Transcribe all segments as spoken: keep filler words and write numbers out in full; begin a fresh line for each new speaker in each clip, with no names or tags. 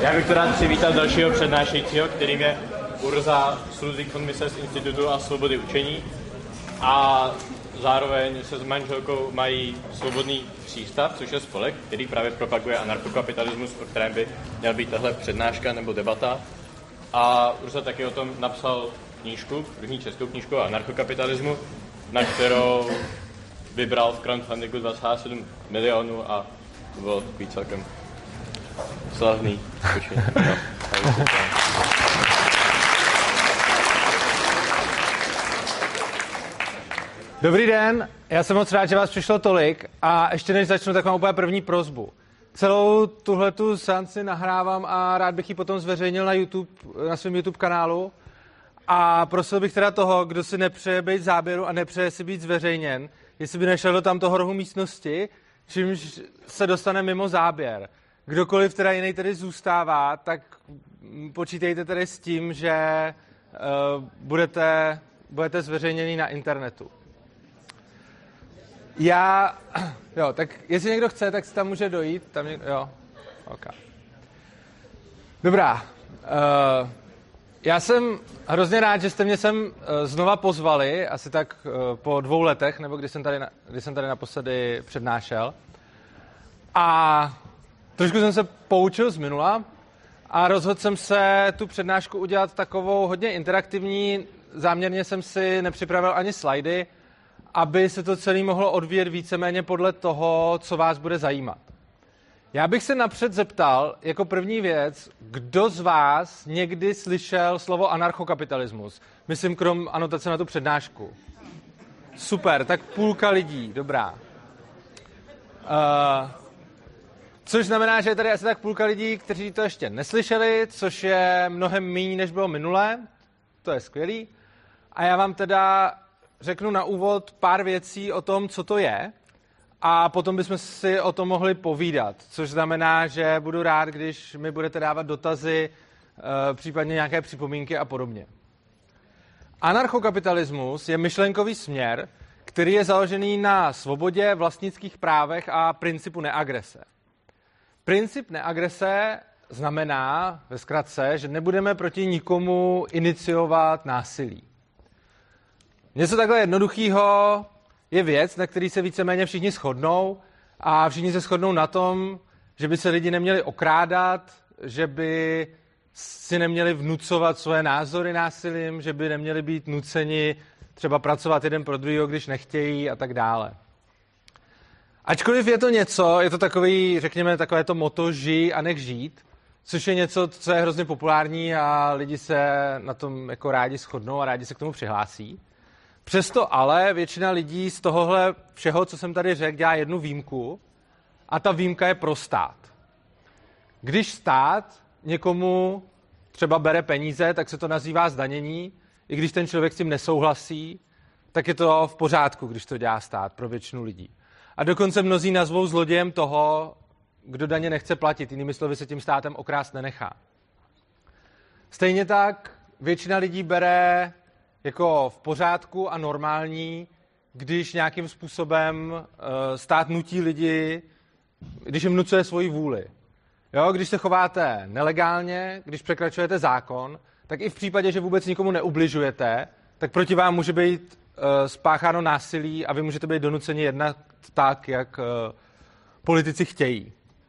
Já bych to rád přivítal dalšího přednášejícího, kterým je Urza z Ludwig von Mises Institutu a svobody učení. A zároveň se s manželkou mají Svobodný přístav, což je spolek, který právě propaguje anarchokapitalismus, o kterém by měla být tahle přednáška nebo debata. A Urza taky o tom napsal knížku, první českou knížku o anarchokapitalismu, na kterou vybral v crowdfundingu dvacet sedm milionů a to bylo takový celkem slavný počin. No,
Dobrý den, já jsem moc rád, že vás přišlo tolik a ještě než začnu, tak mám úplně první prosbu. Celou tuhletu seanci nahrávám a rád bych ji potom zveřejnil na YouTube, na svém YouTube kanálu a prosil bych teda toho, kdo si nepřeje být záběru a nepřeje si být zveřejněn, jestli by nešel do tam toho rohu místnosti, čímž se dostane mimo záběr. Kdokoliv teda jiný tedy zůstává, tak počítejte tedy s tím, že uh, budete, budete zveřejněni na internetu. Já, jo, tak jestli někdo chce, tak si tam může dojít. Tam někdo, jo, ok. Dobrá. Uh, já jsem hrozně rád, že jste mě sem uh, znova pozvali, asi tak uh, po dvou letech, nebo kdy jsem tady, na, kdy jsem tady naposledy přednášel. A trošku jsem se poučil z minula a rozhodl jsem se tu přednášku udělat takovou hodně interaktivní. Záměrně jsem si nepřipravil ani slajdy, aby se to celé mohlo odvíjet víceméně podle toho, co vás bude zajímat. Já bych se napřed zeptal, jako první věc, kdo z vás někdy slyšel slovo anarchokapitalismus? Myslím, krom anotace na tu přednášku. Super, tak půlka lidí, dobrá. Uh, což znamená, že je tady asi tak půlka lidí, kteří to ještě neslyšeli, což je mnohem méně, než bylo minulé. To je skvělý. A já vám teda řeknu na úvod pár věcí o tom, co to je, a potom bychom si o tom mohli povídat, což znamená, že budu rád, když mi budete dávat dotazy, případně nějaké připomínky a podobně. Anarchokapitalismus je myšlenkový směr, který je založený na svobodě, vlastnických právech a principu neagrese. Princip neagrese znamená, ve zkratce, že nebudeme proti nikomu iniciovat násilí. Něco takhle jednoduchého je věc, na který se víceméně všichni shodnou a všichni se shodnou na tom, že by se lidi neměli okrádat, že by si neměli vnucovat svoje názory násilím, že by neměli být nuceni třeba pracovat jeden pro druhého, když nechtějí a tak dále. Ačkoliv je to něco, je to takový, řekněme, takové to motto žij a nech žít, což je něco, co je hrozně populární a lidi se na tom jako rádi shodnou a rádi se k tomu přihlásí. Přesto ale většina lidí z tohohle všeho, co jsem tady řekl, dělá jednu výjimku a ta výjimka je pro stát. Když stát někomu třeba bere peníze, tak se to nazývá zdanění, i když ten člověk s tím nesouhlasí, tak je to v pořádku, když to dělá stát pro většinu lidí. A dokonce mnozí nazvou zlodějem toho, kdo daně nechce platit, jinými slovy se tím státem okrást nenechá. Stejně tak většina lidí bere jako v pořádku a normální, když nějakým způsobem uh, stát nutí lidi, když jim vnucuje svoji vůli. Jo, když se chováte nelegálně, když překračujete zákon, tak i v případě, že vůbec nikomu neubližujete, tak proti vám může být uh, spácháno násilí a vy můžete být donuceni jednat tak, jak uh, politici chtějí.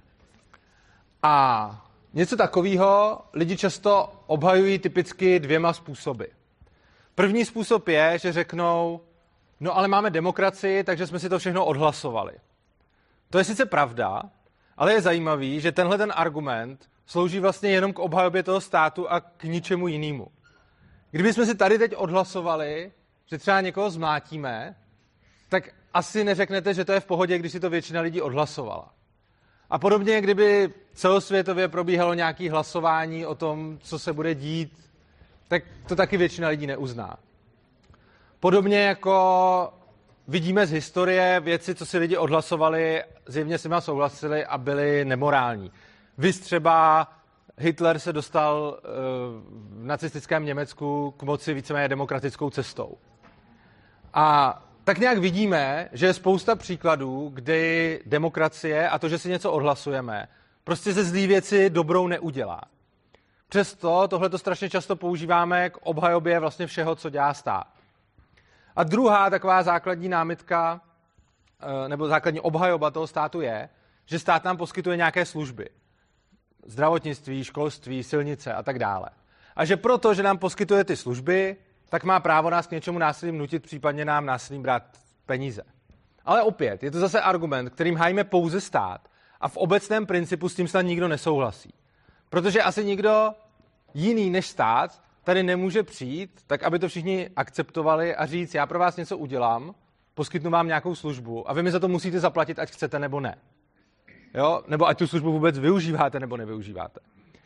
A něco takového lidi často obhajují typicky dvěma způsoby. První způsob je, že řeknou, no ale máme demokracii, takže jsme si to všechno odhlasovali. To je sice pravda, ale je zajímavý, že tenhle ten argument slouží vlastně jenom k obhajobě toho státu a k ničemu jinému. Kdybychom si tady teď odhlasovali, že třeba někoho zmlátíme, tak asi neřeknete, že to je v pohodě, když si to většina lidí odhlasovala. A podobně, kdyby celosvětově probíhalo nějaké hlasování o tom, co se bude dít, tak to taky většina lidí neuzná. Podobně jako vidíme z historie věci, co si lidi odhlasovali, zjevně s nimi souhlasili a byli nemorální. Viz třeba Hitler se dostal v nacistickém Německu k moci víceméně demokratickou cestou. A tak nějak vidíme, že je spousta příkladů, kdy demokracie a to, že si něco odhlasujeme, prostě ze zlý věci dobrou neudělá. Přesto tohleto strašně často používáme k obhajobě vlastně všeho, co dělá stát. A druhá taková základní námitka, nebo základní obhajoba toho státu je, že stát nám poskytuje nějaké služby. Zdravotnictví, školství, silnice a tak dále. A že proto, že nám poskytuje ty služby, tak má právo nás k něčemu násilím nutit, případně nám násilím brát peníze. Ale opět, je to zase argument, kterým hájíme pouze stát a v obecném principu s tím snad nikdo nesouhlasí. Protože asi nikdo jiný než stát tady nemůže přijít, tak aby to všichni akceptovali a říct, já pro vás něco udělám, poskytnu vám nějakou službu a vy mi za to musíte zaplatit, ať chcete nebo ne. Jo? Nebo ať tu službu vůbec využíváte nebo nevyužíváte.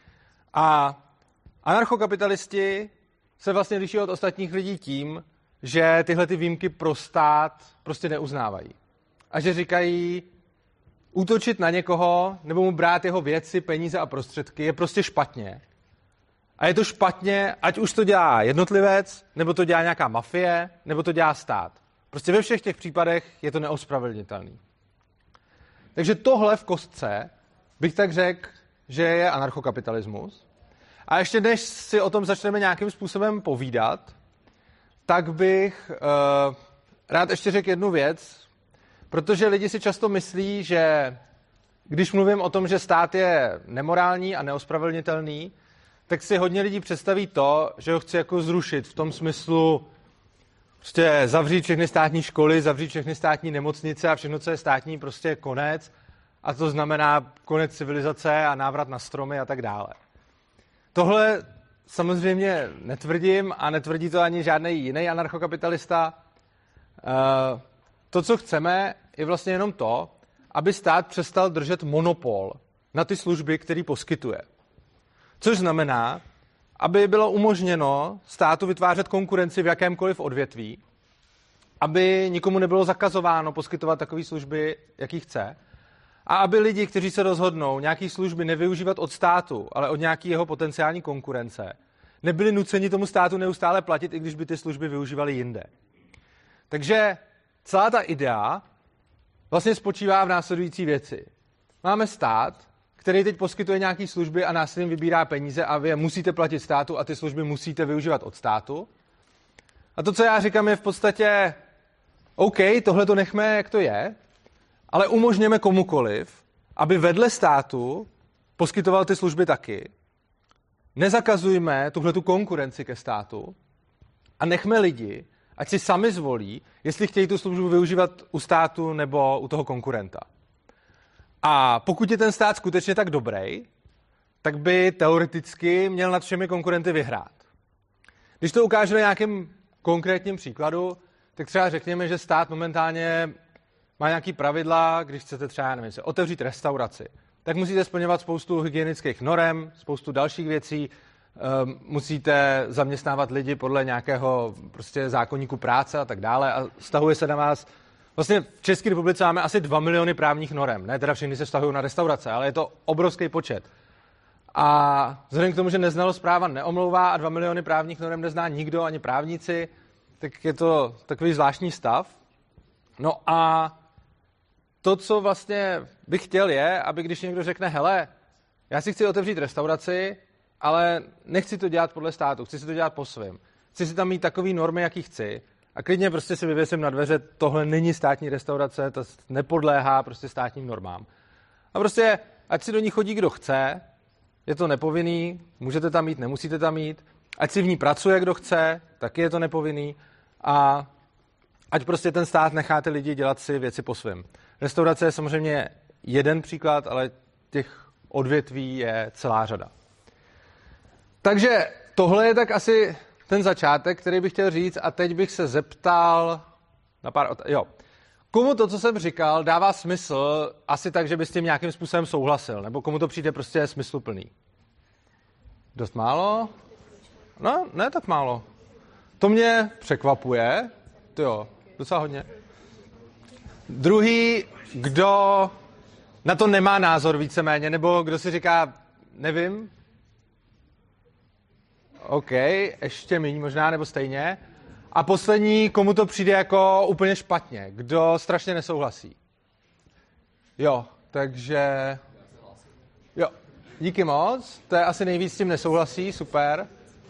A anarchokapitalisti se vlastně liší od ostatních lidí tím, že tyhle ty výjimky pro stát prostě neuznávají. A že říkají, útočit na někoho nebo mu brát jeho věci, peníze a prostředky je prostě špatně. A je to špatně, ať už to dělá jednotlivec, nebo to dělá nějaká mafie, nebo to dělá stát. Prostě ve všech těch případech je to neospravedlnitelný. Takže tohle v kostce bych tak řekl, že je anarchokapitalismus. A ještě než si o tom začneme nějakým způsobem povídat, tak bych uh, rád ještě řekl jednu věc, protože lidi si často myslí, že když mluvím o tom, že stát je nemorální a neospravedlnitelný, tak si hodně lidí představí to, že ho chci jako zrušit v tom smyslu prostě zavřít všechny státní školy, zavřít všechny státní nemocnice a všechno, co je státní, prostě konec. A to znamená konec civilizace a návrat na stromy a tak dále. Tohle samozřejmě netvrdím a netvrdí to ani žádný jiný anarchokapitalista. To, co chceme, je vlastně jenom to, aby stát přestal držet monopol na ty služby, které poskytuje. Což znamená, aby bylo umožněno státu vytvářet konkurenci v jakémkoliv odvětví, aby nikomu nebylo zakazováno poskytovat takové služby, jaký chce, a aby lidi, kteří se rozhodnou nějaké služby nevyužívat od státu, ale od nějaké jeho potenciální konkurence, nebyli nuceni tomu státu neustále platit, i když by ty služby využívali jinde. Takže celá ta idea vlastně spočívá v následující věci. Máme stát, který teď poskytuje nějaké služby a násilím vybírá peníze a vy je musíte platit státu a ty služby musíte využívat od státu. A to, co já říkám, je v podstatě OK, tohle to nechme, jak to je, ale umožněme komukoliv, aby vedle státu poskytoval ty služby taky. Nezakazujme tuhletu konkurenci ke státu a nechme lidi, ať si sami zvolí, jestli chtějí tu službu využívat u státu nebo u toho konkurenta. A pokud je ten stát skutečně tak dobrý, tak by teoreticky měl nad všemi konkurenty vyhrát. Když to ukážu na nějakém konkrétním příkladu, tak třeba řekněme, že stát momentálně má nějaký pravidla, když chcete třeba, nevím, se otevřít restauraci, tak musíte splňovat spoustu hygienických norem, spoustu dalších věcí, musíte zaměstnávat lidi podle nějakého prostě zákoníku práce a tak dále a vztahuje se na vás. Vlastně v České republice máme asi dva miliony právních norem. Ne, teda všechny se vztahují na restaurace, ale je to obrovský počet. A vzhledem k tomu, že neznalost práva neomlouvá a dva miliony právních norem nezná nikdo, ani právníci, tak je to takový zvláštní stav. No a to, co vlastně bych chtěl, je, aby když někdo řekne, hele, já si chci otevřít restauraci, ale nechci to dělat podle státu, chci si to dělat po svém. Chci si tam mít takový normy, jaký chci. A klidně prostě si vyvěsím na dveře, tohle není státní restaurace, to nepodléhá prostě státním normám. A prostě, ať si do ní chodí, kdo chce, je to nepovinný, můžete tam mít, nemusíte tam mít. Ať si v ní pracuje, kdo chce, taky je to nepovinný. A ať prostě ten stát nechá ty lidi dělat si věci po svém. Restaurace je samozřejmě jeden příklad, ale těch odvětví je celá řada. Takže tohle je tak asi ten začátek, který bych chtěl říct, a teď bych se zeptal na pár otázek. Jo. Komu to, co jsem říkal, dává smysl asi tak, že by s tím nějakým způsobem souhlasil? Nebo komu to přijde prostě smysluplný? Dost málo? No, ne tak málo. To mě překvapuje. To jo, docela hodně. Druhý, kdo na to nemá názor víceméně, nebo kdo si říká, nevím, OK, ještě míň možná, nebo stejně. A poslední, komu to přijde jako úplně špatně, kdo strašně nesouhlasí. Jo, takže... Díky moc, to je asi nejvíc s tím nesouhlasí, super.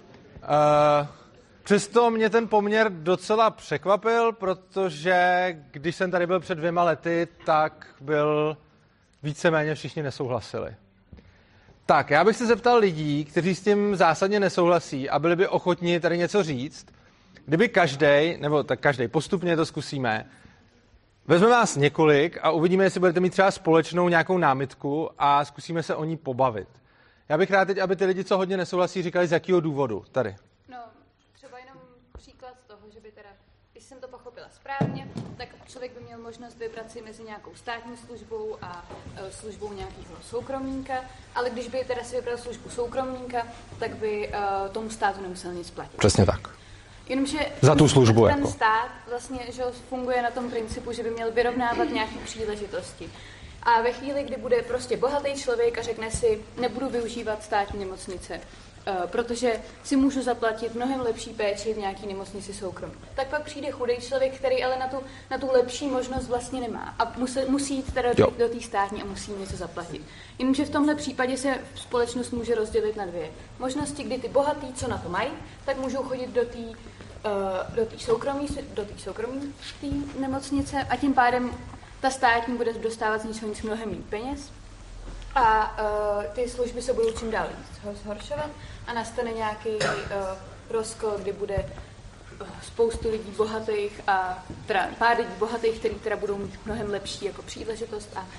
Uh, přesto mě ten poměr docela překvapil, protože když jsem tady byl před dvěma lety, tak byl víceméně všichni nesouhlasili. Tak, já bych se zeptal lidí, kteří s tím zásadně nesouhlasí a byli by ochotni tady něco říct, kdyby každej, nebo tak každej, postupně to zkusíme, vezmeme vás několik a uvidíme, jestli budete mít třeba společnou nějakou námitku a zkusíme se o ní pobavit. Já bych rád teď, aby ty lidi, co hodně nesouhlasí, říkali, z jakého důvodu tady.
No, třeba jenom příklad toho, že by teda, když jsem to pochopila správně, tak člověk by měl možnost vybrat si mezi nějakou státní službou a e, službou nějakého soukromníka, ale když by teda si vybral službu soukromníka, tak by e, tomu státu nemusel nic platit.
Přesně tak.
Jenomže
za tu službu
ten
jako.
stát vlastně, že funguje na tom principu, že by měl vyrovnávat nějaké příležitosti. A ve chvíli, kdy bude prostě bohatý člověk a řekne si, nebudu využívat státní nemocnice, protože si můžu zaplatit mnohem lepší péči v nějaké nemocnici soukromí. Tak pak přijde chudý člověk, který ale na tu, na tu lepší možnost vlastně nemá. A musí, musí jít teda do, do té státní a musí něco zaplatit. Jenomže v tomhle případě se společnost může rozdělit na dvě možnosti, kdy ty bohatý, co na to mají, tak můžou chodit do té uh, do té soukromí, do té soukromí tý nemocnice a tím pádem ta státní bude dostávat z ničeho nic mnohem méně peněz. A uh, ty služby se budou čím dál zhoršovat a nastane nějaký uh, rozkol, kdy bude uh, spoustu lidí bohatých a teda pár lidí bohatých, kteří teda budou mít mnohem lepší jako příležitost a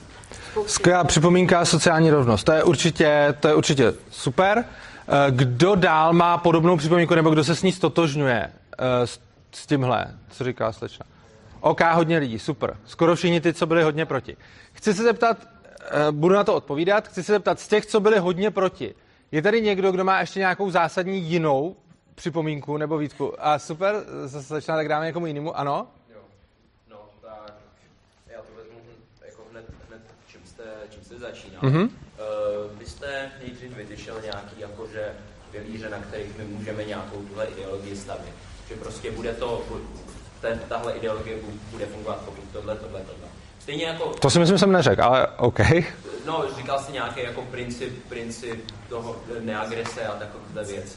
skvělá připomínka, sociální rovnost. To je určitě, to je určitě super. Kdo dál má podobnou připomínku, nebo kdo se s ní stotožňuje s, s tímhle? Co říká slečna? OK, hodně lidí, super. Skoro všichni ty, co byli hodně proti. Chci se zeptat, budu na to odpovídat, chci se zeptat z těch, co byli hodně proti. Je tady někdo, kdo má ještě nějakou zásadní jinou připomínku nebo výtku? A super, slečna, tak dáme někomu jinému, ano?
Jo, no, tak já to vezmu jako hned, hned čím, jste, čím jste začínal. Mm-hmm. Uh, vy jste nejdřív vytyšel nějaký jakože pilíře, na kterých my můžeme nějakou tuhle ideologii stavit. Že prostě bude to, ten, tahle ideologie bude fungovat, pokud tohle, tohle, tohle. Stejně jako...
To si myslím, jsem neřekl, ale OK.
No, říkal jsi nějaký jako princip, princip toho neagrese a takovéhle věci.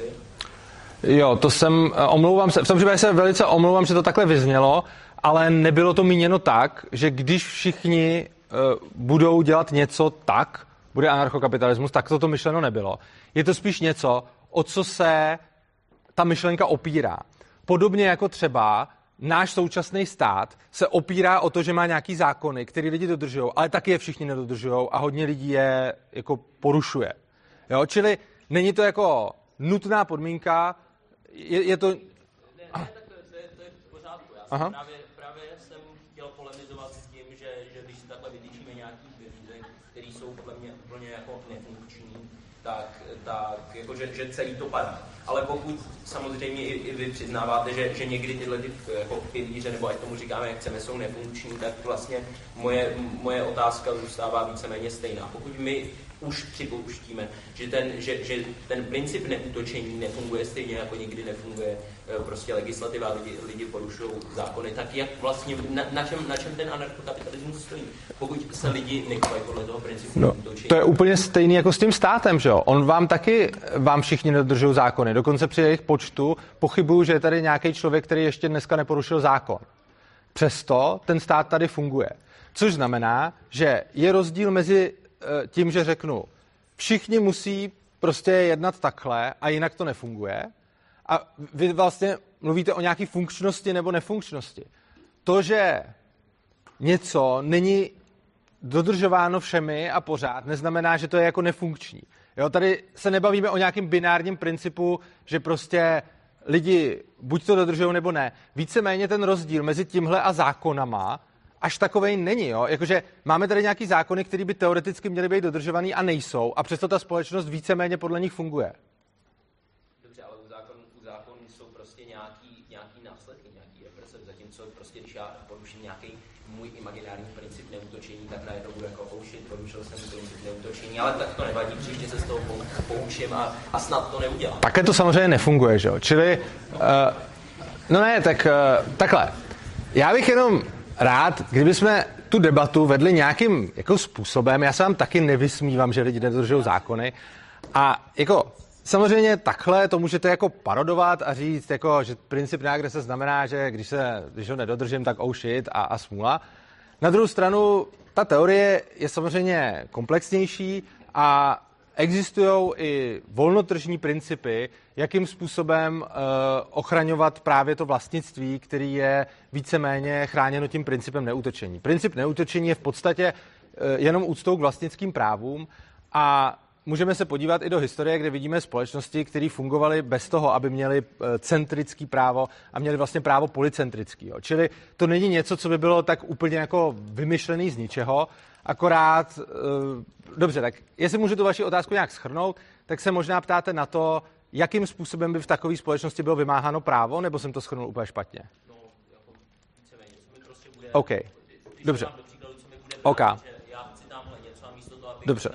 Jo, to jsem, omlouvám se, v tom případě se velice omlouvám, že to takhle vyznělo, ale nebylo to míněno tak, že když všichni uh, budou dělat něco tak, bude anarchokapitalismus, tak to to myšleno nebylo. Je to spíš něco, o co se ta myšlenka opírá. Podobně jako třeba náš současný stát se opírá o to, že má nějaký zákony, které lidi dodržují, ale taky je všichni nedodržují a hodně lidí je jako porušuje. Jo? Čili není to jako nutná podmínka, je, je to...
Ne, ne, tak to, to, je, to je v pořádku. Já jsem právě, právě jsem chtěl polemizovat s tím, že, že když si takhle vytýčíme nějaký pilíře, které jsou podle mě úplně jako nefunkční, tak, tak jako, že, že celý to padá. Ale pokud samozřejmě i, i vy přiznáváte, že, že někdy tyhle ty jako pilíře, nebo ať tomu říkáme, jak chceme, jsou nefunkční, tak vlastně moje, moje otázka zůstává víceméně stejná. Pokud my už připouštíme, že ten, že, že ten princip neútočení nefunguje stejně, jako nikdy nefunguje prostě legislativa, lidi, lidi porušují zákony, tak jak vlastně, na, na, čem, na čem ten anarchokapitalismus stojí? Pokud se lidi nechovají podle toho principu
no,
neútočení.
To je úplně stejný jako s tím státem, že jo? On vám taky, vám všichni nedodržují zákony. Dokonce při jejich počtu pochybuju, že je tady nějaký člověk, který ještě dneska neporušil zákon. Přesto ten stát tady funguje. Což znamená, že je rozdíl mezi tím, že řeknu, všichni musí prostě jednat takhle a jinak to nefunguje. A vy vlastně mluvíte o nějaké funkčnosti nebo nefunkčnosti. To, že něco není dodržováno všemi a pořád, neznamená, že to je jako nefunkční. Jo, tady se nebavíme o nějakém binárním principu, že prostě lidi buď to dodržují nebo ne. Víceméně ten rozdíl mezi tímhle a zákonama až takovej není, jo? Jakože máme tady nějaký zákony, které by teoreticky měly být dodržovaný a nejsou, a přesto ta společnost víceméně podle nich funguje.
Dobře, ale u zákon, u zákonů jsou prostě nějaký, nějaký následky, nějaký represe, zatímco prostě, když já poruším nějaký můj imaginární princip neútočení, tak najednou budu jako poušit, porušil jsem princip neútočení, ale tak to nevadí, příště se z toho poučím a, a snad to neudělám.
Také to samozřejmě nefunguje, že jo? Čili, uh, no ne, tak uh, takhle. Já bych jenom rád, kdyby jsme tu debatu vedli nějakým jako způsobem. Já se vám taky nevysmívám, že lidi nedodržují zákony. A jako samozřejmě takhle to můžete jako parodovat a říct, jako, že princip neagrese znamená, že když, se, když ho nedodržím, tak oh shit a, a smůla. Na druhou stranu, ta teorie je samozřejmě komplexnější a existují i volnotržní principy, jakým způsobem uh, ochraňovat právě to vlastnictví, který je víceméně chráněno tím principem neútočení. Princip neútočení je v podstatě uh, jenom úctou k vlastnickým právům a můžeme se podívat i do historie, kde vidíme společnosti, které fungovaly bez toho, aby měly centrický právo a měly vlastně právo polycentrický. Čili to není něco, co by bylo tak úplně jako vymyšlený z ničeho, akorát, dobře, tak jestli můžu tu vaši otázku nějak shrnout, tak se možná ptáte na to, jakým způsobem by v takové společnosti bylo vymáháno právo, nebo jsem to shrnul úplně špatně?
No, jako víceméně, co mi prostě bude...
OK, dobře. OK. Dobře.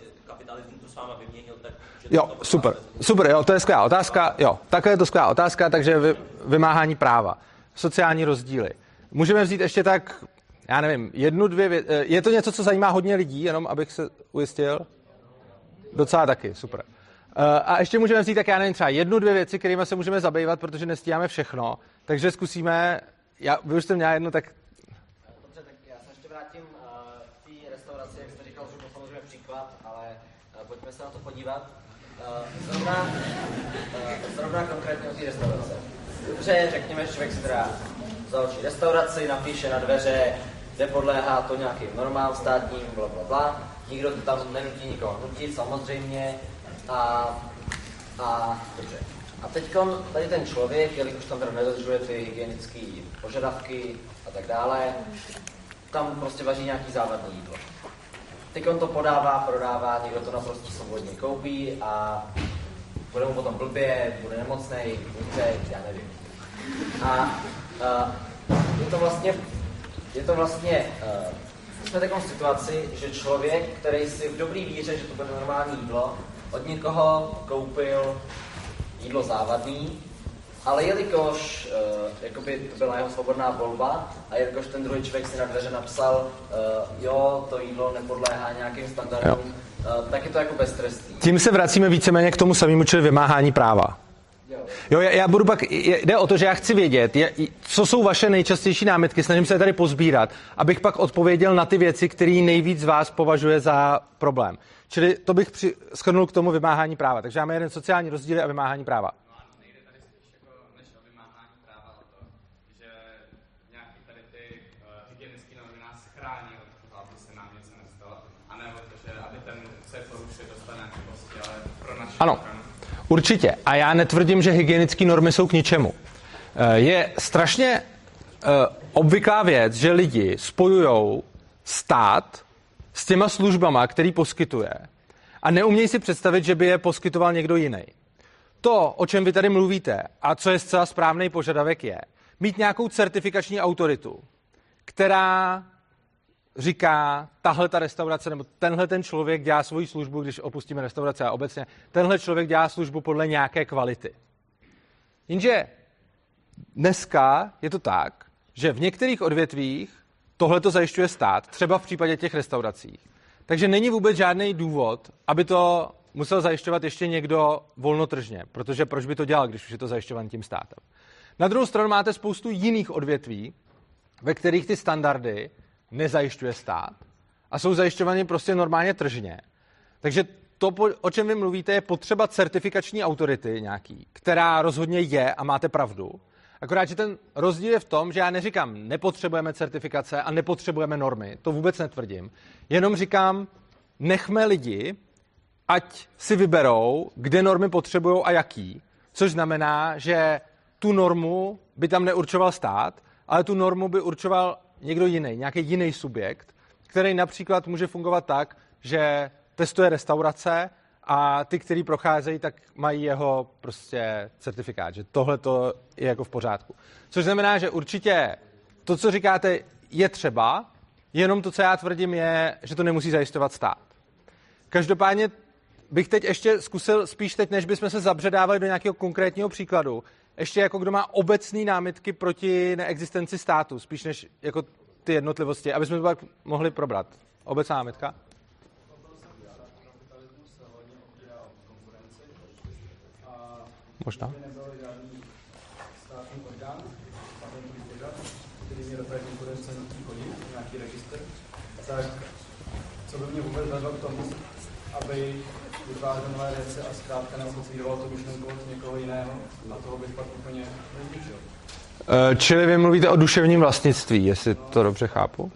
Jo, super, super, jo, to je skvělá otázka, jo, takhle je to skvělá otázka, takže vy, vymáhání práva, sociální rozdíly. Můžeme vzít ještě tak, já nevím, jednu, dvě věci, je to něco, co zajímá hodně lidí, jenom abych se ujistil? Docela taky, super. A ještě můžeme vzít tak, já nevím, třeba jednu, dvě věci, kterými se můžeme zabývat, protože nestíháme všechno, takže zkusíme, já, vy už jste měla jednu, tak...
Dobře, tak já se ještě vrátím k té restauraci, jak jste říkal, že to samozřejmě příklad, ale pojďme se na to podívat. Zrovna, zrovna konkrétně o té restaurace. Dobře, řekněme, že člověk si teda založí restauraci, napíše na dveře, kde podléhá to nějakým normám státním, bla, bla, bla. Nikdo to tam nenutí nikoho nutit, samozřejmě. A, a dobře. A teď tady ten člověk, jelikož tam teda nedodržuje ty hygienické požadavky a tak dále, tam prostě vaří nějaký závadný jídlo. Teď on to podává, prodává, někdo to naprosto svobodně koupí a bude mu potom blbě, bude nemocnej, umře, já nevím. A, a je to vlastně, je to vlastně, uh, jsme v takové situaci, že člověk, který si v dobrý víře, že to bude normální jídlo, od někoho koupil jídlo závadný, ale jelikož uh, jakoby to byla jeho svobodná volba a jelikož ten druhý člověk si na dveře napsal, uh, jo, to jídlo nepodléhá nějakým standardům, uh, tak je to jako beztrestný.
Tím se vracíme víceméně k tomu samému, čili vymáhání práva. Jo, jo já, já budu pak, jde o to, že já chci vědět, je, co jsou vaše nejčastější námitky, snažím se je tady pozbírat, abych pak odpověděl na ty věci, které nejvíc z vás považuje za problém. Čili to bych při, shrnul k tomu vymáhání práva. Takže máme jeden sociální rozdíl a vymáhání práva. Ano, určitě. A já netvrdím, že hygienické normy jsou k ničemu. Je strašně obvyklá věc, že lidi spojujou stát s těma službama, který poskytuje a neumějí si představit, že by je poskytoval někdo jiný. To, o čem vy tady mluvíte a co je zcela správný požadavek, je mít nějakou certifikační autoritu, která říká, tahle ta restaurace, nebo tenhle ten člověk dělá svoji službu, když opustíme restaurace a obecně, tenhle člověk dělá službu podle nějaké kvality. Jenže dneska je to tak, že v některých odvětvích tohle to zajišťuje stát, třeba v případě těch restaurací. Takže není vůbec žádný důvod, aby to musel zajišťovat ještě někdo volnotržně, protože proč by to dělal, když už je to zajišťovaný tím státem. Na druhou stranu máte spoustu jiných odvětví, ve kterých ty standardy nezajišťuje stát a jsou zajišťovány prostě normálně tržně. Takže to, o čem vy mluvíte, je potřeba certifikační autority nějaký, která rozhodně je a máte pravdu. Akorát, že ten rozdíl je v tom, že já neříkám, nepotřebujeme certifikace a nepotřebujeme normy. To vůbec netvrdím. Jenom říkám, nechme lidi, ať si vyberou, kde normy potřebují a jaký. Což znamená, že tu normu by tam neurčoval stát, ale tu normu by určoval někdo jiný, nějaký jiný subjekt, který například může fungovat tak, že testuje restaurace a ty, kteří procházejí, tak mají jeho prostě certifikát, že tohle to je jako v pořádku. Což znamená, že určitě to, co říkáte, je třeba, jenom to, co já tvrdím, je, že to nemusí zajišťovat stát. Každopádně bych teď ještě zkusil, spíš teď, než bychom se zabředávali do nějakého konkrétního příkladu, ještě jako kdo má obecný námitky proti neexistenci státu, spíš než jako ty jednotlivosti, aby jsme to pak mohli probrat. Obecná námitka? Možná.
Tak co by mě vůbec vedlo k tomu, aby vytvářel nové věci a zkrátka neokopíroval tu myšlenku od někoho jiného a toho bych pak úplně nezničil.
Čili vy mluvíte o duševním vlastnictví, jestli to dobře chápu?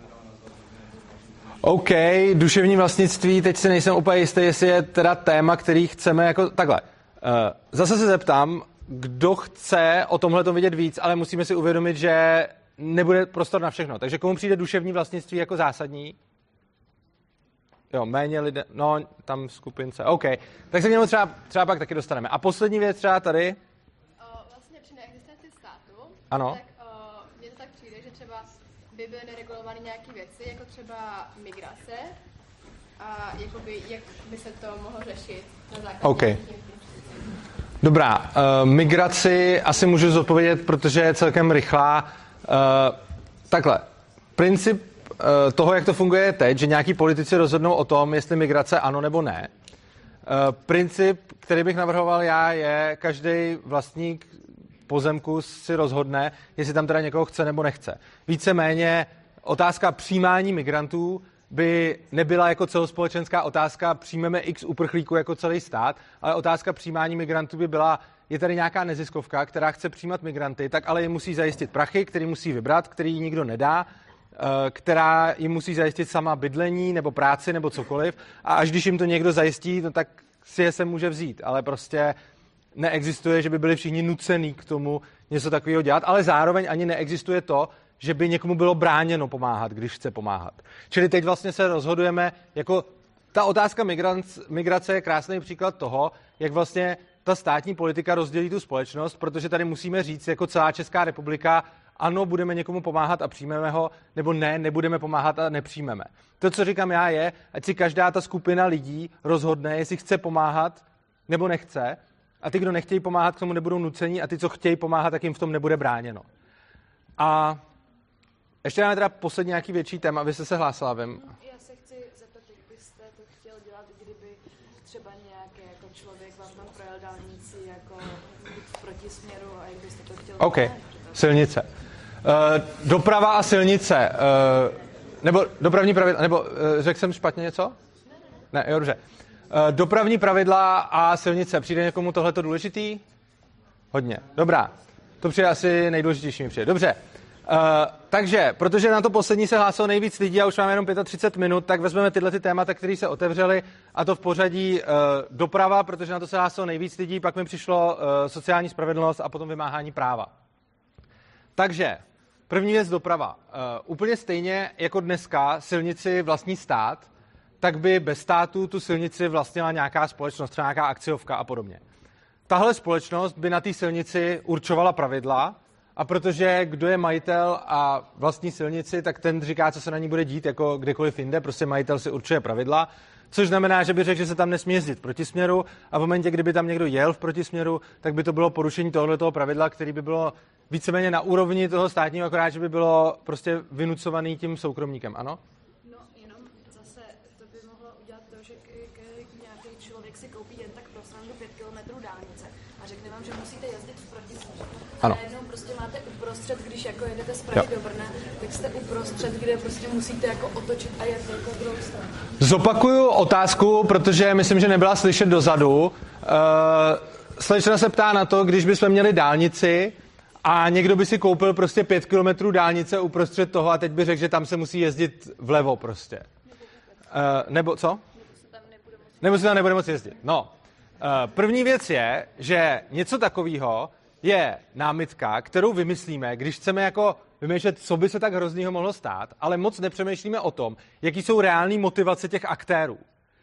OK, duševní vlastnictví, teď si nejsem úplně jistý, jestli je teda téma, který chceme jako takhle. Zase se zeptám, kdo chce o tomhle to vidět víc, ale musíme si uvědomit, že nebude prostor na všechno. Takže komu přijde duševní vlastnictví jako zásadní? Jo, méně lidé, no, tam skupince, OK. Tak se k němu třeba, třeba pak taky dostaneme. A poslední věc třeba tady.
O, vlastně při neexistenci státu,
ano.
Tak o, mně to tak přijde, že třeba by byly neregulované nějaké věci, jako třeba migrace, a jakoby, jak by se to mohlo řešit na základě.
OK. Dobrá, uh, migraci asi můžu zodpovědět, protože je celkem rychlá. Uh, takhle, princip uh, toho, jak to funguje teď, že nějaký politici rozhodnou o tom, jestli migrace ano nebo ne. Uh, princip, který bych navrhoval já, je, každý vlastník pozemku si rozhodne, jestli tam teda někoho chce nebo nechce. Víceméně otázka přijímání migrantů by nebyla jako celospolečenská otázka, přijmeme x uprchlíků jako celý stát, ale otázka přijímání migrantů by byla, je tady nějaká neziskovka, která chce přijímat migranty, tak ale jim musí zajistit prachy, který musí vybrat, který jí nikdo nedá, která jim musí zajistit sama bydlení nebo práci nebo cokoliv, a až když jim to někdo zajistí, no tak si je se může vzít, ale prostě neexistuje, že by byli všichni nucený k tomu něco takového dělat, ale zároveň ani neexistuje to, že by někomu bylo bráněno pomáhat, když chce pomáhat. Čili teď vlastně se rozhodujeme, jako ta otázka migrace je krásný příklad toho, jak vlastně ta státní politika rozdělí tu společnost, protože tady musíme říct, jako celá Česká republika, ano, budeme někomu pomáhat a přijmeme ho, nebo ne, nebudeme pomáhat a nepřijmeme. To, co říkám já, je, ať si každá ta skupina lidí rozhodne, jestli chce pomáhat nebo nechce, a ty, kdo nechtějí pomáhat, k tomu nebudou nucení, a ty, co chtějí pomáhat, tak jim v tom nebude bráněno. A ještě máme teda poslední nějaký větší téma, abyste se hlásila, vím.
Já se chci zeptat, jak byste to chtěl dělat, kdyby třeba nějaký jako člověk vám tam projel dálnici jako v protisměru, a jak byste to chtěl
OK,
dělat?
silnice. Uh, doprava a silnice. Uh, nebo dopravní pravidla, nebo uh, řekl jsem špatně něco? Ne, ne. Ne, jo, dobře. Uh, dopravní pravidla a silnice. Přijde někomu tohleto důležitý? Hodně. Dobrá. To přijde asi nejdůležitější mi přijde. Dobře. Uh, takže, protože na to poslední se hlásilo nejvíc lidí a už máme jenom třicet pět minut, tak vezmeme tyhle ty témata, které se otevřely, a to v pořadí uh, doprava, protože na to se hlásilo nejvíc lidí, pak mi přišlo uh, sociální spravedlnost a potom vymáhání práva. Takže, první věc doprava. Uh, úplně stejně jako dneska silnici vlastní stát, tak by bez státu tu silnici vlastnila nějaká společnost, třeba nějaká akciovka a podobně. Tahle společnost by na té silnici určovala pravidla, a protože kdo je majitel a vlastní silnici, tak ten říká, co se na ní bude dít, jako kdekoliv jinde, prostě majitel si určuje pravidla, což znamená, že by řekl, že se tam nesmí jezdit v protisměru, a v momentě, kdyby tam někdo jel v protisměru, tak by to bylo porušení tohoto pravidla, který by bylo víceméně na úrovni toho státního, akorát, že by bylo prostě vynucovaný tím soukromníkem, ano?
No, jenom zase to by mohlo udělat to, že k, k, k nějaký člověk si koupí jen tak pro srandu pět kilometrů dálnice a řekne vám, že musíte jezdit v protisměru.
Ano.
A jednou prostě máte uprostřed, když jako jedete z Prahy do Brna, tak jste uprostřed, kde prostě musíte jako otočit a jet jako druhou stranu.
Zopakuju otázku, protože myslím, že nebyla slyšet dozadu. Uh, Slečna se ptá na to, když bychom měli dálnici a někdo by si koupil prostě pět kilometrů dálnice uprostřed toho a teď by řekl, že tam se musí jezdit vlevo prostě. Uh, nebo co? Nebo se tam nebude moci jezdit. No. Uh, první věc je, že něco takového je námitka, kterou vymyslíme, když chceme jako vymýšlet, co by se tak hroznýho mohlo stát, ale moc nepřemýšlíme o tom, jaký jsou reální motivace těch aktérů.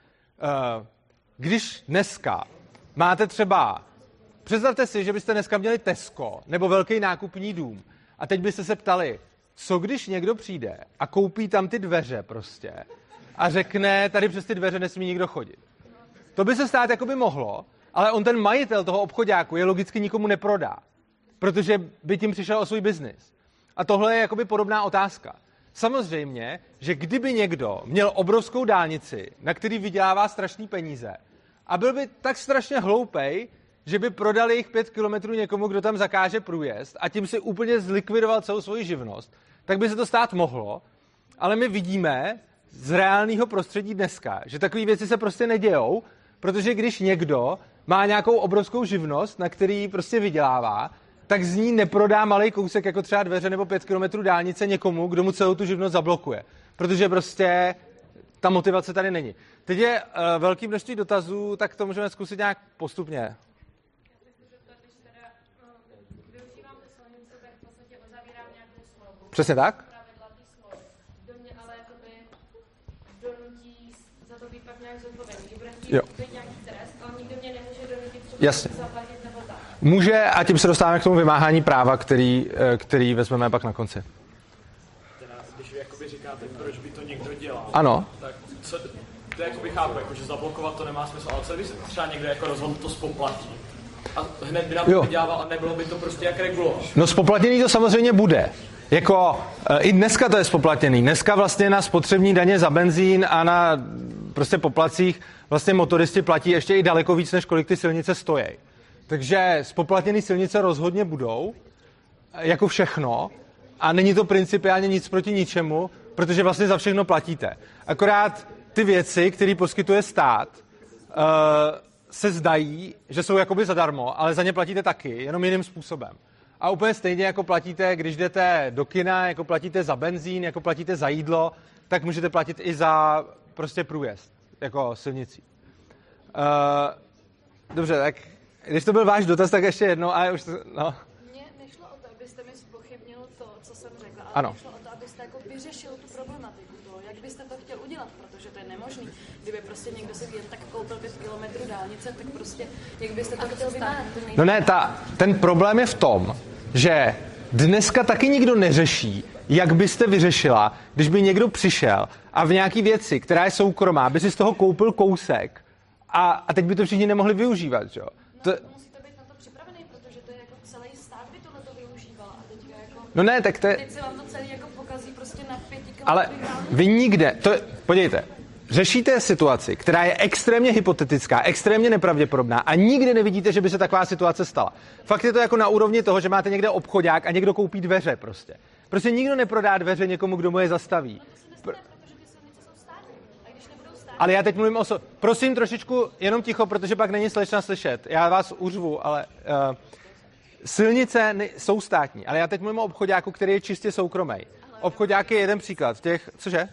Když dneska máte třeba, představte si, že byste dneska měli Tesco nebo velký nákupní dům a teď byste se ptali, co když někdo přijde a koupí tam ty dveře prostě a řekne, tady přes ty dveře nesmí nikdo chodit. To by se stát jako by mohlo, ale on ten majitel toho obchoďáku je logicky nikomu neprodá, protože by tím přišel o svůj biznis. A tohle je jakoby podobná otázka. samozřejmě, že kdyby někdo měl obrovskou dálnici, na který vydělává strašný peníze, a byl by tak strašně hloupej, že by prodal jich pět kilometrů někomu, kdo tam zakáže průjezd a tím si úplně zlikvidoval celou svoji živnost, tak by se to stát mohlo, ale my vidíme z reálného prostředí dneska, že takové věci se prostě nedějou, protože když někdo má nějakou obrovskou živnost, na který prostě vydělává, tak z ní neprodá malý kousek, jako třeba dveře nebo pět kilometrů dálnice někomu, kdo mu celou tu živnost zablokuje. Protože prostě ta motivace tady není. Teď je uh, velké množství dotazů, tak to můžeme zkusit nějak postupně. Přesně tak? Jo. Jasně. Může, a tím se dostáváme k tomu vymáhání práva, který, který vezmeme pak na konci.
Teda, když vy jakoby říkáte, proč by to někdo dělal,
ano.
Tak co, to jakoby chápu, jako, že zablokovat to nemá smysl, ale co když třeba někdo jako rozhodl to spoplatí a hned by nám to vydělával a nebylo by to prostě jak regulovat?
No spoplatněný to samozřejmě bude. Jako i dneska to je spoplatněný. Dneska vlastně na spotřební daně za benzín a na prostě poplacích vlastně motoristi platí ještě i daleko víc, než kolik ty silnice stojí. Takže spoplatněný silnice rozhodně budou, jako všechno, a není to principiálně nic proti ničemu, protože vlastně za všechno platíte. Akorát ty věci, které poskytuje stát, uh, se zdají, že jsou jakoby zadarmo, ale za ně platíte taky, jenom jiným způsobem. A úplně stejně jako platíte, když jdete do kina, jako platíte za benzín, jako platíte za jídlo, tak můžete platit i za prostě průjezd, jako silnicí. Uh, dobře, tak když to byl váš dotaz, tak ještě jednou, ale už to, no.
Mně nešlo o to, abyste mi zpochybnil to, co jsem řekla, ale
ano.
nešlo o to, abyste jako vyřešil tu problematiku toho, jak byste to chtěl udělat, protože to je nemožný. Kdyby prostě někdo si jen tak koupil pět kilometrů dálnice, tak prostě jak byste to chtěl vymáhat?
No ne, ta, ten problém je v tom, že dneska taky nikdo neřeší, jak byste vyřešila, když by někdo přišel a v nějaký věci, která je soukromá, by si z toho koupil kousek a, a teď by to všichni nemohli využívat, jo?
To... Musíte být na to připravený, protože to je jako celý stát by to na to využíval a teďka jako...
No ne, tak to je...
Teď se vám to celý jako pokazí prostě na pěti kilometrů.
Ale vy nikde, to je, podívejte, řešíte situaci, která je extrémně hypotetická, extrémně nepravděpodobná a nikdy nevidíte, že by se taková situace stala. Fakt je to jako na úrovni toho, že máte někde obchodák a někdo koupí dveře prostě. Prostě nikdo neprodá dveře někomu, kdo mu je zastaví. Pr- ale já teď mluvím o... So- Prosím trošičku jenom ticho, protože pak není slečna slyšet. Já vás uřvu, ale... Uh, silnice ne- jsou státní, ale já teď mluvím o obchodáku, který je čistě soukromý. Obchodák je jeden příklad. Těch... Cože?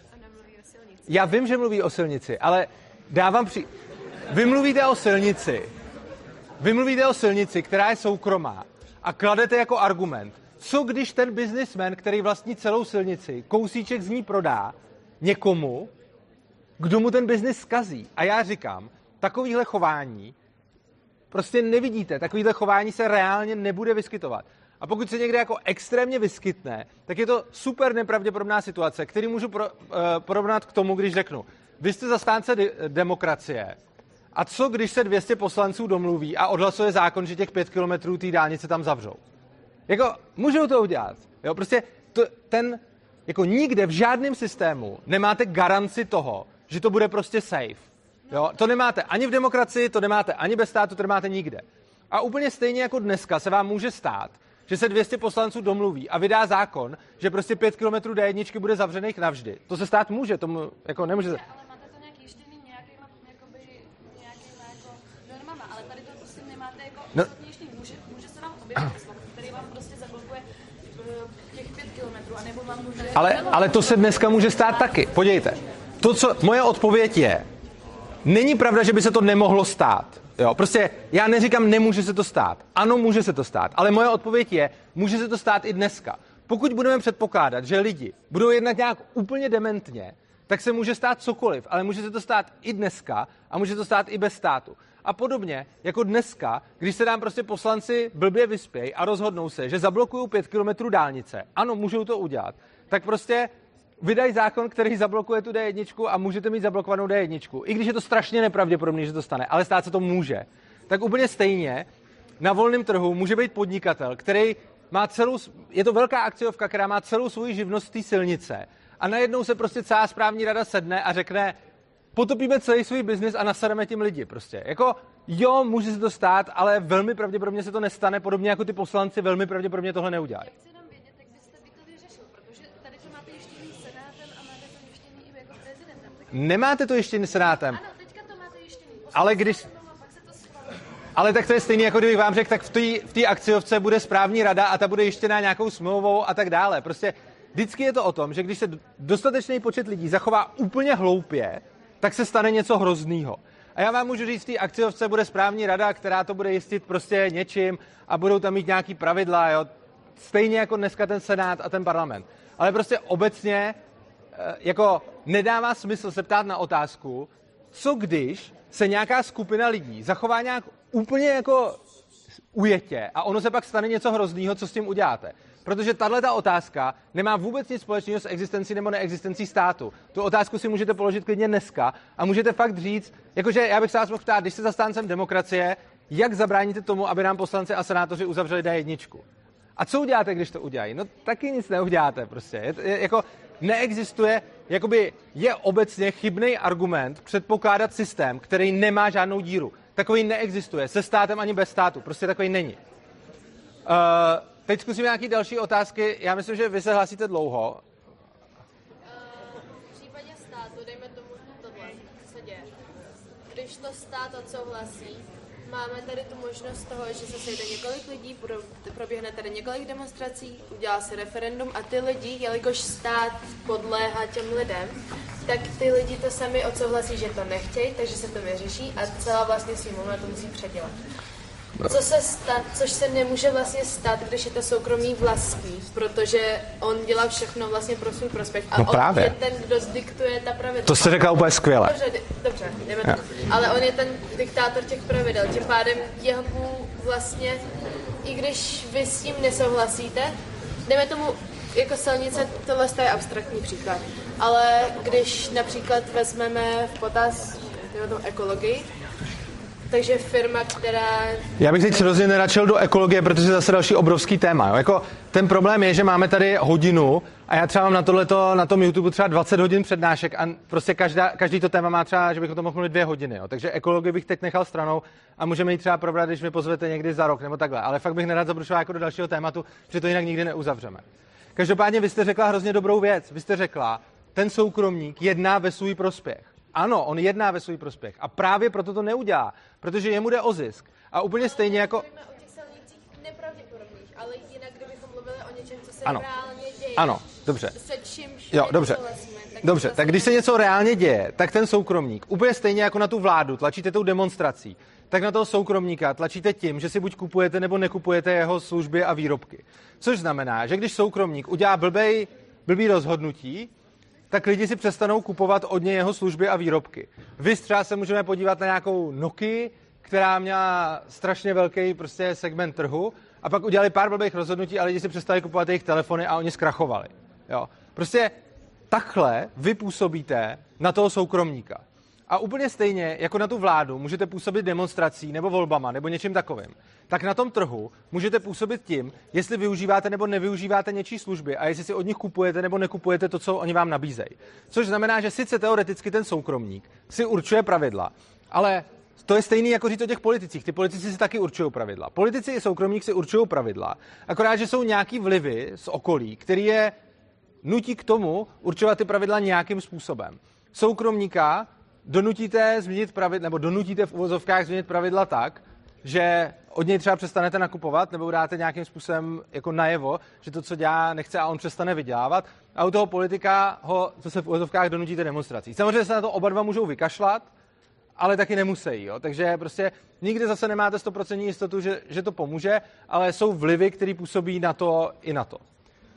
Já vím, že mluví o silnici, ale dávám při... Vy mluvíte o silnici. Vy mluvíte o silnici, která je soukromá a kladete jako argument. Co když ten businessman, který vlastní celou silnici, kousíček z ní prodá někomu, kdo mu ten biznis zkazí? A já říkám, takovýhle chování prostě nevidíte. Takovýhle chování se reálně nebude vyskytovat. A pokud se někde jako extrémně vyskytne, tak je to super nepravděpodobná situace, který můžu pro, uh, porovnat k tomu, když řeknu, vy jste zastánce de- demokracie a co když se dvě stě poslanců domluví a odhlasuje zákon, že těch pět kilometrů té dálnice tam zavřou? Jako, můžou to udělat. Jo, prostě to, ten, jako nikde v žádném systému nemáte garanci toho, že to bude prostě safe. Jo, to nemáte ani v demokracii, to nemáte ani bez státu, to nemáte nikde. A úplně stejně jako dneska se vám může stát, že se dvě stě poslanců domluví a vydá zákon, že prostě pět kilometrů D jedna bude zavřených navždy. To se stát může, tomu jako nemůže...
Ale máte to nějak jištěný nějakýma, jakoby, nějakýma jako normama, ale tady to prostě nemáte jako
no.
jištěný. Může, může se vám objevit slov, který vám prostě zablokuje těch pět kilometrů, anebo vám může...
Ale, ale to se dneska může stát taky. Podívejte, to, co moje odpověď je, není pravda, že by se to nemohlo stát. Jo, prostě já neříkám, nemůže se to stát. Ano, může se to stát, ale moje odpověď je, může se to stát i dneska. Pokud budeme předpokládat, že lidi budou jednat nějak úplně dementně, tak se může stát cokoliv, ale může se to stát i dneska a může to stát i bez státu. A podobně jako dneska, když se nám prostě poslanci blbě vyspějí a rozhodnou se, že zablokují pět kilometrů dálnice, ano, můžou to udělat, tak prostě vydají zákon, který zablokuje tu D jedna a můžete mít zablokovanou D jedna. I když je to strašně nepravděpodobné, že to stane, ale stát se to může. Tak úplně stejně na volném trhu může být podnikatel, který má celou, je to velká akciovka, která má celou svoji živnost z té silnice a najednou se prostě celá správní rada sedne a řekne, potopíme celý svůj biznis a nasademe tím lidi prostě. Jako, jo, může se to stát, ale velmi pravděpodobně se to nestane, podobně jako ty poslanci velmi pravděpodobně tohle neudělají.
Já chci jenom vědět, jak byste vy to vyřešil, protože tady to máte ještě s senátem a máte to ještě i jako prezidentem. Tak...
Nemáte to ještě senátem.
Ano, teďka to máte ještě
ale když... Ale tak to je stejný, jako kdybych vám řekl, tak v té v té akciovce bude správní rada a ta bude ještě na nějakou smlouvou a tak dále. Prostě vždycky je to o tom, že když se dostatečný počet lidí zachová úplně hloupě, tak se stane něco hroznýho. A já vám můžu říct, v té akciovce bude správní rada, která to bude jistit prostě něčím a budou tam mít nějaký pravidla, jo. Stejně jako dneska ten senát a ten parlament. Ale prostě obecně jako nedává smysl se ptát na otázku, co když se nějaká skupina lidí zachová nějak úplně jako ujetě a ono se pak stane něco hroznýho, co s tím uděláte. Protože tahleta otázka nemá vůbec nic společného s existencí nebo neexistencí státu. Tu otázku si můžete položit klidně dneska a můžete fakt říct, jakože já bych se vás mohl ptát, když jste zastáncem demokracie, jak zabráníte tomu, aby nám poslanci a senátoři uzavřeli D jedna? A co uděláte, když to udělají? No taky nic neuděláte prostě. Je, je, jako neexistuje, jakoby je obecně chybný argument předpokládat systém, který nemá žádnou díru. Takový neexistuje. Se státem ani bez státu. Prostě takový není. Uh, teď zkusím nějaké další otázky. Já myslím, že vy se hlásíte dlouho.
Uh, v případě státu, dejme tomu tohle, co se děje. Když to stát odsouhlasí, máme tady tu možnost toho, že se sejde několik lidí, proběhne tady několik demonstrací, udělá se referendum a ty lidi, jelikož stát podléhá těm lidem, tak ty lidi to sami odsouhlasí, že to nechtějí, takže se to vyřeší a celá vlastně sněmovna to musí předělat. Co se sta- což se nemůže vlastně stát, když je to soukromý vlastník, protože on dělá všechno vlastně pro svůj prospěch a
no
on je ten, kdo diktuje ta pravidla.
To jste řekla úplně skvěle.
Dobře, dobře, jdeme to. Ale on je ten diktátor těch pravidel, tím pádem jeho vlastně, i když vy s tím nesouhlasíte, jdeme tomu, jako silnice, tohle je abstraktní příklad, ale když například vezmeme v potaz ekologii, takže firma, která...
Já bych teď hrozně neradšel do ekologie, protože je zase další obrovský téma. Jo? Jako, ten problém je, že máme tady hodinu a já třeba mám na tohleto, na tom YouTube třeba dvacet hodin přednášek a prostě každá, každý to téma má třeba, že bych o tom mohl mluvit dvě hodiny. Jo? Takže ekologii bych teď nechal stranou a můžeme ji třeba probrat, když mi pozvete někdy za rok nebo takhle. Ale fakt bych nerad zabrušoval jako do dalšího tématu, protože to jinak nikdy neuzavřeme. Každopádně vy jste řekla hrozně dobrou věc. Vy jste řekla, ten soukromník jedná ve svůj prospěch. Ano, on jedná ve svůj prospěch a právě proto to neudělá, protože jemu jde o zisk. A úplně stejně jako...
O těch silnicích nepravděpodobných, ale jinak, kdybychom mluvili o něčem, co se
ano.
reálně děje.
Ano, dobře.
Se čímž
jo, dobře.
Tak
dobře, tak když se něco reálně děje, tak ten soukromník, úplně stejně jako na tu vládu, tlačíte tou demonstrací, tak na toho soukromníka tlačíte tím, že si buď kupujete nebo nekupujete jeho služby a výrobky. Což znamená, že když soukromník udělá blbej, blbý rozhodnutí, tak lidi si přestanou kupovat od něj jeho služby a výrobky. Vy třeba se můžeme podívat na nějakou Nokii, která měla strašně velký prostě segment trhu a pak udělali pár blbých rozhodnutí a lidi si přestali kupovat jejich telefony a oni zkrachovali. Jo. Prostě takhle vy působíte na toho soukromníka. A úplně stejně, jako na tu vládu, můžete působit demonstrací nebo volbama nebo něčím takovým. Tak na tom trhu můžete působit tím, jestli využíváte nebo nevyužíváte něčí služby a jestli si od nich kupujete nebo nekupujete to, co oni vám nabízejí. Což znamená, že sice teoreticky ten soukromník si určuje pravidla, ale to je stejný jako říct o těch politicích. Ty politici si taky určují pravidla. Politici i soukromník si určují pravidla, akorát, že jsou nějaký vlivy z okolí, který je nutí k tomu určovat ty pravidla nějakým způsobem. Soukromníka donutíte změnit pravidla, nebo donutíte v uvozovkách změnit pravidla tak, že od něj třeba přestanete nakupovat, nebo dáte nějakým způsobem jako najevo, že to, co dělá, nechce a on přestane vydělávat. A u toho politika ho, co se v uvozovkách donutíte demonstrací. Samozřejmě se na to oba dva můžou vykašlat, ale taky nemusí. Jo? Takže prostě nikdy zase nemáte sto procent jistotu, že, že to pomůže, ale jsou vlivy, které působí na to i na to. Uh,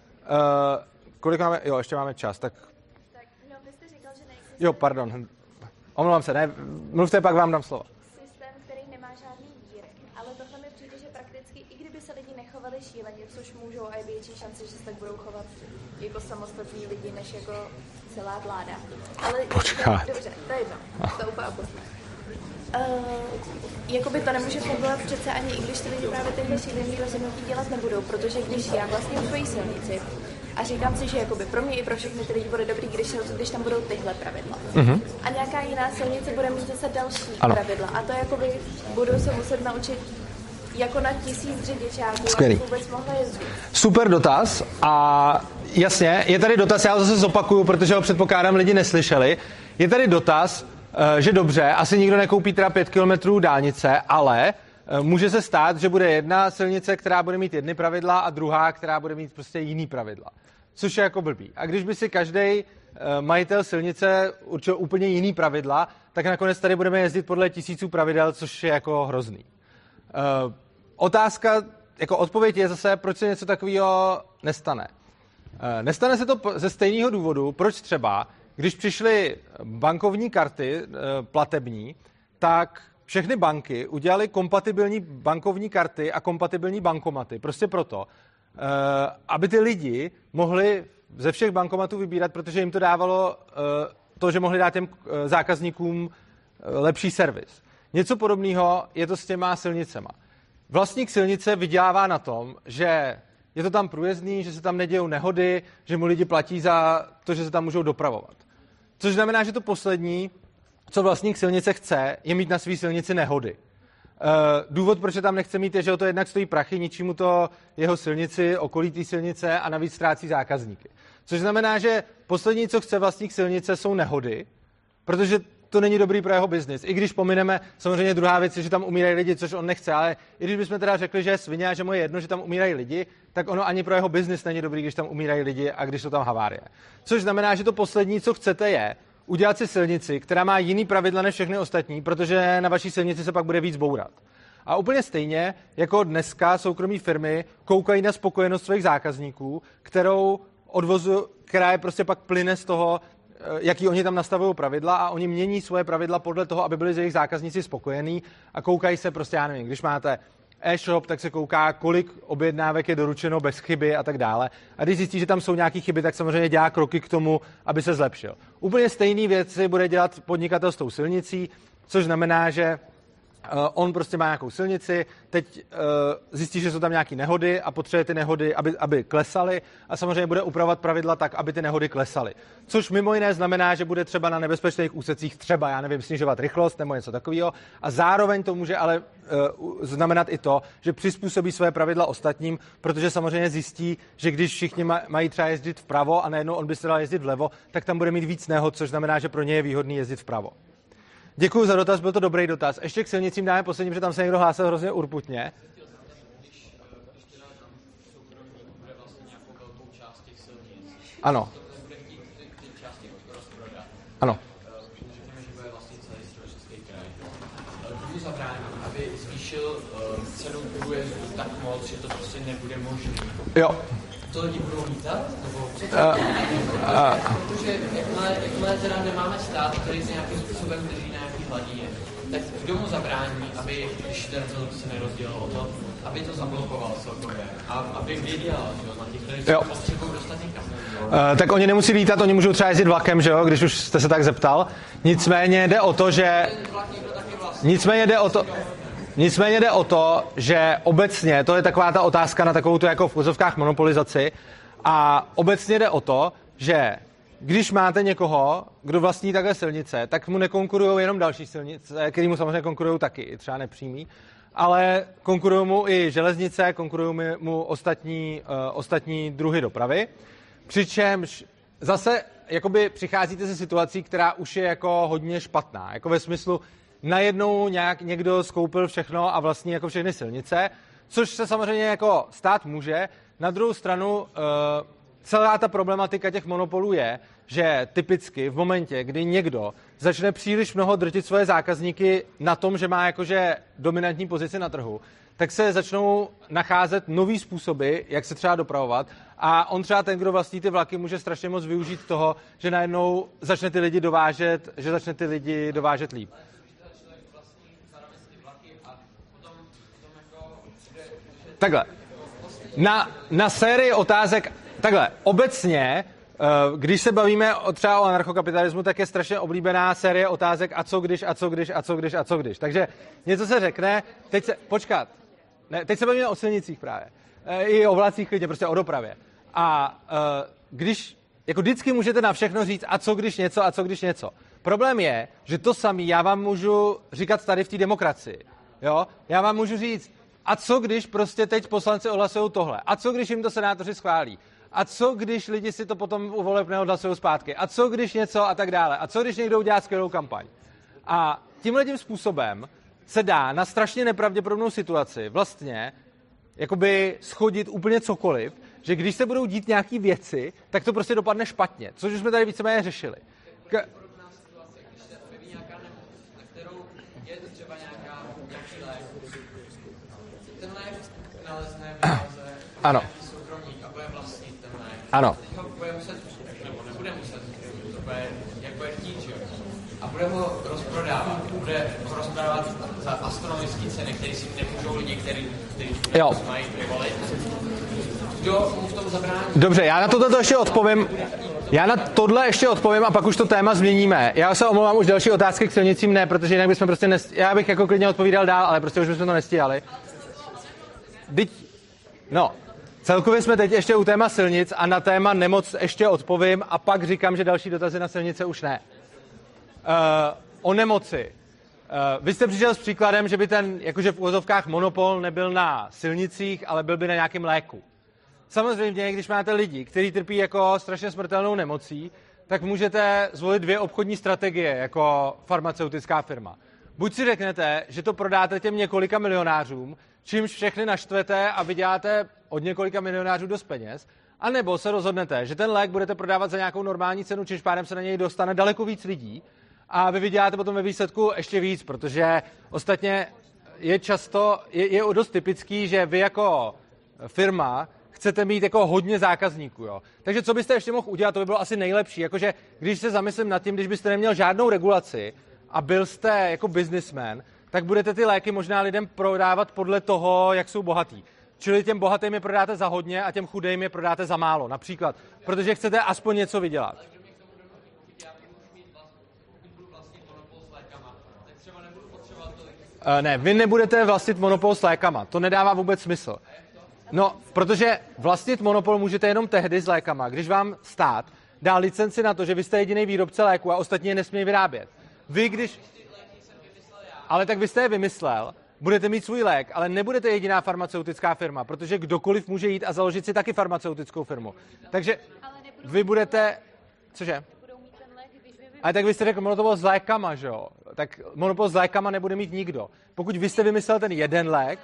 kolik máme? Jo, ještě máme čas. Tak...
tak no, vy jste říkal, že neexistuje...
Jo, pardon. Omlouvám se, ne, mluvte, pak vám dám slovo.
Systém, který nemá žádný díry, ale tohle mi přijde, že prakticky, i kdyby se lidi nechovali šíleně, což můžou a je větší šance, že se tak budou chovat jako samostatní lidi, než jako celá vláda. Ale
Počkat.
Dobře, to je jedno, to úplně opustíme. Uh, jakoby to nemůže fungovat přece ani i když ty lidi právě tyhle šílený rozhodnutí dělat nebudou, protože když já vlastně svoji silnici A říkám si, že jakoby pro mě i pro všechny ty lidi bude dobrý, když, když tam budou tyhle pravidla.
Mm-hmm.
A nějaká jiná silnice bude mít zase další
ano.
pravidla. A to jakoby budou se muset naučit jako na tisíc řidičáků,
aby
vůbec mohla jezdit.
Super dotaz a jasně, je tady dotaz, já ho zase zopakuju, protože ho předpokládám lidi neslyšeli. Je tady dotaz, že dobře, asi nikdo nekoupí teda pět kilometrů dálnice, ale může se stát, že bude jedna silnice, která bude mít jedny pravidla a druhá, která bude mít prostě jiný pravidla. Což je jako blbý. A když by si každý majitel silnice určil úplně jiný pravidla, tak nakonec tady budeme jezdit podle tisíců pravidel, což je jako hrozný. Uh, otázka, jako odpověď je zase, proč se něco takového nestane. Uh, nestane se to ze stejného důvodu, proč třeba, když přišly bankovní karty uh, platební, tak všechny banky udělaly kompatibilní bankovní karty a kompatibilní bankomaty. Prostě proto, uh, aby ty lidi mohli ze všech bankomatů vybírat, protože jim to dávalo uh, to, že mohli dát těm uh, zákazníkům uh, lepší servis. Něco podobného je to s těma silnicema. Vlastník silnice vydělává na tom, že je to tam průjezdný, že se tam nedějou nehody, že mu lidi platí za to, že se tam můžou dopravovat. Což znamená, že to poslední, co vlastník silnice chce, je mít na své silnici nehody. Důvod, proč je tam nechce mít, je, že o to jednak stojí prachy, ničí mu to jeho silnici, okolí té silnice a navíc ztrácí zákazníky. Což znamená, že poslední, co chce vlastník silnice, jsou nehody, protože to není dobrý pro jeho biznis. I když pomineme, samozřejmě druhá věc je, že tam umírají lidi, což on nechce, ale i když bychom teda řekli, že je svině a že mu je jedno, že tam umírají lidi, tak ono ani pro jeho biznis není dobrý, když tam umírají lidi a když jsou tam havárie. Což znamená, že to poslední, co chcete, je udělat si silnici, která má jiný pravidla než všechny ostatní, protože na vaší silnici se pak bude víc bourat. A úplně stejně, jako dneska soukromí firmy koukají na spokojenost svých zákazníků, kterou odvozu, která je prostě pak plyne z toho, jaký oni tam nastavují pravidla a oni mění svoje pravidla podle toho, aby byli z jejich zákazníci spokojení a koukají se prostě, já nevím, když máte e-shop, tak se kouká, kolik objednávek je doručeno bez chyby a tak dále. A když zjistí, že tam jsou nějaké chyby, tak samozřejmě dělá kroky k tomu, aby se zlepšil. Úplně stejné věci bude dělat podnikatel s tou silnicí, což znamená, že Uh, on prostě má nějakou silnici, teď uh, zjistí, že jsou tam nějaké nehody a potřebuje ty nehody, aby, aby klesaly a samozřejmě bude upravovat pravidla tak, aby ty nehody klesaly. Což mimo jiné znamená, že bude třeba na nebezpečných úsecích třeba, já nevím, snižovat rychlost nebo něco takového a zároveň to může ale uh, znamenat i to, že přizpůsobí své pravidla ostatním, protože samozřejmě zjistí, že když všichni maj, mají třeba jezdit vpravo a najednou on by se dal jezdit vlevo, tak tam bude mít víc nehod, což znamená, že pro ně je výhodný jezdit vpravo. Děkuji za dotaz, byl to dobrý dotaz. Ještě k silnicím dáme poslední, protože tam se někdo hlásil hrozně urputně. Ano. Ano.
Kdo zabrání, aby zvýšil cenu průjezdu tak moc, že to prostě nebude možné?
Jo.
To lidi budou lítat? Nebo co to
uh,
uh, Protože jakmile, jakmile teda nemáme stát, který se nějakým způsobem drží na nějaký hladině, tak kdo mu zabrání, aby, když ten celý se nerozdělil o to, aby to zablokoval celkově a aby věděl, že jo, na těch, kteří se potřebují dostat někam.
Uh, tak oni nemusí lítat, oni můžou třeba jezdit vlakem, že jo, když už jste se tak zeptal. Nicméně jde o to, že... Nicméně jde o to... Nicméně jde o to, že obecně, to je taková ta otázka na takovou tu jako v vozovkách monopolizaci, a obecně jde o to, že když máte někoho, kdo vlastní takhle silnice, tak mu nekonkurují jenom další silnice, který mu samozřejmě konkurují taky, třeba nepřímý, ale konkurují mu i železnice, konkurují mu ostatní, uh, ostatní druhy dopravy, přičemž zase jakoby přicházíte ze situací, která už je jako hodně špatná, jako ve smyslu, najednou nějak někdo skoupil všechno a vlastní jako všechny silnice, což se samozřejmě jako stát může. Na druhou stranu celá ta problematika těch monopolů je, že typicky v momentě, kdy někdo začne příliš mnoho drtit svoje zákazníky na tom, že má jakože dominantní pozici na trhu, tak se začnou nacházet nový způsoby, jak se třeba dopravovat, a on třeba ten, kdo vlastní ty vlaky, může strašně moc využít toho, že najednou začne ty lidi dovážet, že začne ty lidi dovážet líp. Takhle. Na, na sérii otázek, takhle, obecně, když se bavíme o, třeba o anarchokapitalismu, tak je strašně oblíbená série otázek a co když, a co když, a co když, a co když. Takže něco se řekne, teď se, počkat, ne, teď se bavíme o silnicích právě, i o vlacích klidně, prostě o dopravě. A uh, když, jako vždycky můžete na všechno říct, a co když něco, a co když něco. Problém je, že to samý já vám můžu říkat tady v té demokracii. Jo? Já vám můžu říct, a co když prostě teď poslanci ohlasují tohle? A co když jim to senátoři schválí? A co když lidi si to potom u voleb neodhlasují zpátky? A co když něco a tak dále? A co když někdo udělá skvělou kampaň? A tímhle tím způsobem se dá na strašně nepravděpodobnou situaci vlastně jakoby schodit úplně cokoliv, že když se budou dít nějaký věci, tak to prostě dopadne špatně, což už jsme tady víceméně řešili. K- Ano. Ano.
Bude muset, nebo nebude muset, to bude, jak bude chtít, že jo? A bude ho rozprodávat. Bude ho rozprodávat za astronomické ceny, které si nemůžou lidi, kteří mají privolit. Kdo mu v tom zabrání?
Dobře, já na toto ještě odpovím. Já na tohle ještě odpovím a pak už to téma změníme. Já se omlouvám, už další otázky k silnicím ne, protože jinak bychom prostě nest... Já bych jako klidně odpovídal dál, ale prostě už bychom to nestíhali. Teď... No, celkově jsme teď ještě u téma silnic a na téma nemoc ještě odpovím a pak říkám, že další dotazy na silnice už ne. Uh, o nemoci. Uh, vy jste přišel s příkladem, že by ten, jakože v uvozovkách monopol nebyl na silnicích, ale byl by na nějakém léku. Samozřejmě, když máte lidi, kteří trpí jako strašně smrtelnou nemocí, tak můžete zvolit dvě obchodní strategie jako farmaceutická firma. Buď si řeknete, že to prodáte těm několika milionářům, čímž všechny naštvete a vyděláte od několika milionářů dost peněz, anebo se rozhodnete, že ten lék budete prodávat za nějakou normální cenu, čímž pádem se na něj dostane daleko víc lidí a vy vyděláte potom ve výsledku ještě víc, protože ostatně je často, je, je dost typický, že vy jako firma chcete mít jako hodně zákazníků, jo. Takže co byste ještě mohl udělat, to by bylo asi nejlepší, jakože když se zamyslím nad tím, když byste neměl žádnou regulaci a byl jste jako businessman, tak budete ty léky možná lidem prodávat podle toho, jak jsou bohatý. Čili těm bohatým je prodáte za hodně a těm chudým je prodáte za málo, například, protože chcete aspoň něco vydělat. Uh, ne, vy nebudete vlastnit monopol s lékama, to nedává vůbec smysl. No, protože vlastnit monopol můžete jenom tehdy s lékama, když vám stát dá licenci na to, že vy jste jediný výrobce léku a ostatní je nesmí vyrábět. Vy když... Ale tak vy jste je vymyslel, budete mít svůj lék, ale nebudete jediná farmaceutická firma, protože kdokoliv může jít a založit si taky farmaceutickou firmu. Takže vy budete... Cože? Ale tak vy jste řekl monopol s lékama, že jo? Tak monopol s lékama nebude mít nikdo. Pokud vy jste vymyslel ten jeden lék...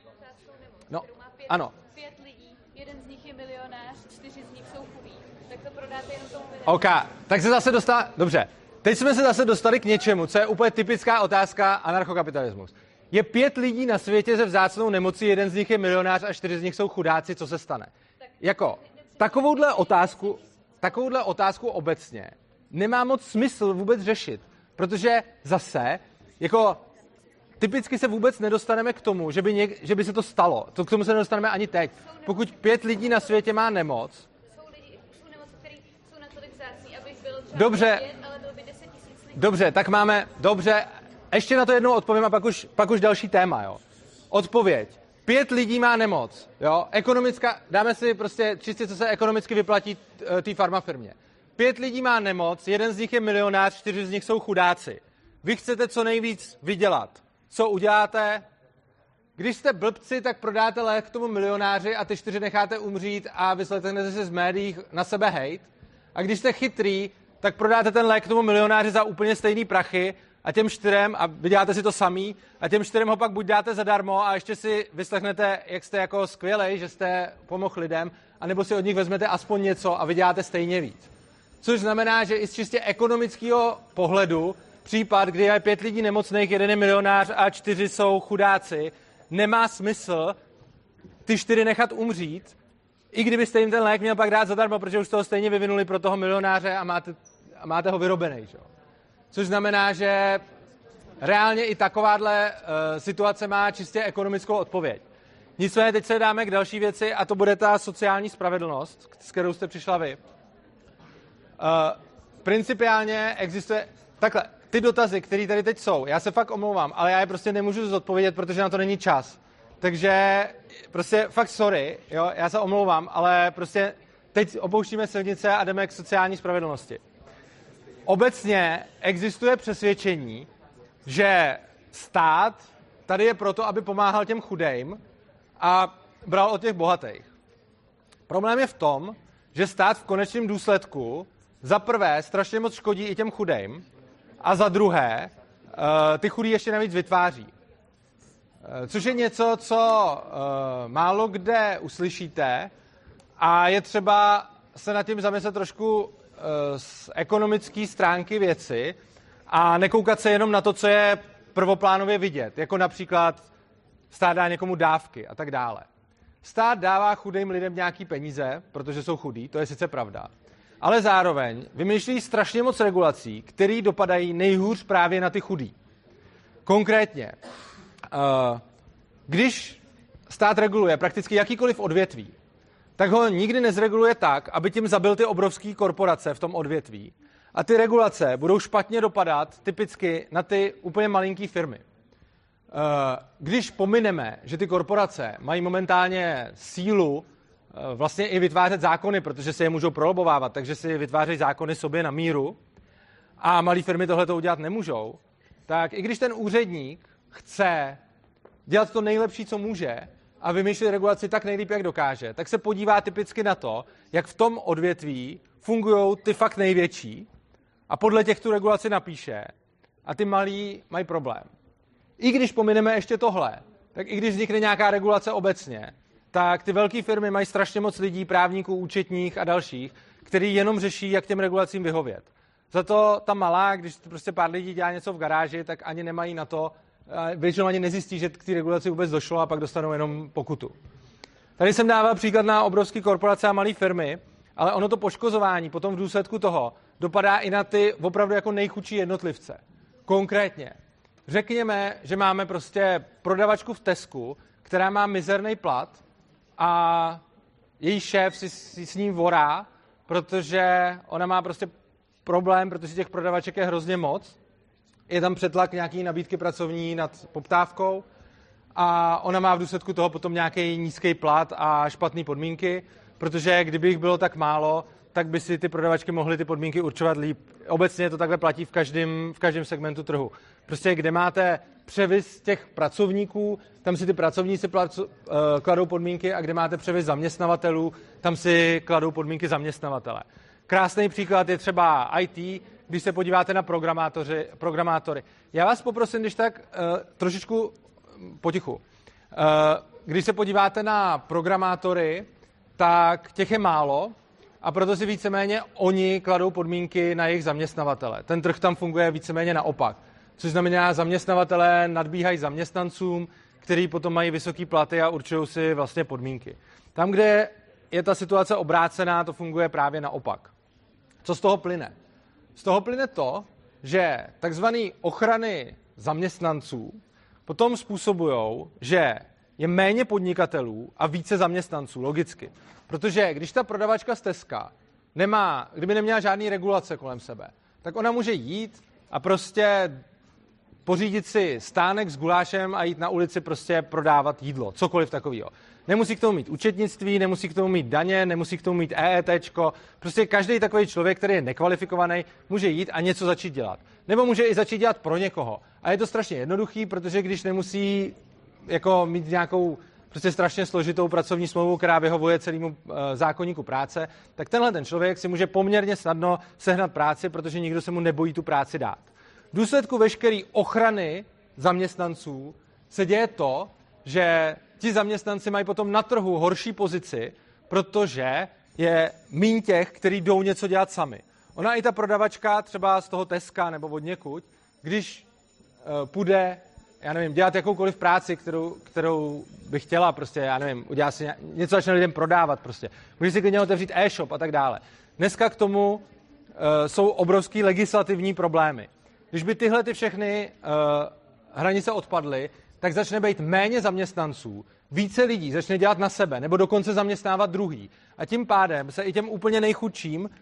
No, ano.
Pět lidí, jeden z nich je milionář, čtyři z nich jsou chudí. Tak to prodáte jenom tomu milionu.
OK, tak se zase dostali... Dobře. Teď jsme se zase dostali k něčemu, co je úplně typická otázka anarchokapitalismus. Je pět lidí na světě se vzácnou nemocí, jeden z nich je milionář a čtyři z nich jsou chudáci, co se stane? Jako, takovouhle otázku, takovouhle otázku obecně nemá moc smysl vůbec řešit, protože zase, jako, typicky se vůbec nedostaneme k tomu, že by, něk, že by se to stalo. To k tomu se nedostaneme ani teď. Pokud pět lidí na světě má nemoc...
Jsou lidi, jsou nemoci, které jsou natolik vzácný, abych byl třeba
dobře,
pět, ale bylo by deset tisíc lidí.
Dobře, tak máme... Dobře, ještě na to jednou odpovím a pak už, pak už další téma, jo. Odpověď. Pět lidí má nemoc, jo. Ekonomická... Dáme si prostě čistě, co se ekonomicky vyplatí té farmafirmě. Pět lidí má nemoc, jeden z nich je milionář, čtyři z nich jsou chudáci. Vy chcete co nejvíc vydělat. Co uděláte? Když jste blbci, tak prodáte lék tomu milionáři a ty čtyři necháte umřít a vyslechnete si z médií na sebe hejt. A když jste chytrý, tak prodáte ten lék tomu milionáři za úplně stejný prachy a těm čtyřem, a vyděláte si to samý, a těm čtyřem ho pak buď dáte zadarmo a ještě si vyslechnete, jak jste jako skvělej, že jste pomohl lidem, anebo si od nich vezmete aspoň něco a vyděláte stejně víc. Což znamená, že i z čistě ekonomického pohledu případ, kdy je pět lidí nemocných, jeden je milionář a čtyři jsou chudáci, nemá smysl ty čtyři nechat umřít, i kdybyste jim ten lék měl pak dát zadarmo, protože už toho stejně vyvinuli pro toho milionáře a máte, a máte ho vyrobený. Že? Což znamená, že reálně i takováhle uh, situace má čistě ekonomickou odpověď. Nicméně teď se dáme k další věci a to bude ta sociální spravedlnost, s kterou jste přišla vy. Uh, principiálně existuje... Takhle, ty dotazy, které tady teď jsou, já se fakt omlouvám, ale já je prostě nemůžu zodpovědět, protože na to není čas. Takže prostě fakt sorry, jo, já se omlouvám, ale prostě teď opouštíme silnice a jdeme k sociální spravedlnosti. Obecně existuje přesvědčení, že stát tady je proto, aby pomáhal těm chudým a bral od těch bohatých. Problém je v tom, že stát v konečném důsledku za prvé strašně moc škodí i těm chudým a za druhé ty chudí ještě navíc vytváří. Což je něco, co málo kde uslyšíte a je třeba se nad tím zamyslet trošku z ekonomické stránky věci a nekoukat se jenom na to, co je prvoplánově vidět, jako například stát dá někomu dávky a tak dále. Stát dává chudým lidem nějaký peníze, protože jsou chudí, to je sice pravda, ale zároveň vymýšlí strašně moc regulací, které dopadají nejhůř právě na ty chudí. Konkrétně, když stát reguluje prakticky jakýkoliv odvětví, tak ho nikdy nezreguluje tak, aby tím zabil ty obrovské korporace v tom odvětví. A ty regulace budou špatně dopadat typicky na ty úplně malinký firmy. Když pomineme, že ty korporace mají momentálně sílu vlastně i vytvářet zákony, protože se je můžou prolobovávat, takže si vytvářejí zákony sobě na míru a malé firmy tohle to udělat nemůžou, tak i když ten úředník chce dělat to nejlepší, co může a vymýšlet regulaci tak nejlíp, jak dokáže, tak se podívá typicky na to, jak v tom odvětví fungují ty fakt největší a podle těch tu regulaci napíše a ty malí mají problém. I když pomineme ještě tohle, tak i když vznikne nějaká regulace obecně, tak ty velké firmy mají strašně moc lidí, právníků, účetních a dalších, kteří jenom řeší, jak těm regulacím vyhovět. Za to ta malá, když prostě pár lidí dělá něco v garáži, tak ani nemají na to, většinou ani nezjistí, že k té regulaci vůbec došlo a pak dostanou jenom pokutu. Tady jsem dával příklad na obrovské korporace a malé firmy, ale ono to poškozování potom v důsledku toho dopadá i na ty opravdu jako nejchudší jednotlivce. Konkrétně, řekněme, že máme prostě prodavačku v Tesku, která má mizerný plat a její šéf si, si s ní vorá, protože ona má prostě problém, protože těch prodavaček je hrozně moc. Je tam přetlak nějaký nabídky pracovní nad poptávkou a ona má v důsledku toho potom nějaký nízký plat a špatné podmínky, protože kdyby jich bylo tak málo, tak by si ty prodavačky mohly ty podmínky určovat líp. Obecně to takhle platí v každém, v každém segmentu trhu. Prostě kde máte převis těch pracovníků, tam si ty pracovníci placu, uh, kladou podmínky a kde máte převis zaměstnavatelů, tam si kladou podmínky zaměstnavatele. Krásný příklad je třeba í té, když se podíváte na programátoři, programátory. Já vás poprosím, když tak uh, trošičku potichu. Uh, když se podíváte na programátory, tak těch je málo a proto si víceméně oni kladou podmínky na jejich zaměstnavatele. Ten trh tam funguje víceméně naopak. Což znamená, zaměstnavatelé nadbíhají zaměstnancům, který potom mají vysoké platy a určují si vlastně podmínky. Tam, kde je ta situace obrácená, to funguje právě naopak. Co z toho plyne? Z toho plyne to, že takzvané ochrany zaměstnanců potom způsobují, že je méně podnikatelů a více zaměstnanců, logicky. Protože když ta prodavačka z Teska nemá, kdyby neměla žádný regulace kolem sebe, tak ona může jít a prostě pořídit si stánek s gulášem a jít na ulici prostě prodávat jídlo, cokoliv takového. Nemusí k tomu mít účetnictví, nemusí k tomu mít daně, nemusí k tomu mít EETčko. Prostě každý takový člověk, který je nekvalifikovaný, může jít a něco začít dělat. Nebo může i začít dělat pro někoho. A je to strašně jednoduchý, protože když nemusí jako mít nějakou prostě strašně složitou pracovní smlouvu, která vyhovuje celému uh, zákoníku práce, tak tenhle ten člověk si může poměrně snadno sehnat práci, protože nikdo se mu nebojí tu práci dát. V důsledku veškeré ochrany zaměstnanců se děje to, že ti zaměstnanci mají potom na trhu horší pozici, protože je míň těch, kteří jdou něco dělat sami. Ona i ta prodavačka třeba z toho Teska nebo od někud, když uh, půjde, já nevím, dělat jakoukoliv práci, kterou, kterou by chtěla, prostě, já nevím, udělá si něco, začne lidem prodávat, prostě. Může si klidně otevřít e-shop a tak dále. Dneska k tomu uh, jsou obrovský legislativní problémy. Když by tyhle ty všechny uh, hranice odpadly, tak začne být méně zaměstnanců, více lidí začne dělat na sebe, nebo dokonce zaměstnávat druhý. A tím pádem se i těm úplně nejchudším uh,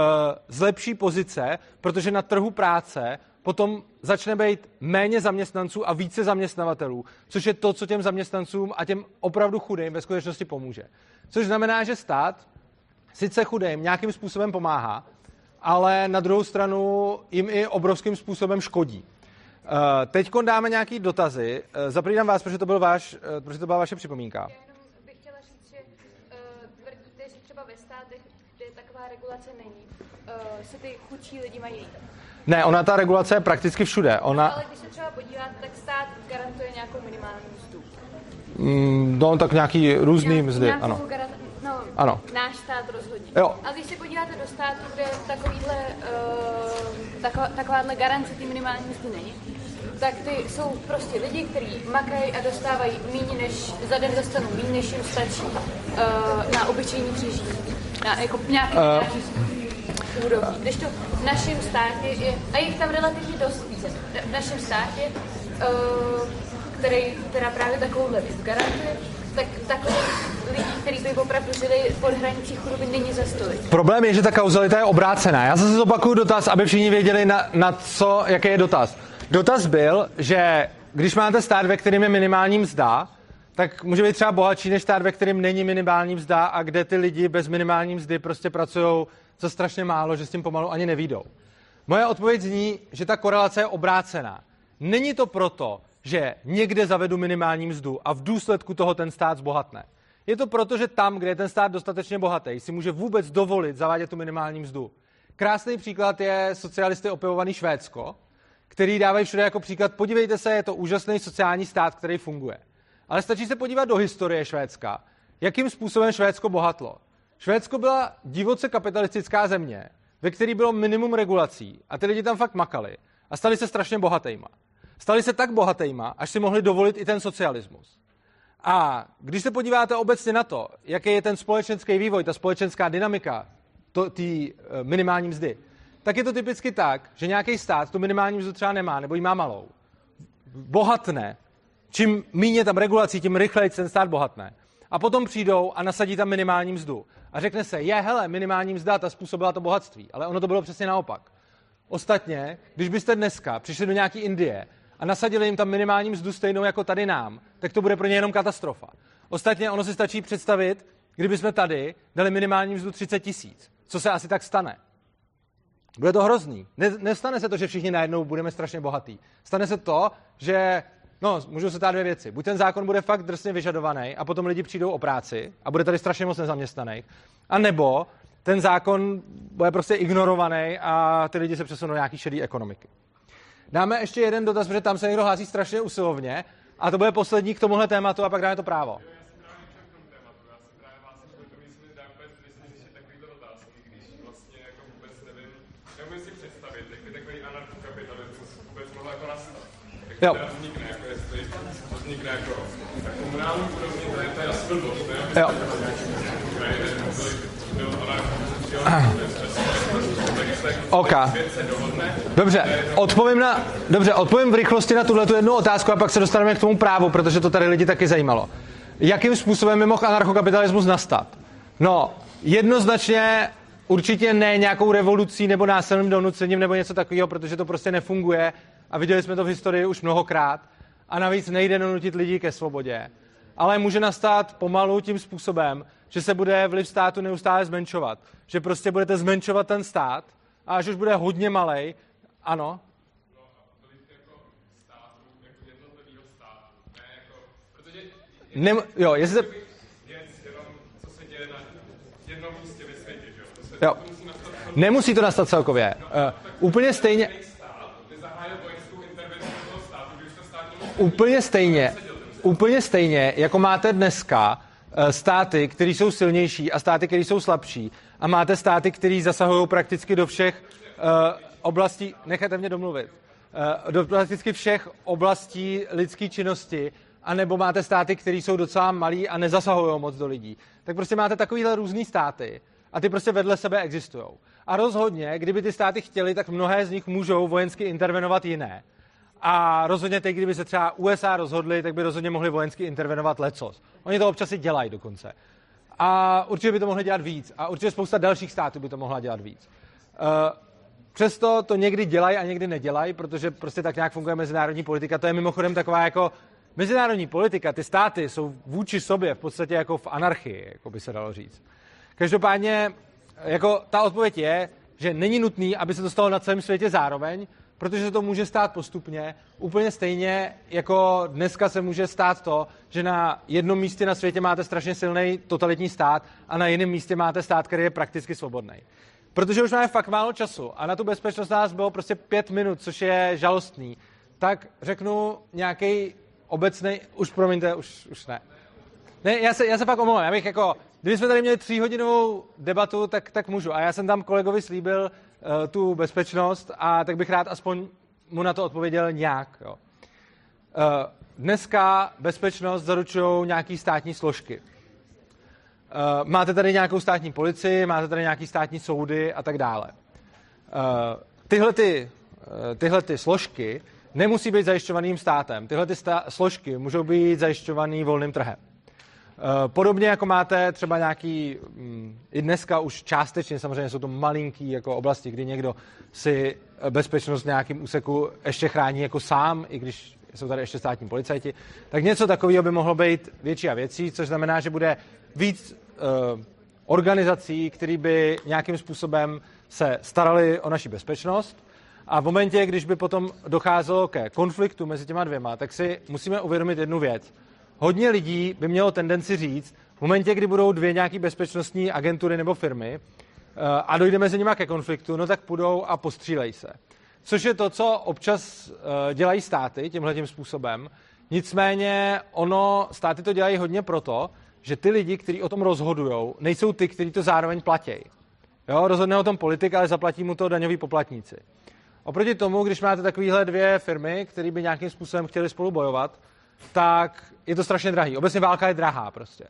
zlepší pozice, protože na trhu práce potom začne být méně zaměstnanců a více zaměstnavatelů, což je to, co těm zaměstnancům a těm opravdu chudým ve skutečnosti pomůže. Což znamená, že stát sice chudým nějakým způsobem pomáhá, ale na druhou stranu jim i obrovským způsobem škodí. Teď dáme nějaký dotazy. Zaprýdám vás, protože to, byl váš, protože to byla vaše připomínka.
Já jenom bych chtěla říct, že uh, tvrdíte, že třeba ve státech, kde taková regulace není, uh, se ty chudší lidi mají líp.
Ne, ona ta regulace je prakticky všude. Ona...
Ale když se třeba podíváte, tak stát garantuje nějakou minimální mzdu.
Mm, no, tak nějaký různý
Nějak,
mzdy, ano.
Garan... No,
ano.
Náš stát rozhodně.
Jo.
A když se podíváte do státu, kde takovýhle, uh, taková, takováhle garance ty minimální mzdy není, tak ty jsou prostě lidi, kteří makají a dostávají méně než, za den dostanou méně, než jim stačí uh, na obyčejný přežití. Na jako nějaký, uh. nějaký úrovni. Když to v našem státě je, a je tam relativně dost více, v našem státě, uh, který, která právě takovouhle věc garantuje, tak takových lidí, kteří by opravdu žili pod hranicí chudoby, není za stolik.
Problém je, že ta kauzalita je obrácená. Já zase zopakuju dotaz, aby všichni věděli, na, na co, jaký je dotaz. Dotaz byl, že když máte stát, ve kterém je minimální mzda, tak může být třeba bohatší než stát, ve kterém není minimální mzda a kde ty lidi bez minimální mzdy prostě pracují za strašně málo, že s tím pomalu ani nevídou. Moje odpověď zní, že ta korelace je obrácená. Není to proto, že někde zavedu minimální mzdu a v důsledku toho ten stát zbohatne. Je to proto, že tam, kde je ten stát dostatečně bohatý, si může vůbec dovolit zavádět tu minimální mzdu. Krásný příklad je socialisty opěvovaný Švédsko, který dávají všude jako příklad. Podívejte se, je to úžasný sociální stát, který funguje. Ale stačí se podívat do historie Švédska, jakým způsobem Švédsko bohatlo. Švédsko byla divoce kapitalistická země, ve které bylo minimum regulací a ty lidi tam fakt makali a stali se strašně bohatýma. Stali se tak bohatýma, až si mohli dovolit i ten socialismus. A když se podíváte obecně na to, jaký je ten společenský vývoj, ta společenská dynamika té minimální mzdy, tak je to typicky tak, že nějaký stát tu minimální mzdu třeba nemá, nebo ji má malou. Bohatne. Čím méně tam regulací, tím rychleji ten stát bohatne. A potom přijdou a nasadí tam minimální mzdu. A řekne se, je, hele, minimální mzda, ta způsobila to bohatství. Ale ono to bylo přesně naopak. Ostatně, když byste dneska přišli do nějaké Indie a nasadili jim tam minimální mzdu stejnou jako tady nám, tak to bude pro ně jenom katastrofa. Ostatně ono si stačí představit, kdybychom tady dali minimální mzdu třicet tisíc. Co se asi tak stane? Bude to hrozný. Ne, nestane se to, že všichni najednou budeme strašně bohatý. Stane se to, že, no, můžou se tady dvě věci. Buď ten zákon bude fakt drsně vyžadovaný a potom lidi přijdou o práci a bude tady strašně moc nezaměstnaných, a nebo ten zákon bude prostě ignorovaný a ty lidi se přesunou do nějaký šedý ekonomiky. Dáme ještě jeden dotaz, protože tam se někdo hlásí strašně usilovně a to bude poslední k tomuhle tématu a pak dáme to právo. Jo. Jo. OK. Dobře, odpovím na, dobře, odpovím v rychlosti na tuhletu jednu otázku a pak se dostaneme k tomu právu, protože to tady lidi taky zajímalo. Jakým způsobem by mohl anarchokapitalismus nastat? No, jednoznačně určitě ne nějakou revolucí nebo násilným donucením nebo něco takového, protože to prostě nefunguje a viděli jsme to v historii už mnohokrát a navíc nejde donutit lidi ke svobodě. Ale může nastat pomalu tím způsobem, že se bude vliv státu neustále zmenšovat. Že prostě budete zmenšovat ten stát a až už bude hodně malej, ano? Nem, jo, jestli se... Jo. Nemusí to nastat celkově. Uh, úplně stejně... Úplně stejně, úplně stejně, jako máte dneska státy, které jsou silnější a státy, které jsou slabší. A máte státy, které zasahují prakticky do všech uh, oblastí, nechajte mě domluvit, uh, do prakticky všech oblastí lidské činnosti, anebo máte státy, které jsou docela malí a nezasahují moc do lidí. Tak prostě máte takovýhle různý státy a ty prostě vedle sebe existují. A rozhodně, kdyby ty státy chtěly, tak mnohé z nich můžou vojensky intervenovat jiné. A rozhodně teď, kdyby se třeba U S A rozhodli, tak by rozhodně mohli vojensky intervenovat lecos. Oni to občas i dělají dokonce. A určitě by to mohli dělat víc. A určitě spousta dalších států by to mohla dělat víc. Přesto to někdy dělají a někdy nedělají, protože prostě tak nějak funguje mezinárodní politika. To je mimochodem taková jako mezinárodní politika. Ty státy jsou vůči sobě v podstatě jako v anarchii, jako by se dalo říct. Každopádně jako ta odpověď je, že není nutný, aby se to stalo na celém světě zároveň, protože se to může stát postupně. Úplně stejně jako dneska se může stát to, že na jednom místě na světě máte strašně silný totalitní stát a na jiném místě máte stát, který je prakticky svobodný. Protože už máme fakt málo času a na tu bezpečnost nás bylo prostě pět minut, což je žalostný, tak řeknu nějaký obecný, už promiňte, už, už ne. Ne, já se, já se fakt omlouvám, já bych jako, kdybychom tady měli tříhodinovou debatu, tak, tak můžu. A já jsem tam kolegovi slíbil uh, tu bezpečnost a tak bych rád aspoň mu na to odpověděl nějak. Jo. Uh, dneska bezpečnost zaručují nějaký státní složky. Uh, máte tady nějakou státní policii, máte tady nějaký státní soudy a tak dále. Uh, tyhle, ty, uh, tyhle ty složky nemusí být zajišťovaným státem. Tyhle ty sta- složky můžou být zajišťovaný volným trhem. Podobně jako máte třeba nějaký, i dneska už částečně, samozřejmě jsou to malinký jako oblasti, kdy někdo si bezpečnost v nějakém úseku ještě chrání jako sám, i když jsou tady ještě státní policajti, tak něco takového by mohlo být větší a věcí, což znamená, že bude víc uh, organizací, které by nějakým způsobem se starali o naši bezpečnost. A v momentě, když by potom docházelo ke konfliktu mezi těma dvěma, tak si musíme uvědomit jednu věc. Hodně lidí by mělo tendenci říct, v momentě, kdy budou dvě nějaké bezpečnostní agentury nebo firmy a dojde mezi nimi ke konfliktu, no tak půjdou a postřílejí se. Což je to, co občas dělají státy tímhletím způsobem. Nicméně ono, státy to dělají hodně proto, že ty lidi, kteří o tom rozhodujou, nejsou ty, kteří to zároveň platí. Jo, rozhodne o tom politik, ale zaplatí mu to daňoví poplatníci. Oproti tomu, když máte takovéhle dvě firmy, které by nějakým způsobem chtěly spolu bojovat, tak je to strašně drahý. Obecně válka je drahá prostě.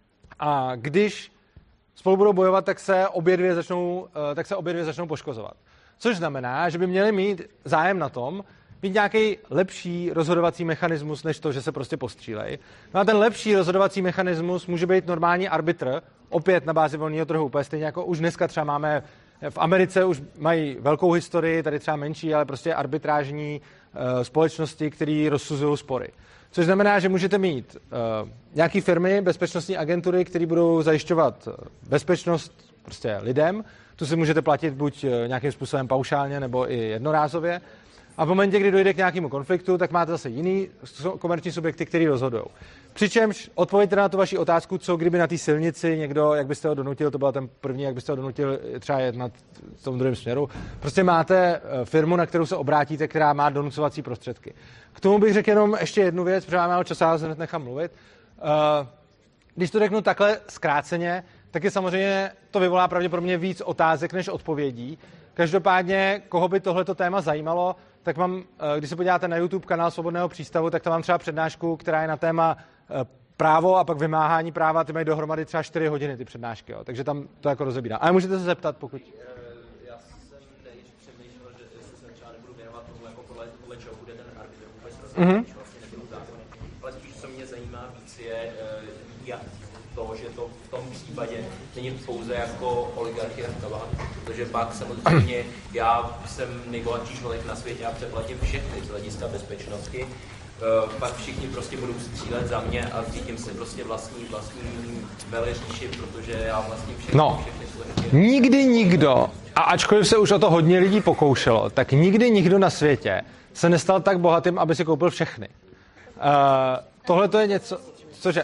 A když spolu budou bojovat, tak se obě dvě začnou, tak se obě dvě začnou poškozovat. Což znamená, že by měli mít zájem na tom, mít nějaký lepší rozhodovací mechanismus, než to, že se prostě postřílejí. No a ten lepší rozhodovací mechanismus může být normální arbitr, opět na bázi volného trhu, úplně stejně jako už dneska třeba máme, v Americe už mají velkou historii, tady třeba menší, ale prostě arbitrážní uh, společnosti, které rozsuzují spory. Což znamená, že můžete mít uh, nějaké firmy, bezpečnostní agentury, které budou zajišťovat bezpečnost prostě lidem. Tu si můžete platit buď nějakým způsobem paušálně, nebo i jednorázově. A v momentě, kdy dojde k nějakému konfliktu, tak máte zase jiný komerční subjekty, který rozhodují. Přičemž odpověďte na tu vaši otázku, co kdyby na té silnici někdo, jak byste ho donutil, to byl ten první, jak byste ho donutil třeba jednat v tom druhém směru. Prostě máte firmu, na kterou se obrátíte, která má donucovací prostředky. K tomu bych řekl jenom ještě jednu věc, protože mám málo času, já se hned nechám mluvit. Když to řeknu takhle zkráceně, tak je samozřejmě to vyvolá pravděpodobně víc otázek než odpovědí. Každopádně, koho by tohleto téma zajímalo, tak mám, když se podíváte na YouTube kanál Svobodného přístavu, tak tam mám třeba přednášku, která je na téma právo a pak vymáhání práva, ty mají dohromady třeba čtyři hodiny ty přednášky, jo. Takže tam to jako rozebírá. Ale můžete se zeptat, pokud...
Já jsem než přemýšlel, že se třeba nebudu věnovat tomu, jako podle, podle čeho bude ten arbitr vůbec rozhodovat, mm-hmm. Vlastně nebudou zákony. Ale spíš, co mě zajímá víc, je jak to, že to v tom případě není pouze jako oligarchie v tabák, protože pak samozřejmě já jsem nejbohatší člověk na světě a přeplatím všechny z hlediska bezpečnosti. Pak všichni prostě budou střílet za mě a cítím se prostě vlastní, vlastní veleříši, protože já vlastním všechny,
no,
všechny složky.
Nikdy nikdo, a ačkoliv se už o to hodně lidí pokoušelo, tak nikdy nikdo na světě se nestal tak bohatým, aby si koupil všechny. Uh, tohle to je něco, cože...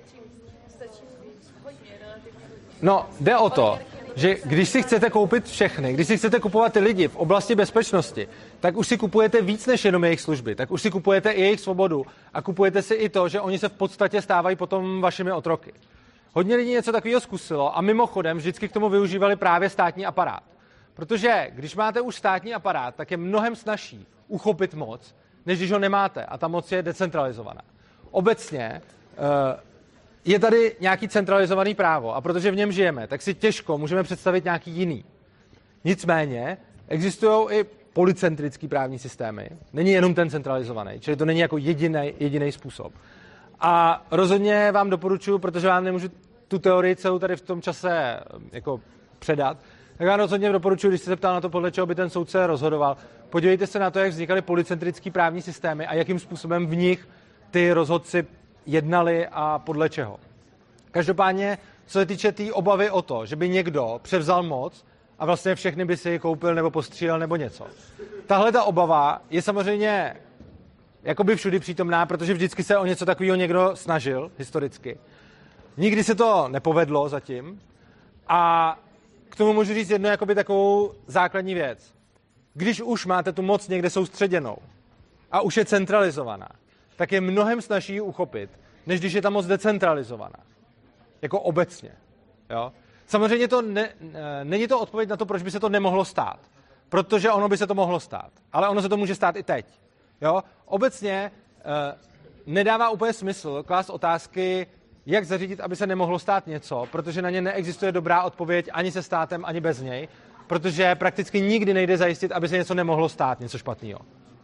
No, jde o to, že když si chcete koupit všechny, když si chcete kupovat ty lidi v oblasti bezpečnosti, tak už si kupujete víc než jenom jejich služby, tak už si kupujete i jejich svobodu a kupujete si i to, že oni se v podstatě stávají potom vašimi otroky. Hodně lidí něco takového zkusilo a mimochodem vždycky k tomu využívali právě státní aparát. Protože když máte už státní aparát, tak je mnohem snazší uchopit moc, než když ho nemáte a ta moc je decentralizovaná. Obecně je tady nějaký centralizovaný právo a protože v něm žijeme, tak si těžko můžeme představit nějaký jiný. Nicméně existují i policentrický právní systémy. Není jenom ten centralizovaný, čili to není jako jediný, jediný způsob. A rozhodně vám doporučuji, protože vám nemůžu tu teorii celou tady v tom čase jako předat, tak vám rozhodně doporučuji, když jste se ptal na to, podle čeho by ten soudce rozhodoval, podívejte se na to, jak vznikaly policentrický právní systémy a jakým způsobem v nich ty rozhodci jednali a podle čeho. Každopádně, co se týče té tý obavy o to, že by někdo převzal moc a vlastně všechny by si koupil nebo postřílel nebo něco. Tahle ta obava je samozřejmě jakoby všudy přítomná, protože vždycky se o něco takového někdo snažil historicky. Nikdy se to nepovedlo zatím a k tomu můžu říct jednu jakoby takovou základní věc. Když už máte tu moc někde soustředěnou a už je centralizovaná, tak je mnohem snazší ji uchopit, než když je ta moc decentralizovaná. Jako obecně. Jo? Samozřejmě to ne, není to odpověď na to, proč by se to nemohlo stát. Protože ono by se to mohlo stát. Ale ono se to může stát i teď. Jo? Obecně eh, nedává úplně smysl klást otázky, jak zařídit, aby se nemohlo stát něco, protože na ně neexistuje dobrá odpověď ani se státem, ani bez něj, protože prakticky nikdy nejde zajistit, aby se něco nemohlo stát, něco špatného.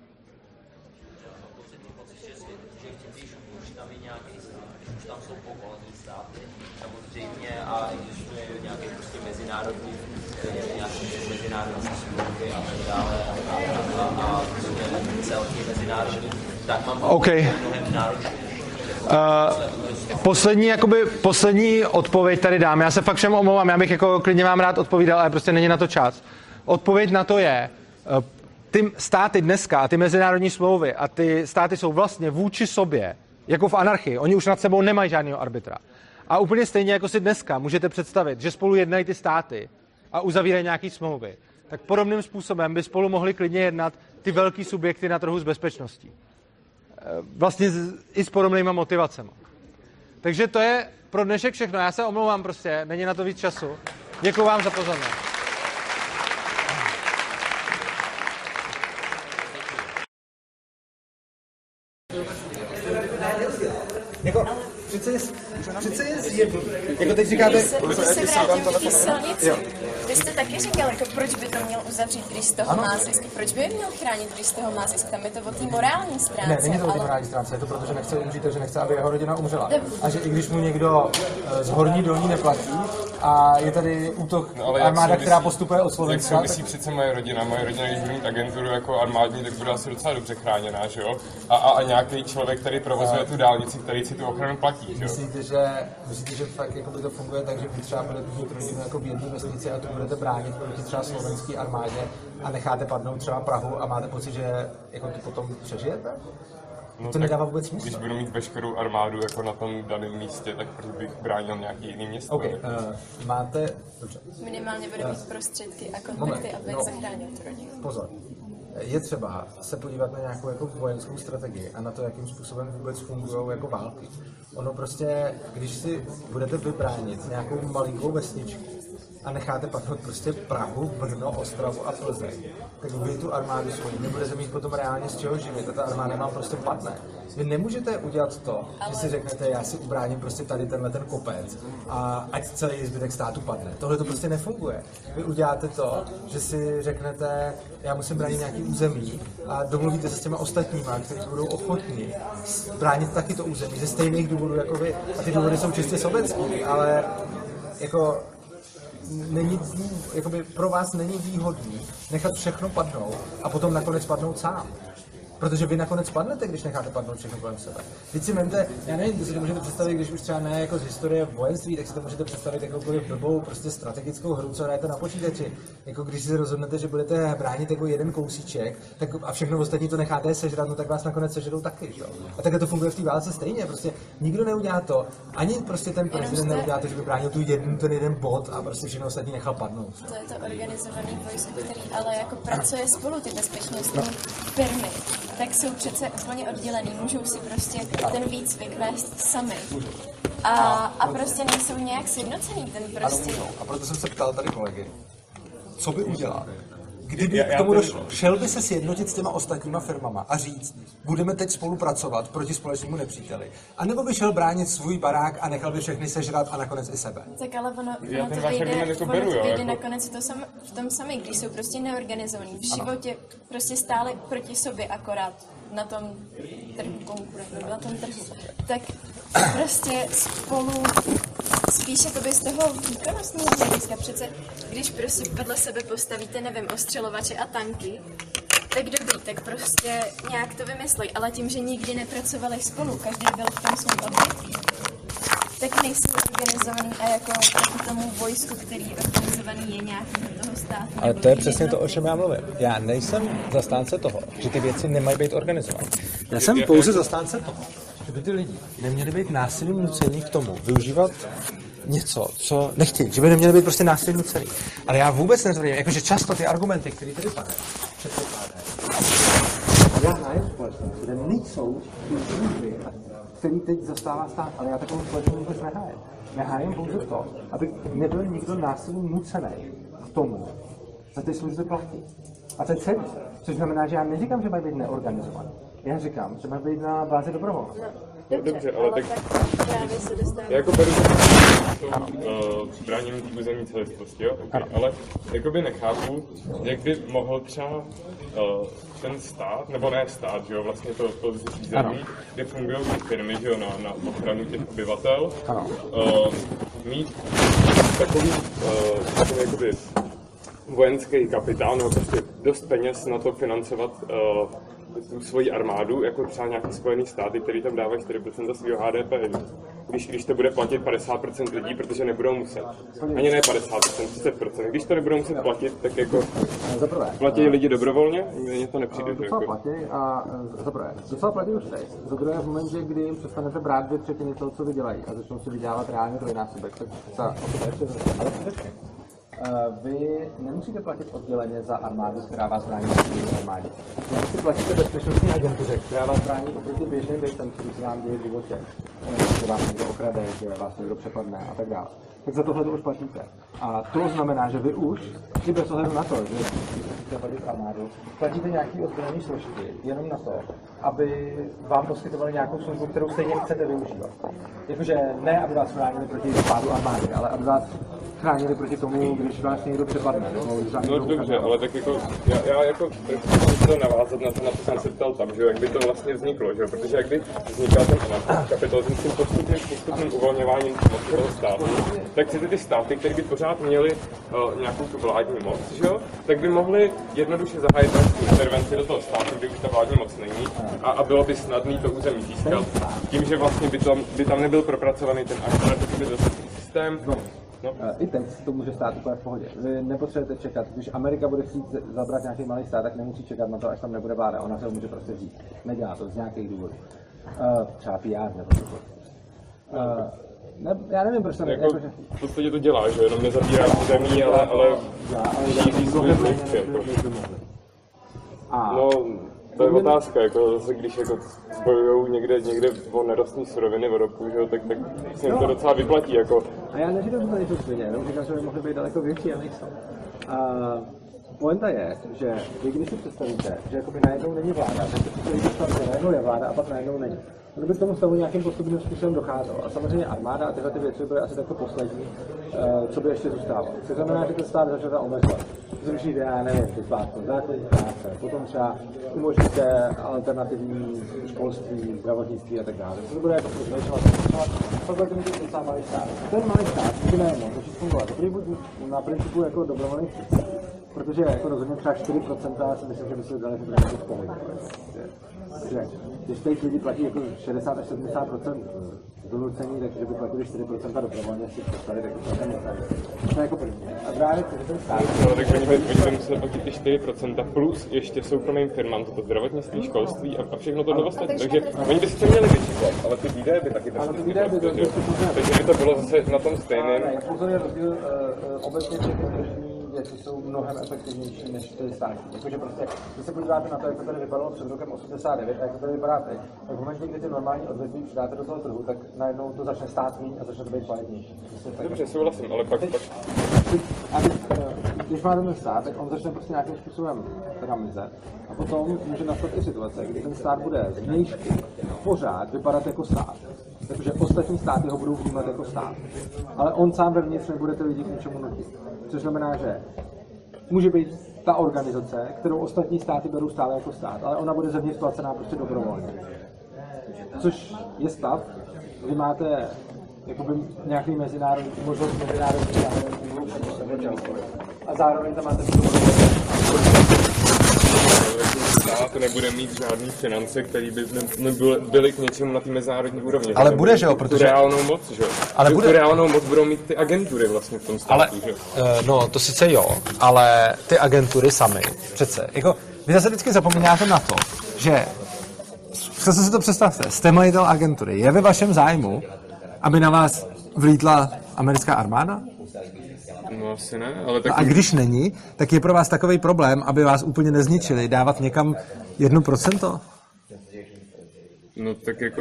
A existuje nějaké prostě mezinárodní, nějaké mezinárodní smlouvy a tak dále a, a, a, a celky mezinárodní, tak mám
okay.
mnohem náročnější.
Uh, poslední, jakoby, poslední odpověď tady dám. Já se fakt všem omlouvám, já bych jako klidně vám rád odpovídal, ale prostě není na to čas. Odpověď na to je, uh, ty státy dneska, ty mezinárodní smlouvy a ty státy jsou vlastně vůči sobě, jako v anarchii. Oni už nad sebou nemají žádného arbitra. A úplně stejně, jako si dneska můžete představit, že spolu jednají ty státy a uzavírají nějaký smlouvy, tak podobným způsobem by spolu mohli klidně jednat ty velký subjekty na trhu s bezpečností. Vlastně i s podobnýma motivacemi. Takže to je pro dnešek všechno. Já se omlouvám prostě, není na to víc času. Děkuji vám za pozornost.
Jako, přece je, přece je zjevný. Jako teď říkáte...
Když se, když se vrátím k té silnici, vy jste taky říkal, jako proč by to měl uzavřít, když z toho ano. má zisk. Proč by měl chránit, když z toho má zisk? Tam je to o té morální stránce.
Ne, není to o té
ale...
morální stránce, je to proto, že nechce umřít, takže nechce, aby jeho rodina umřela. A že i když mu někdo z horní dolní neplatí a je tady útok no, armáda, souvisí, která postupuje od Slovenska...
Jak souvisí tak... přece moje rodina. Moje rodina, když bude mít agenturu jako armádní, tak bude asi docela dobře chráněná, že jo? A, a, a nějaký člověk, který provozuje tu dálnici, který si tu ochranu platí, že jo?
Myslíte, že, myslíte, že fakt jako by to funguje tak, že vy třeba budete mít rodinu jako v jedné vesnici a tu budete bránit proti třeba slovenské armádě a necháte padnout třeba Prahu a máte pocit, že jako to potom přežijete?
No
to nedává vůbec smysl.
Když budu mít veškerou armádu jako na tom daném místě, tak proč bych bránil nějaký jiný město?
OK, uh, máte... Dobře.
Minimálně bude mít prostředky a kontakty, aby no, zachránil tu rodinu.
Pozor. Je třeba se podívat na nějakou jako vojenskou strategii a na to, jakým způsobem vůbec fungují jako války. Ono prostě, když si budete vybránit nějakou malinkou vesničku a necháte padnout prostě Prahu, Brno, Ostravu a Plzeň, tak vy tu armádu svoji nebudete mít potom reálně z čeho živit a ta armáda vám prostě padne. Vy nemůžete udělat to, že si řeknete, já si ubráním prostě tady tenhle ten kopec a ať celý zbytek státu padne. Tohle to prostě nefunguje. Vy uděláte to, že si řeknete, já musím bránit nějaký území a domluvíte se s těma ostatníma, kteří budou ochotní bránit taky to území ze stejných důvodů jako vy. A ty důvody jsou čistě sobecký, ale jako není, jakoby pro vás není výhodný nechat všechno padnout a potom nakonec padnout sám. Protože vy nakonec padnete, když necháte padnout všechno kolem sebe. Teď si vemte, já nevím, si to můžete představit, když už třeba ne jako z historie vojenství, tak si to můžete představit jakoukoliv blbou prostě strategickou hru, co hrajete na počítači. Jako když si rozhodnete, že budete bránit jako jeden kousíček, tak a všechno ostatní to necháte sežrat, no tak vás nakonec sežerou taky, že jo. A takhle to funguje v té válce stejně, prostě nikdo neudělá to, ani prostě ten prezident neudělá to, že by bránil tu jeden, ten jeden bod a prostě všechno ostatní nechal padnout.
To je to organizovaný vojsko, který ale jako pracuje spolu ty bezpečnostní firmy. Tak jsou přece úplně oddělený, můžou si prostě ten výcvik vést sami. A, a prostě nejsou nějak sjednocený, ten prostě...
Ano, a proto jsem se ptal tady kolegy, co by udělal, kdyby k tomu došlo. Šel by se sjednotit s těma ostatníma firmama a říct, budeme teď spolupracovat proti společnému nepříteli. A nebo by šel bránit svůj barák a nechal by všechny sežrat a nakonec i sebe.
Tak ale ono, ono to vyjde, jako ono beru, to vyjde jako... nakonec to sam, v tom sami, když jsou prostě neorganizovaní. V životě ano. Prostě stále proti sobě akorát na tom trhu konkurentů, na tom trhu. Tak prostě spolu spíš jakoby z toho výkonnostního hlediska přece, když prostě vedle sebe postavíte, nevím, ostřelovače a tanky, tak dobrý, tak prostě nějak to vymyslej, ale tím, že nikdy nepracovali spolu, každý byl v tom svém odvětví, taky nejsou organizovaný a jako proti tomu vojsku, který organizovaný je nějaký toho státu.
Ale to je přesně to, o čem já mluvím. Já nejsem zastánce toho, že ty věci nemají být organizované. Já jsem pouze zastánce toho, že by ty lidi neměli být násilím nuceni k tomu využívat něco, co nechtějí, že by neměli být prostě násilím nucený. Ale já vůbec netvrdím, jakože často ty argumenty, které tady padají, předpokládají. Já hájím společnost, kde nejsou ty služby, který teď zastává stát, ale já takovou společnost vůbec nehájím. Nehájím pouze to, aby nebyl nikdo násilím nucený k tomu, za ty služby platí. A to je celý. Což znamená, že já neříkám, že mají být neorganizovaný. Já říkám, že mají být na bázi dobrovolné.
No, dobře, ale tak
právě se dostává.
Já jako beru uh, bráním územní celistvosti, jo? Okay. Ale jakoby nechápu, jak by mohl třeba uh, ten stát, nebo ne stát, že jo, vlastně to pozici zemí, kde fungují firmy, že jo, na, na ochranu těch obyvatel, uh, mít takový, uh, takový jakoby vojenský kapitál, nebo prostě dost peněz na to financovat uh, tu svoji armádu, jako třeba nějaké Spojené státy, které tam dávají čtyři procenta svého H D P. Když, když to bude platit padesát procent lidí, protože nebudou muset. Ani ne padesát procent, třicet procent. Když to nebudou muset platit, tak jako platí lidi dobrovolně, mně to nepřijde.
Docela platí a za prvé, docela platí už teď. Za druhé, v momentě, kdy jim přestanete brát dvě třetiny toho, co vydělají a začnou si vydělávat reálně trojnásobek, tak se o to ještě zase. Ale především, vy nemusíte platit odděleně za armádu, která vás brání v armádě. Vy si platíte bezpečnostní agentuře, která vás brání oproti běžným věcem, který se vám děje v životě. Že vás někdo okrade, že vás někdo přepadne a tak dále. Tak za tohle to už platíte. A to znamená, že vy už, i bez ohledu na to, že musíte platit armádu, platíte nějaký ozbrojený složky jenom na to, aby vám poskytovali nějakou službu, kterou stejně chcete využívat. Jakože ne, aby vás chránili proti pádu armády, ale aby vás chránili proti tomu, když vás někdo přepadne.
No dobře, ale tak jako, já, já jako chci navázat na to, na to jsem se ptal tam, že jak by to vlastně vzniklo, že protože jak by vznikal ten kapitalismus tím postupným, postupným uvolňováním moci toho státu, tak si ty, ty státy, které by pořád měly uh, nějakou tu vládní moc, že jo, tak by mohly jednoduše zahájit intervenci do toho státu, kdy už ta vládní moc není, a, a bylo by snadný to území získat, tím, že vlastně by tam, by tam nebyl propracovaný ten administrativní systém. No.
I teď to může stát úplně v pohodě. Vy nepotřebujete čekat, když Amerika bude chtít zabrat nějaký malý stát, tak nemusí čekat na to, až tam nebude vláda, ona se ho může prostě vzít. Nedělá to z nějakých důvodů. Uh, třeba P R nebo to. Uh, ne, já nevím, proč tam...
Jako,
jako, že...
V podstatě to dělá, že jenom nezabírá zemí, ale, ale šíří svůj vliv. No, to je otázka, jako zase když jako bojujou někde, někde o nerostní suroviny, o ropu, že, tak, tak se jim to docela vyplatí. Jako.
A já neříkám, že to nejsou svině, jenom říkám, že by mohly být daleko větší a nejsou. A pointa je, že vy když si představíte, že jakoby najednou není vláda, tak si představíte, že najednou je vláda a pak najednou není. Kdyby k tomu stavu nějakým postupným způsobem docházelo. A samozřejmě armáda a tyhle ty věci byly asi takto poslední, co by ještě zůstávalo. To znamená, že ten stát začne omezovat. Zrušíte, já nevím, ty zpátky základní práce, potom třeba umožníte alternativní školství, zdravotnictví a tak dále. To bude jako zmenšovat, zmenšovat, pak budete mít docela malý stát. Ten malý stát by nejenom začít fungovat. Dobrý buď na principu jako dobrovolných přístup, protože jako rozhodně třeba čtyři procenta si myslím, že by se dali vybrat v pohodě. Takže když teď lidi platí jako šedesát až sedmdesát procent donucení, takže by platili čtyři procenta dobrovolně, si představit, tak to je to je jako první. A právě ten stát...
No, tak oni by, oni by museli platit ty čtyři procenta plus ještě soukromým firmám, toto zdravotnictví, školství a, a všechno to ostatní. Takže oni by sice měli větší plat, ale ty výdaje by taky
ale ty výdaje by
prostě, takže by to bylo zase na tom stejném.
Ne, pozor je rozdíl obecně těch věci jsou mnohem efektivnější než ty státní. Jakože prostě, když se podíváte na to, jak to tady vypadalo před rokem osmdesát devět a jak to tady vypadá teď, tak v momentě, kdy ty normální odvětví přidáte do toho trhu, tak najednou to začne stát míň a začne to být kvalitnější.
Dobře, souhlasím, ale pak... pak...
A když, když máte ten stát, tak on začne prostě nějakým způsobem teda mizet. A potom může nastat i situace, kdy ten stát bude z vnějšky pořád vypadat jako stát. Takže ostatní státy ho budou vnímat jako stát. Ale on sám vevnitř nebude ty lidi k něčemu nutit. Což znamená, že může být ta organizace, kterou ostatní státy berou stále jako stát, ale ona bude zevnitř placená prostě dobrovolně. Což je stav, kdy máte jakoby nějaký mezinárodní, možnost mezinárodní zároveň a zároveň tam máte
stát nebude mít žádný finance, které by nebyly, byly k něčemu na té mezinárodní úrovni.
Ale bude, že jo, protože...
Tu reálnou moc, že jo.
Ale
tu,
bude...
tu reálnou moc budou mít ty agentury vlastně v tom státu,
ale,
že jo.
No, to sice jo, ale ty agentury samy, přece, jako, vy zase vždycky zapomínáte na to, že, zase si to představte, jste majitel agentury, je ve vašem zájmu, aby na vás vlítla americká armáda?
No asi ne, ale tak...
No a když není, tak je pro vás takový problém, aby vás úplně nezničili, dávat někam jedno procento?
No tak jako...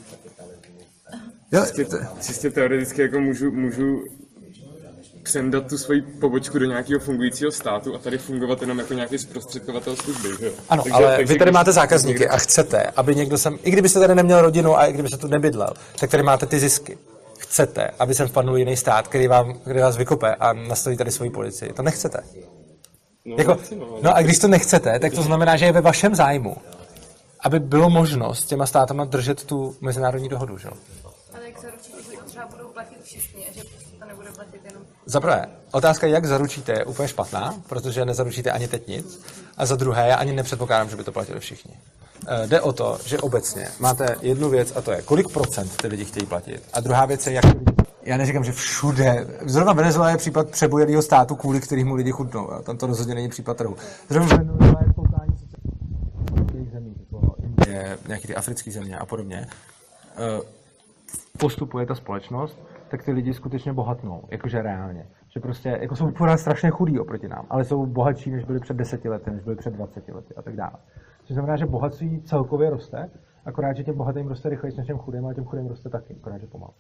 Jo,
čistě,
to...
čistě teoreticky jako můžu, můžu přendat tu svoji pobočku do nějakého fungujícího státu a tady fungovat jenom jako nějaký zprostředkovatel služby, že?
Ano,
takže,
ale
takže
vy tady
když...
máte zákazníky někdo... a chcete, aby někdo sem, i kdybyste tady neměl rodinu a i kdybyste tu nebydlel, tak tady máte ty zisky. Chcete, aby sem vpadnul jiný stát, který, vám, který vás vykope a nastaví tady svoji policii. To nechcete.
No,
jako,
nechci, no,
no a když to nechcete, tak to znamená, že je ve vašem zájmu, aby bylo možnost těma státama držet tu mezinárodní dohodu, že?
Ale jak zaručíte, že to třeba budou platit všichni a že to nebude platit jenom...
Za prvé, otázka, jak zaručíte, je úplně špatná, protože nezaručíte ani teď nic. A za druhé, já ani nepředpokládám, že by to platili všichni. E, jde o to, že obecně máte jednu věc a to je, kolik procent ty lidi chtějí platit. A druhá věc je, jak lidi... Já neříkám, že všude. Zrovna Venezuela je případ přebujelého státu, kvůli kterému lidi chudnou. Tam to rozhodně není případ trhu. Zrovna Venezuela je koukání těch zemí, jako Indie, nějaký ty africké země a podobně. E, postupuje ta společnost, tak ty lidi skutečně bohatnou, jakože reálně. Že prostě, jako jsou pořád strašně chudí oproti nám, ale jsou bohatší, než byli před deseti lety, než byli před dvaceti lety a tak dále. Což znamená, že bohatství celkově roste, akorát, že těm bohatým roste rychleji než těm chudým, ale těm chudým roste taky, akorát, že pomalu.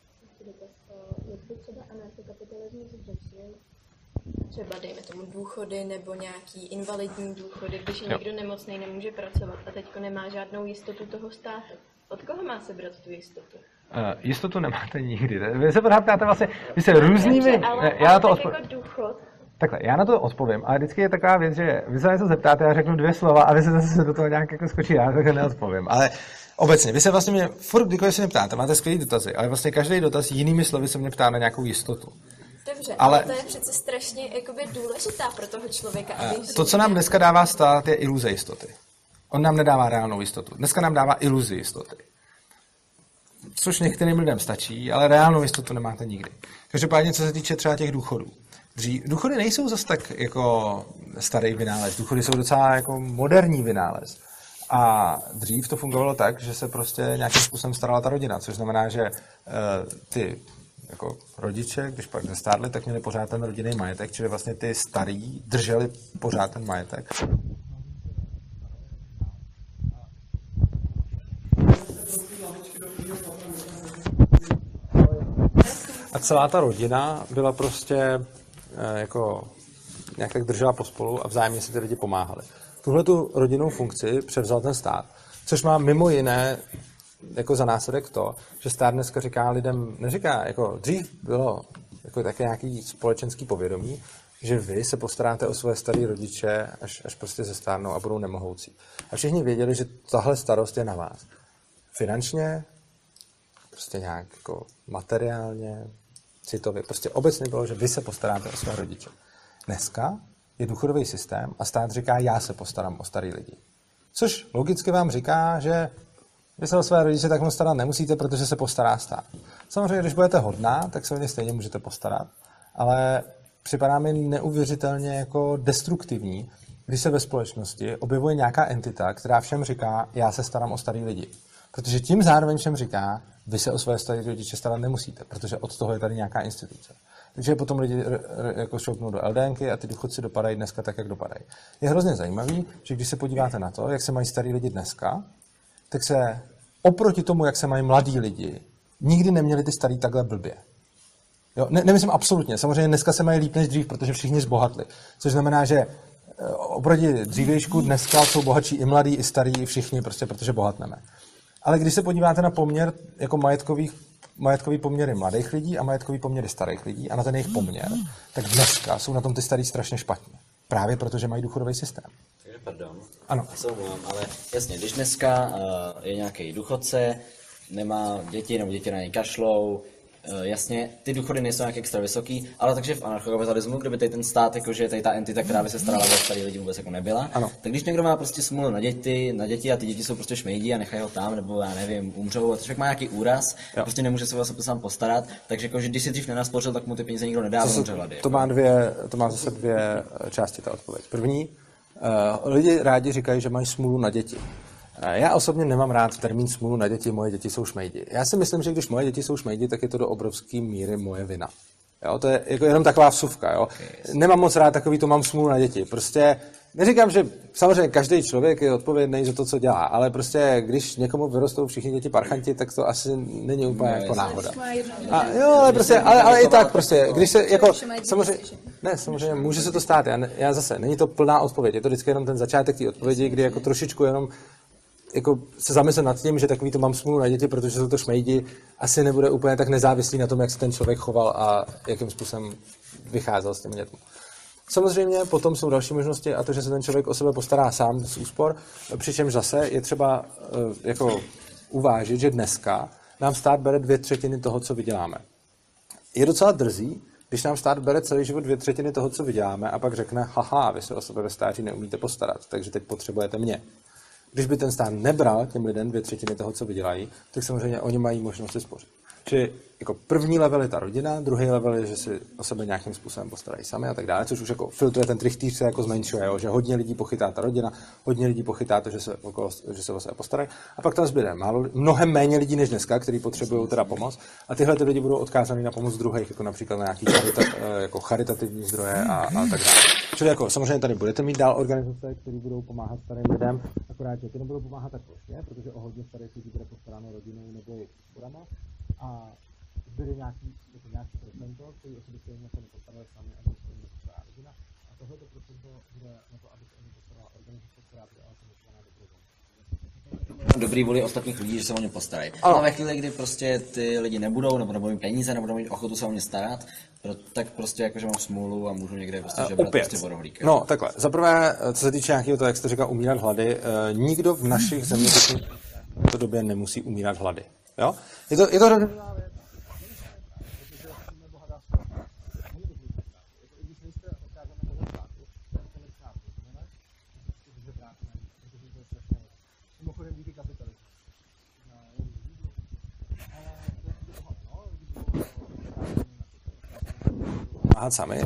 Jak by třeba anarchokapitalismus řešil třeba dejme tomu důchody nebo nějaký invalidní důchody, když je někdo nemocný, nemůže pracovat a teďko nemá žádnou jistotu toho státu. Od koho má se brát tu jistotu?
Uh, jistotu nemáte nikdy. Vy se pořád ptáte vlastně, vy se různými...
Dobře, ale,
já
ale
na to
tak
odpo...
jako důchod.
Takhle, já na to odpovím, ale vždycky je taková věc, že vy se něco zeptáte, já řeknu dvě slova a vy se zase do toho nějak jako skočí, já takhle neodpovím. Ale obecně, vy se vlastně mě furt kdykoliv se mě ptáte, máte skvělý dotazy, ale vlastně každý dotaz jinými slovy se mě ptá na nějakou jistotu.
Dobře,
ale,
ale to je přece strašně jakoby důležitá pro toho člověka. Aby
to, co nám dneska dává stát, je iluze jistoty. On nám nedává reálnou jistotu. Dneska nám dává iluzi jistoty. Což některým lidem stačí, ale reálnou jistotu nemáte nikdy. Každopádně, co se týče třeba těch důchodů. Dřív, důchody nejsou zas tak jako starý vynález. Důchody jsou docela jako moderní vynález. A dřív to fungovalo tak, že se prostě nějakým způsobem starala ta rodina, což znamená, že uh, ty jako rodiče, když pak zestárli, tak měli pořád ten rodinný majetek, čili vlastně ty starý drželi pořád ten majetek. A celá ta rodina byla prostě eh, jako nějak tak držela pospolu a vzájemně si ty lidi pomáhali. Tuhle tu rodinnou funkci převzal ten stát, což má mimo jiné jako za následek to, že stát dneska říká lidem, neříká, jako dřív bylo jako také nějaký společenský povědomí, že vy se postaráte o své staré rodiče, až, až prostě zestárnou a budou nemohoucí. A všichni věděli, že tahle starost je na vás. Finančně, prostě nějak jako materiálně, citově. Prostě obecně bylo, že vy se postaráte o své rodiče. Dneska je důchodový systém a stát říká, já se postarám o starý lidi. Což logicky vám říká, že vy se o své rodiče tak moc starat nemusíte, protože se postará stát. Samozřejmě, když budete hodná, tak se o ně stejně můžete postarat, ale připadá mi neuvěřitelně jako destruktivní, když se ve společnosti objevuje nějaká entita, která všem říká, já se starám o starý lidi. Protože tím zároveň všem říká, vy se o své staré rodiče starat nemusíte, protože od toho je tady nějaká instituce. Takže potom lidi jako šoupnou do LDNky a ty důchodci dopadají dneska tak, jak dopadají. Je hrozně zajímavý, že když se podíváte na to, jak se mají starý lidi dneska, tak se oproti tomu, jak se mají mladí lidi, nikdy neměli ty starý takhle blbě. Jo? Ne, nemyslím absolutně. Samozřejmě dneska se mají líp než dřív, protože všichni zbohatli. Což znamená, že oproti dřívějšku dneska jsou bohatší i mladí, i starý, i všichni, prostě protože bohatneme. Ale když se podíváte na poměr jako majetkových, majetkový poměry mladých lidí a majetkový poměry starých lidí a na ten jejich poměr, tak dneska jsou na tom ty starý strašně špatně. Právě protože mají důchodový systém.
Takže pardon.
Ano.
Já se omlouvám, ale jasně, když dneska uh, je nějaký důchodce, nemá děti nebo děti na něj kašlou, jasně, ty důchody nejsou nějak extra vysoký, ale takže v anarchokapitalismu, kdyby tady ten stát, jakože tady ta entita, která by se starala o starý lidi, vůbec jako nebyla, ano. Tak když někdo má prostě smůlu na děti, na děti a ty děti jsou prostě šmejdi a nechají ho tam, nebo já nevím, umřou, a člověk má nějaký úraz, jo. Prostě nemůže se o sebe sám postarat, takže jakože když si dřív nenaspořil, tak mu ty peníze nikdo nedá, umře hlady.
To má dvě, to má zase dvě části ta odpověď. První, uh, lidi rádi říkají, že mají smůlu na děti. Já osobně nemám rád termín smůlu na děti, moje děti jsou šmejdi. Já si myslím, že když moje děti jsou šmejdi, tak je to do obrovské míry moje vina. Jo, to je jako jenom taková vsuvka. Jo. Nemám moc rád takový to mám smůlu na děti. Prostě neříkám, že samozřejmě každý člověk je odpovědný za to, co dělá, ale prostě když někomu vyrostou všichni děti parchanti, tak to asi není úplně no, jako náhoda. A jo, ale prostě, ale, ale i tak prostě, když se jako samozřejmě, ne, samozřejmě může se to stát. Já, já zase, není to plná odpověď, je to vždycky jenom ten začátek té odpovědi, kdy jako trošičku jenom jako se zamyslet nad tím, že takový to mám smůlu na děti, protože jsou to šmejdi, asi nebude úplně tak nezávislý na tom, jak se ten člověk choval a jakým způsobem vycházel s těmi dětmi. Samozřejmě potom jsou další možnosti a to, že se ten člověk o sebe postará sám z úspor, přičemž zase je třeba jako uvážit, že dneska nám stát bere dvě třetiny toho, co vyděláme. Je docela drzí, když nám stát bere celý život dvě třetiny toho, co vyděláme a pak řekne, haha, vy se o sebe ve stáří neumíte postarat, takže teď potřebujete mě. Když by ten stát nebral těm lidem dvě třetiny toho, co vydělají, tak samozřejmě oni mají možnost si spořit. Čili jako první level je ta rodina, druhý level je, že si o sebe nějakým způsobem postarají sami a tak dále, což už jako filtruje ten trichtýř, se jako zmenšuje, jo? Že hodně lidí pochytá ta rodina, hodně lidí pochytá to, že se, okolo, že se o sebe postarají. A pak tam zbyde málo, mnohem méně lidí než dneska, kteří potřebují teda pomoc. A tyhle ty lidi budou odkázaní na pomoc druhých, jako například na nějaký charita, jako charitativní zdroje a, a tak dále. Čili jako samozřejmě tady budete mít dál organizace, které budou pomáhat starým lidem, akorát, že ty nebudou pomáhat tak prostě, protože o hodně starých lidí bude postaráno rodinou nebo jejich podporama. A zbyde nějaký, jako nějaký procento, který o sebe stejně se nepostarali sami, aby se jim nepostarala rodina. A tohleto procento bude na to, aby se jim postarala organizace, která bude ale pomyslná dobrovolně.
Dobrý vůli ostatních lidí, že se o ně postarají. Ale ve chvíli, kdy prostě ty lidi nebudou, nebo nebudou mít peníze, nebudou mít ochotu se o ně starat, tak prostě jakože mám smůlu a můžu někde prostě žebrat prostě vodohlíky.
No takhle, zaprvé, co se týče nějakého toho, jak jste říkal, umírat hlady, nikdo v našich zeměpisných v této době nemusí umírat hlady. Jo? Je to, je to rozhodná věc. Pomáhat sami.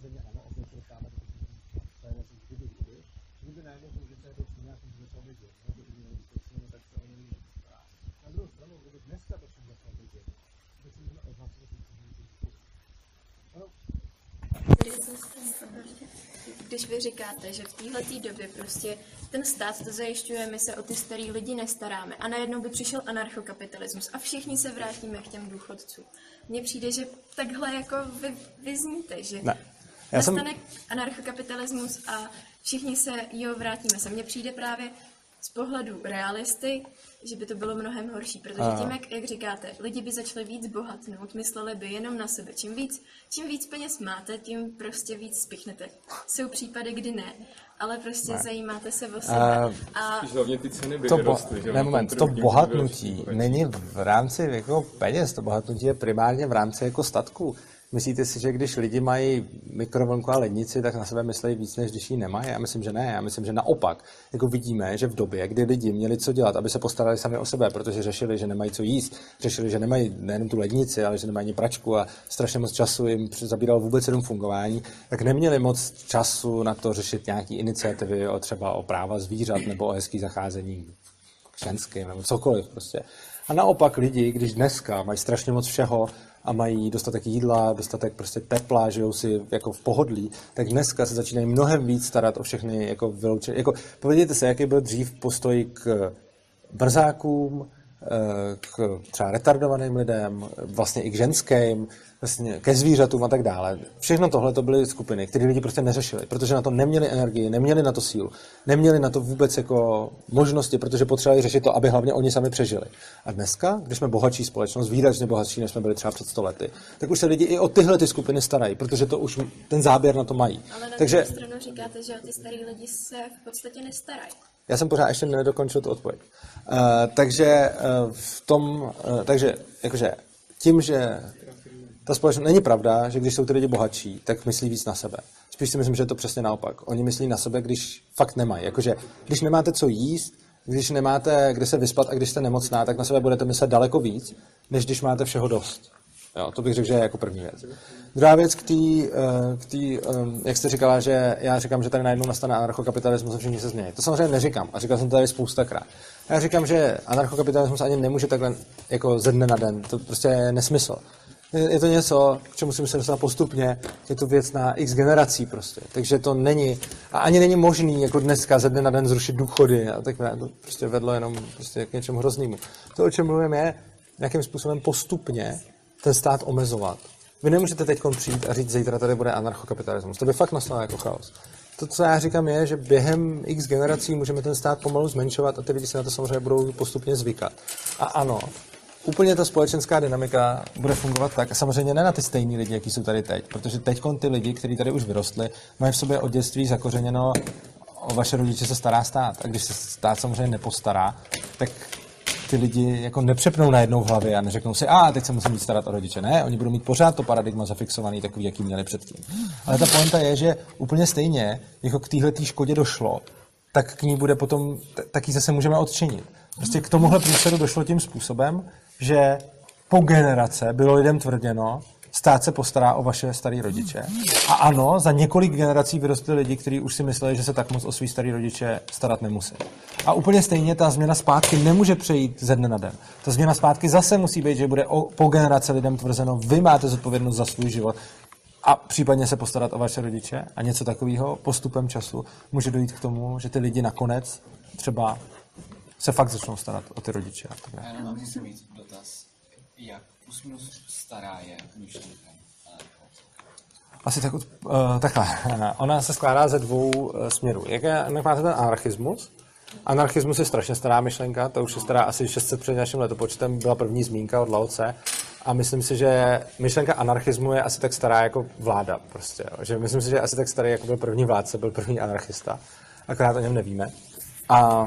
Když vy říkáte, že v téhletý době prostě ten stát to zajišťuje, my se o ty starý lidi nestaráme a najednou by přišel anarchokapitalismus a všichni se vrátíme k těm důchodcům. Mně přijde, že takhle jako vy, vyzníte, že ne. nastane jsem... anarchokapitalismus a všichni se, jo, vrátíme se. Mně přijde právě z pohledu realisty, že by to bylo mnohem horší, protože tím, jak, jak říkáte, lidi by začali víc bohatnout, mysleli by jenom na sebe. Čím víc, čím víc peněz máte, tím prostě víc spichnete. Jsou případy, kdy ne, ale prostě ne. zajímáte se o sebe. Uh, a
ty ceny by
to bo- ne, moment, to bohatnutí není v rámci jako peněz, to bohatnutí je primárně v rámci jako statků. Myslíte si, že když lidi mají mikrovlnku a lednici, tak na sebe myslí víc, než když ji nemají? Já myslím, že ne. Já myslím, že naopak. Jako vidíme, že v době, kdy lidi měli co dělat, aby se postarali sami o sebe, protože řešili, že nemají co jíst, řešili, že nemají nejen tu lednici, ale že nemají ani pračku a strašně moc času jim zabíralo vůbec jenom fungování, tak neměli moc času na to řešit nějaké iniciativy o třeba o práva zvířat nebo o hezký zacházení ženským nebo cokoliv prostě. A naopak lidi, když dneska mají strašně moc všeho, a mají dostatek jídla, dostatek prostě tepla, žijou si jako v pohodlí, tak dneska se začínají mnohem víc starat o všechny jako vyloučené. Jako, podívejte se, jaký byl dřív postoj k brzákům, k třeba retardovaným lidem, vlastně i k ženským, vlastně ke zvířatům a tak dále. Všechno tohle to byly skupiny, které lidi prostě neřešili, protože na to neměli energii, neměli na to sílu, neměli na to vůbec jako možnosti, protože potřebovali řešit to, aby hlavně oni sami přežili. A dneska, když jsme bohatší společnost, výrazně bohatší, než jsme byli třeba před sto lety, tak už se lidi i o tyhle ty skupiny starají, protože to už ten záběr na to mají.
Ale na
Takže
druhou stranu říkáte, že o ty starý lidi se v podstatě nestarají.
Já jsem pořád ještě nedokončil tu odpověď. Uh, takže uh, v tom, uh, takže jakože tím, že ta společnost, není pravda, že když jsou ty lidi bohatší, tak myslí víc na sebe. Spíš si myslím, že je to přesně naopak. Oni myslí na sebe, když fakt nemají. Jakože, když nemáte co jíst, když nemáte kde se vyspat a když jste nemocná, tak na sebe budete myslet daleko víc, než když máte všeho dost. Jo, to bych řekl, že je jako první věc. Druhá věc k té, k tý, jak jste říkala, že já říkám, že tady najednou nastane anarchokapitalismus a všichni se změní. To samozřejmě neříkám a říkal jsem to tady spoustakrát. Já říkám, že anarchokapitalismus ani nemůže takhle jako ze dne na den. To prostě je nesmysl. Je to něco, k čemu si musím dostat postupně, je to věc na x generací prostě. Takže to není, a ani není možný jako dneska ze dne na den zrušit důchody a tak to prostě vedlo jenom prostě k něčemu hroznému. To, o čem mluvím, je nějakým způsobem postupně ten stát omezovat. Vy nemůžete teď přijít a říct, zítra tady bude anarchokapitalismus. To by fakt nastalo jako chaos. To, co já říkám, je, že během x generací můžeme ten stát pomalu zmenšovat a ty lidi se na to samozřejmě budou postupně zvykat. A ano, úplně ta společenská dynamika bude fungovat tak, a samozřejmě ne na ty stejný lidi, jaký jsou tady teď, protože teď ty lidi, kteří tady už vyrostli, mají v sobě od dětství zakořeněno, o vaše rodiče se stará stát. A když se stát samozřejmě nepostará, tak ty lidi jako nepřepnou najednou v hlavě a neřeknou si, a teď se musím mít starat o rodiče. Ne, oni budou mít pořád to paradigma zafixovaný takový, jaký měli předtím. Ale ta pointa je, že úplně stejně, jako k téhletý škodě došlo, tak k ní bude potom, taky zase můžeme odčinit. Prostě k tomuhle případu došlo tím způsobem, že po generace bylo lidem tvrděno, stát se postará o vaše starý rodiče. A ano, za několik generací vyrostly lidi, kteří už si mysleli, že se tak moc o svý starý rodiče starat nemusí. A úplně stejně ta změna zpátky nemůže přejít ze dne na den. Ta změna zpátky zase musí být, že bude o, po generace lidem tvrzeno, vy máte zodpovědnost za svůj život a případně se postarat o vaše rodiče a něco takového postupem času může dojít k tomu, že ty lidi nakonec třeba se fakt začnou starat o ty rodiče.
Já jenom musím mít dotaz, jak plus minus stará je myšlenka?
Asi tak, uh, takhle. Ona se skládá ze dvou uh, směrů. Jak, je, jak máte ten anarchismus? Anarchismus je strašně stará myšlenka, to už je stará asi šest set před naším letopočtem, byla první zmínka od Lao Tse. A myslím si, že myšlenka anarchismu je asi tak stará jako vláda. Prostě, že myslím si, že asi tak starý, jako byl první vládce, byl první anarchista. Akorát o něm nevíme. A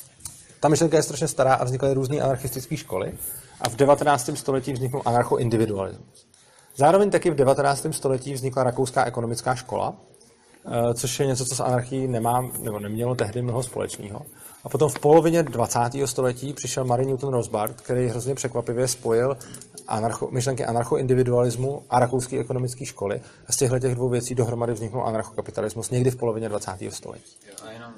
ta myšlenka je strašně stará a vznikaly různé anarchistické školy. A v devatenáctém století vzniknul anarchoindividualismus. Zároveň taky v devatenáctém století vznikla rakouská ekonomická škola, což je něco, co s anarchií nemá, nebo nemělo tehdy mnoho společného. A potom v polovině dvacátého století přišel Marie Newton Rothbard, který hrozně překvapivě spojil anarcho, myšlenky anarchoindividualismu a rakouské ekonomické školy. A z těchto těch dvou věcí dohromady vzniknul anarchokapitalismus někdy v polovině dvacátého století.
Jo, a jenom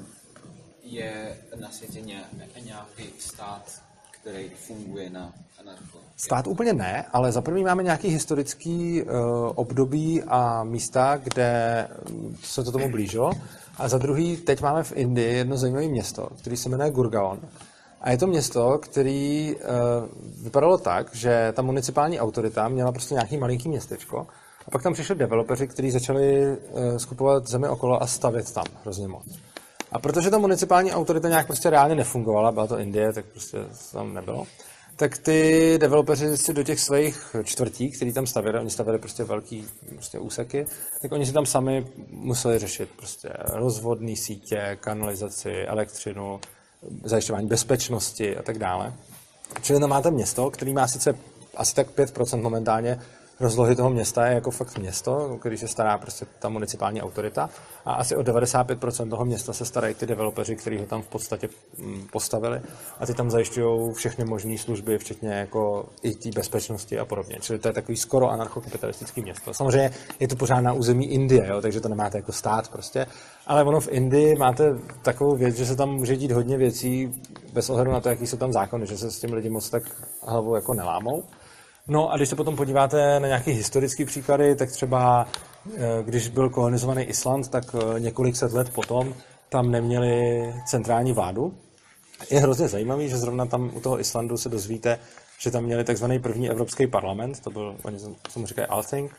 je na světě nějaký stát, který funguje na anarcho?
Stát úplně ne, ale za první máme nějaký historický uh, období a místa, kde se to tomu blížilo. A za druhý, teď máme v Indii jedno zajímavé město, které se jmenuje Gurgaon. A je to město, které uh, vypadalo tak, že ta municipální autorita měla prostě nějaký malinký městečko a pak tam přišli developeři, kteří začali uh, skupovat zemi okolo a stavět tam hrozně moc. A protože ta municipální autorita nějak prostě reálně nefungovala, byla to Indie, tak prostě tam nebylo, tak ty developeři si do těch svých čtvrtí, který tam stavěli, oni stavěli prostě velký prostě úseky, tak oni si tam sami museli řešit prostě rozvodné sítě, kanalizaci, elektřinu, zajišťování bezpečnosti a tak dále. Čili tam máte město, který má sice asi tak pět procent momentálně rozlohy toho města je jako fakt město, který se stará prostě ta municipální autorita a asi o devadesát pět procent toho města se starají ty developeři, kteří ho tam v podstatě postavili a ty tam zajišťují všechny možné služby, včetně jako i té bezpečnosti a podobně. Čili to je takový skoro anarchokapitalistický město. Samozřejmě je to pořád na území Indie, jo, takže to nemáte jako stát prostě, ale ono v Indii máte takovou věc, že se tam může dít hodně věcí bez ohledu na to, jaký jsou tam zákony, že se s tím lidi moc tak hlavou jako nelámou. No a když se potom podíváte na nějaké historické příklady, tak třeba když byl kolonizovaný Island, tak několik set let potom tam neměli centrální vládu. Je hrozně zajímavý, že zrovna tam u toho Islandu se dozvíte, že tam měli takzvaný první evropský parlament, to byl, oni tomu říkají Althing.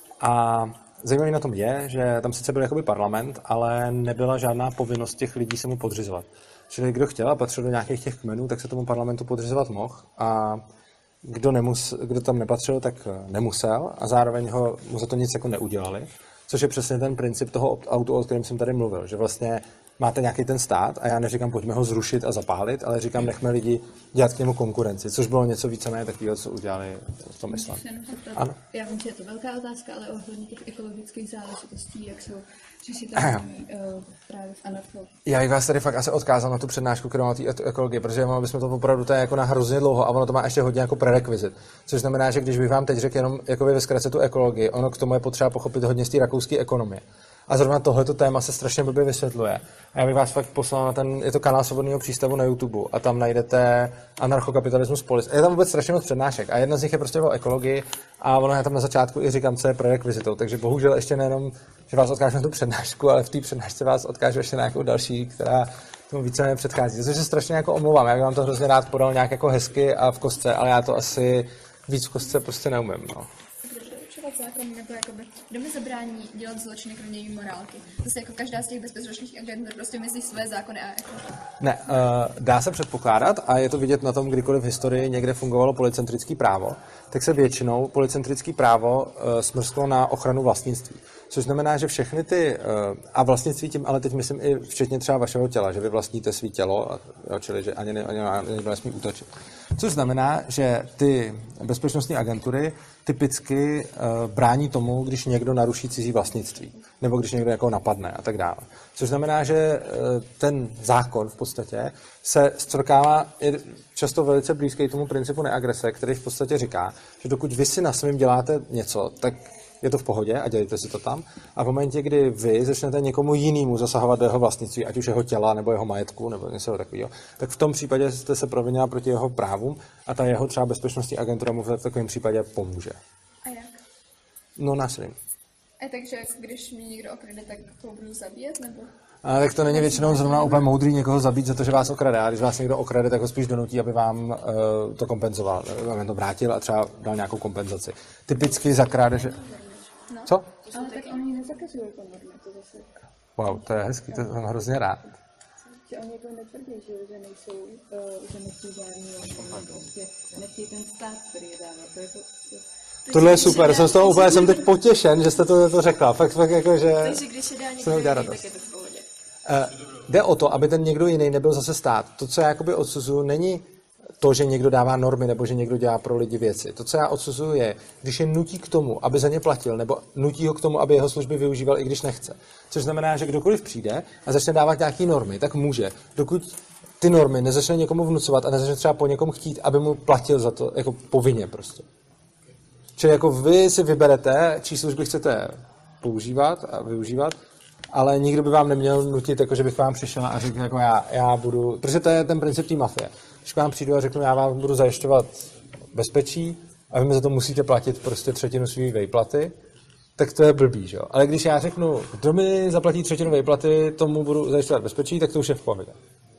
A zajímavý na tom je, že tam sice byl jakoby parlament, ale nebyla žádná povinnost těch lidí se mu podřizovat. Čili kdo chtěl a patřil do nějakých těch kmenů, tak se tomu parlamentu podřizovat mohl. A Kdo, nemus, kdo tam nepatřil, tak nemusel a zároveň ho, mu za to nic jako neudělali, což je přesně ten princip toho opt-outu, o kterém jsem tady mluvil, že vlastně máte nějaký ten stát a já neříkám, pojďme ho zrušit a zapálit, ale říkám, nechme lidi dělat k němu konkurenci, což bylo něco víceméně takového, co udělali v tom islámu. Ano.
Já vím, že je to velká otázka, ale ohledně těch ekologických záležitostí, jak jsou řešit uh, právě v anarcho.
Já bych vás tady fakt asi odkázal na tu přednášku, kterou má té ekologie, protože ono bychom to opravdu to je jako na hrozně dlouho a ono to má ještě hodně jako prerekvizit. Což znamená, že když bych vám teď řekl jenom jako ve zkratce tu ekologii, ono k tomu je potřeba pochopit hodně z té rakouské ekonomie. A zrovna tohleto téma se strašně blbě vysvětluje. A já bych vás fakt poslal na ten, je to kanál Svobodného přístavu na YouTube a tam najdete anarchokapitalismus polis. Je tam vůbec strašně moc přednášek a jedna z nich je prostě o ekologii a ono já tam na začátku i říkám, co je prerekvizitou. Takže bohužel ještě nejenom, že vás odkážu na tu přednášku, ale v té přednášce vás odkážu ještě na nějakou další, která tomu více předchází. Což se strašně jako omlouvám, já bych vám to hrozně rád podal nějak jako hezky a v kostce, ale já to asi víc v kostce prostě neumím. No.
Zákon, nebo jakoby, kdo mi zabrání dělat zločiny kromě její morálky. Zase jako každá z těch bezpečnostních agentur prostě myslí své zákony a jako...
Ne, uh, dá se předpokládat a je to vidět na tom, kdykoliv v historii někde fungovalo policentrické právo, tak se většinou policentrické právo uh, smrsklo na ochranu vlastnictví. Což znamená, že všechny ty, uh, a vlastnictví tím, ale teď myslím i včetně třeba vašeho těla, že vy vlastníte svý tělo, jo, čili že ani, ne, ani, ani nesmí útočit. Což znamená, že ty bezpečnostní agentury typicky uh, brání tomu, když někdo naruší cizí vlastnictví, nebo když někdo jako napadne a tak dále. Což znamená, že uh, ten zákon v podstatě se strkává často velice blízký tomu principu neagrese, který v podstatě říká, že dokud vy si na svém děláte něco, tak je to v pohodě a dělejte si to tam. A v momentě, kdy vy začnete někomu jinému zasahovat do jeho vlastnictví, ať už jeho těla, nebo jeho majetku, nebo něco takového, tak v tom případě jste se provinila proti jeho právům a ta jeho třeba bezpečnostní agentura mu v takovém případě pomůže.
A jak?
No násilím.
A takže když mě někdo okrade, tak ho budu zabíjet, nebo?
A tak to není většinou zrovna úplně moudrý někoho zabít za to, že vás okrade. A když vás někdo okrade, tak ho spíš donutí, aby vám uh, to kompenzoval, aby vám to vrátil a třeba dal nějakou kompenzaci. Typicky za krádeže.
No.
Co?
Ale tak oni nezakazují ponormy, to zase.
Wow, to je hezký, to jsem hrozně rád.
Že oni jako netvrdí, že, že nejsou, uh, že nechtějí žádný, prostě nechtějí ten stát, který je dává. To je to, to,
Tohle je super, jsem z toho úplně, jsem teď potěšen, že jste to, to řekla. Fakt, fakt jako, že...
Takže když je dá někdo jiný, tak je to v pohodě.
Uh, jde o to, aby ten někdo jiný nebyl zase stát. To, co já jakoby odsuzuju, není to, že někdo dává normy nebo že někdo dělá pro lidi věci. To, co já odsuzuju, je, když je nutí k tomu, aby za ně platil, nebo nutí ho k tomu, aby jeho služby využíval, i když nechce. Což znamená, že kdokoliv přijde a začne dávat nějaké normy, tak může. Dokud ty normy nezačne někomu vnucovat a nezačne třeba po někom chtít, aby mu platil za to, jako povinně prostě. Čili jako vy si vyberete, čí služby chcete používat a využívat, ale nikdo by vám neměl nutit, jako že bych vám přišel a řekl, jako já, já budu, protože to je ten princip té mafie. Když k vám přijdu a řeknu, já vám budu zajišťovat bezpečí a vy mi za to musíte platit prostě třetinu svý vejplaty, tak to je blbý, že jo. Ale když já řeknu, kdo mi zaplatí třetinu vejplaty, tomu budu zajišťovat bezpečí, tak to už je v pohodě.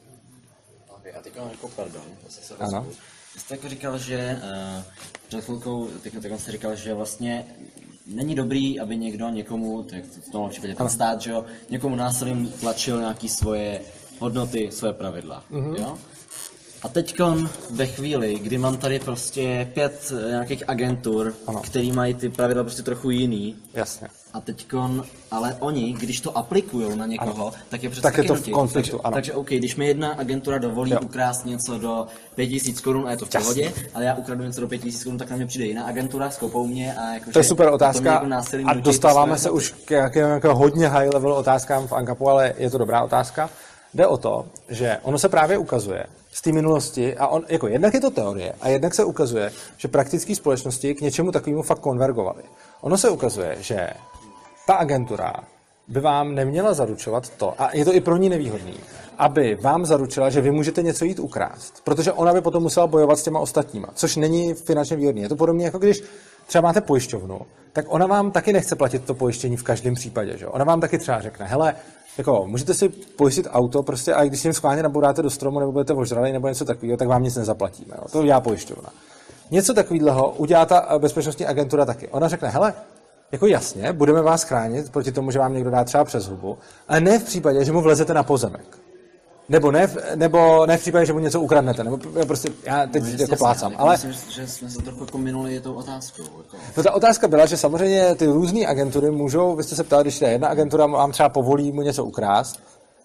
A teď mám jako pardon.
Ano.
Vy jste jako říkal, že uh, před chvilkou, teď, teď jste říkal, že vlastně není dobrý, aby někdo někomu, tak v tomhle případě ten stát, že jo, někomu násilím tlačil nějaký svoje hodnoty, svoje pravidla, mm-hmm. jo? A teďkon ve chvíli, kdy mám tady prostě pět nějakých agentur, ano. který mají ty pravidla prostě trochu jiný.
Jasně.
A teďkon, ale oni, když to aplikujou na někoho, ano. tak je přece
tak
taky
je to
nutí.
v konfliktu,
takže,
ano.
takže OK, když mi jedna agentura dovolí
jo.
ukrást něco do pět tisíc korun a je to v pohodě,
Jasně.
ale já ukradnu něco do pět tisíc korun, tak na mě přijde jiná agentura, skoupou mě a jako,
to je super otázka
jako
a dostáváme se už k nějakým jako hodně high level otázkám v Ankapu, ale je to dobrá otázka. Jde o to, že ono se právě ukazuje z té minulosti, a on, jako jednak je to teorie, a jednak se ukazuje, že praktické společnosti k něčemu takovému fakt konvergovaly. Ono se ukazuje, že ta agentura by vám neměla zaručovat to, a je to i pro ní nevýhodný, aby vám zaručila, že vy můžete něco jít ukrást, protože ona by potom musela bojovat s těma ostatníma, což není finančně výhodný. Je to podobně, jako když třeba máte pojišťovnu, tak ona vám taky nechce platit to pojištění v každém případě. Že? Ona vám taky třeba řekne, hele, jako, můžete si pojistit auto, prostě, a když si jim schválně nabouráte do stromu, nebo budete ožralý, nebo něco takového, tak vám nic nezaplatíme. Jo? To udělá pojišťovna. Něco takového udělá ta bezpečnostní agentura taky. Ona řekne, hele, jako jasně, budeme vás chránit proti tomu, že vám někdo dá třeba přes hubu, ale ne v případě, že mu vlezete na pozemek. Nebo ne, nebo ne v případě, že mu něco ukradnete, nebo prostě, já teď no, jako plácám, ale...
Myslím, že jsme se trochu jako minuli tou otázkou. Jako.
No ta otázka byla, že samozřejmě ty různé agentury můžou, vy jste se ptali, když ta jedna agentura vám třeba povolí mu něco ukrást,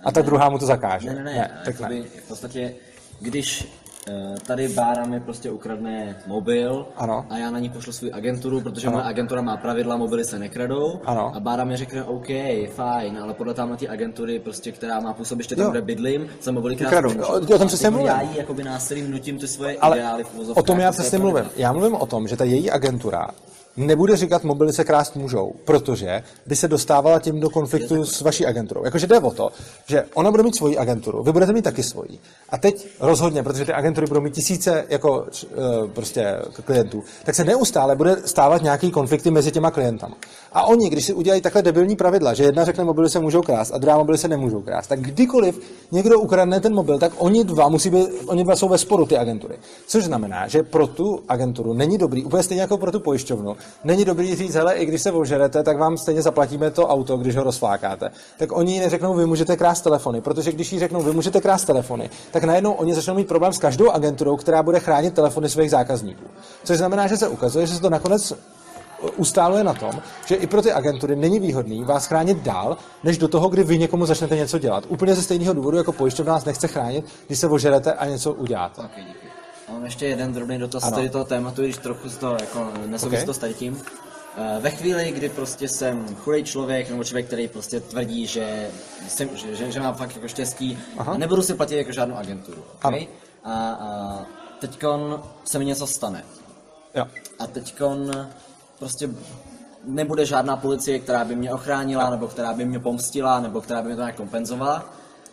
a ta druhá mu to zakáže.
Ne, ne, ne,
ne tak
jakoby,
ne.
v podstatě, když uh, tady Bára mi prostě ukradne mobil
ano.
a já na ní pošlu svou agenturu, protože
ano.
moje agentura má pravidla, mobily se nekradou
ano.
a Bára mi řekne OK, fajn, ale podle tamhle té agentury, prostě, která má působiště tam, kde bydlím, se mobily krásně
o, o tom přesně mluvím.
Já jí jakoby násilím nutím ty svoje
ale
ideály v uvozovkách.
O tom já přesně mluvím. Já mluvím o tom, že ta její agentura nebude říkat, mobily se krást můžou, protože by se dostávala tím do konfliktu s vaší agenturou. Jakože jde o to, že ona bude mít svoji agenturu, vy budete mít taky svoji. A teď rozhodně, protože ty agentury budou mít tisíce jako prostě klientů, tak se neustále bude stávat nějaký konflikty mezi těma klientama. A oni, když si udělají takhle debilní pravidla, že jedna řekne, mobily se můžou krást a druhá, mobily se nemůžou krást, tak kdykoliv někdo ukradne ten mobil, tak oni dva musí být, oni dva jsou ve sporu, ty agentury. Což znamená, že pro tu agenturu není dobrý, úplně stejně jako pro tu pojišťovnu, není dobrý říct, hele, i když se ožerete, tak vám stejně zaplatíme to auto, když ho rozflákáte. Tak oni neřeknou, vy můžete krást telefony, protože když jí řeknou, vy můžete krást telefony, tak najednou oni začnou mít problém s každou agenturou, která bude chránit telefony svých zákazníků. Což znamená, že se ukazuje, že se to nakonec ustáluje na tom, že i pro ty agentury není výhodný vás chránit dál, než do toho, kdy vy někomu začnete něco dělat. Úplně ze stejného důvodu, jako pojišťovna nás nechce chránit, když se ožerete a něco uděláte.
Okay, díky. A mám ještě jeden drobný dotaz tady toho tématu, když trochu z toho jako nesouvisí okay. to s tady tím. Ve chvíli, kdy prostě jsem chudej člověk, nebo člověk, který prostě tvrdí, že, jsem, že, že, že mám fakt jako štěstí, Aha. nebudu si platit jako žádnou agenturu. Okay? A, a teďkon se mi něco stane.
Jo.
A teďkon prostě nebude žádná policie, která by mě ochránila, nebo která by mě pomstila, nebo která by mě to nějak kompenzovala.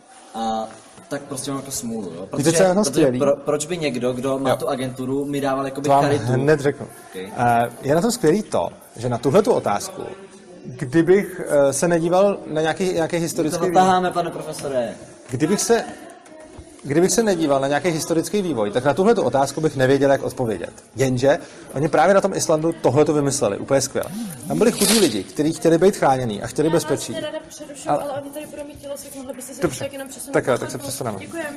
A tak prostě mám jako smůlu, jo. Protože,
Víte, co
protože pro, proč by někdo, kdo má jo. tu agenturu, mi dával jakoby charitu?
To vám hned řeknu. Okay. Uh, je na tom skvělý to, že na tuhletu otázku, kdybych uh, se nedíval na nějaký, nějaký historický
vývoj... To natáháme, pane profesore.
Kdybych se... Kdybych se nedíval na nějaký historický vývoj, tak na tuhletu otázku bych nevěděl, jak odpovědět. Jenže oni právě na tom Islandu tohleto vymysleli, úplně skvěle. Tam byli chudí lidi, kteří chtěli být chránění a chtěli bezpečí.
Já vás ráda přerušuju, ale... ale oni tady budou mít tělocvik, mohli byste se
Dobře.
tak jenom přesunout.
Tak jo, tak se přesuneme.
Děkujem.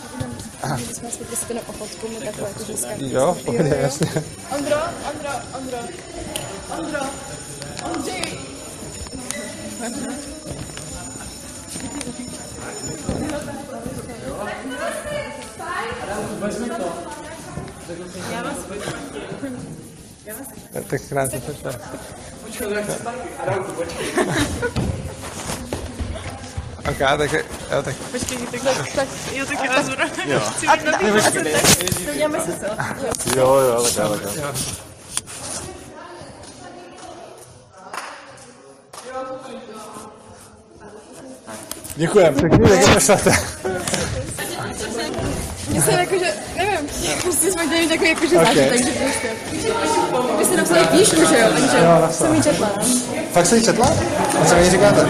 My jsme si prostě jenom ochotku, my takhle jako ženská.
Jo, v pohodě, jasně.
Ondro, Ondro, Ondro, Ondro, Ondřej.
Vezmi to.
Já vás Já vás
Tak krásně to šlo.
Počkej, já chci taky. Adamku, počkej.
Ok, tak jo, tak.
Počkej, tak, tak, jo, tak já vás budu.
Jo.
Chci být nový vlastně, tak to měláme se co?
Jo, jo, tak jo, tak jo. Děkujem, pěkný, jak to šlete.
Mně se jakože, nevím, prostě jsme dělali takový jakože zážitek, takže prostě. Vy jste napsali knížku, že jo, takže jsem ji četla.
Fakt jsi ji četla? A co mi říkáte?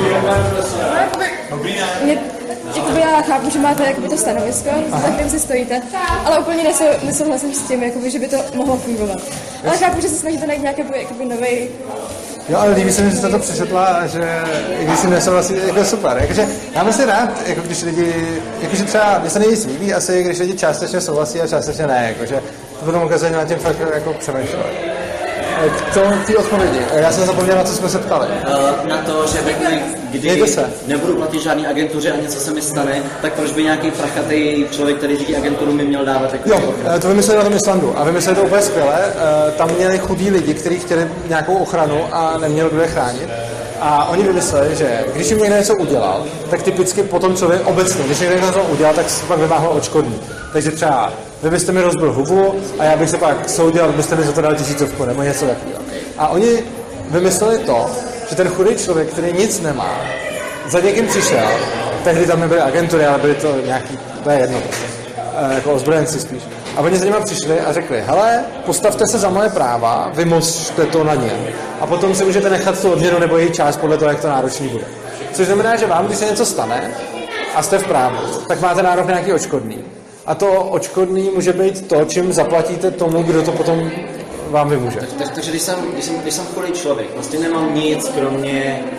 Mě, jakoby já chápu, že máte jakoby to stanovisko, za kterým si stojíte, ale úplně nesou, nesouhlasím s tím, jakoby, že by to mohlo fungovat. Ale chápu, že se snažíte najít nějaký jakoby novej.
Jo, ale líbí se mi, že jste to přečetla a že i když si nesouhlasí, jako super. Jakože, já mám si rád, jako když lidi, jakože třeba, mě se nejvíc líbí asi, když lidi částečně souhlasí a částečně ne, jakože to potom ukazuje na tím fakt jako přemýšlet. K tomu té odpovědi. Já jsem zapomněl, na co jsme se ptali.
Uh, na to, že ve chvíli, kdy nebudu platit žádný agentuře a něco se mi stane, tak proč by nějaký prachatý člověk, který řídí agenturu, mi měl dávat jako...
Jo, to vymysleli na tom Islandu a vymysleli to úplně skvěle. Tam měli chudí lidi, kteří chtěli nějakou ochranu a neměl kdo je chránit. A oni vymysleli, že když jim někdo něco udělal, tak typicky potom člověk obecně, když někdo něco udělal, tak si pak vymáhal odškodný. Takže třeba vy byste mi rozbil hubu a já bych se pak soudil, abyste mi za to dal tisícovku nebo něco takového. A oni vymysleli to, že ten chudý člověk, který nic nemá, za někým přišel, tehdy tam nebyly agentury, ale byly to nějaký, to je jedno, jako ozbrojenci spíš. A oni za nima přišli a řekli, hele, postavte se za moje práva, vymožte to na ně. A potom si můžete nechat tu odměnu nebo její část podle toho, jak to náročný bude. Což znamená, že vám, když se něco stane a jste v právu, tak máte nárok na nějaký odškodný. A to odškodný může být to, čím zaplatíte tomu, kdo to potom vám vymůže.
Tak, takže když jsem, když jsem, když jsem chudý člověk, vlastně nemám nic, kromě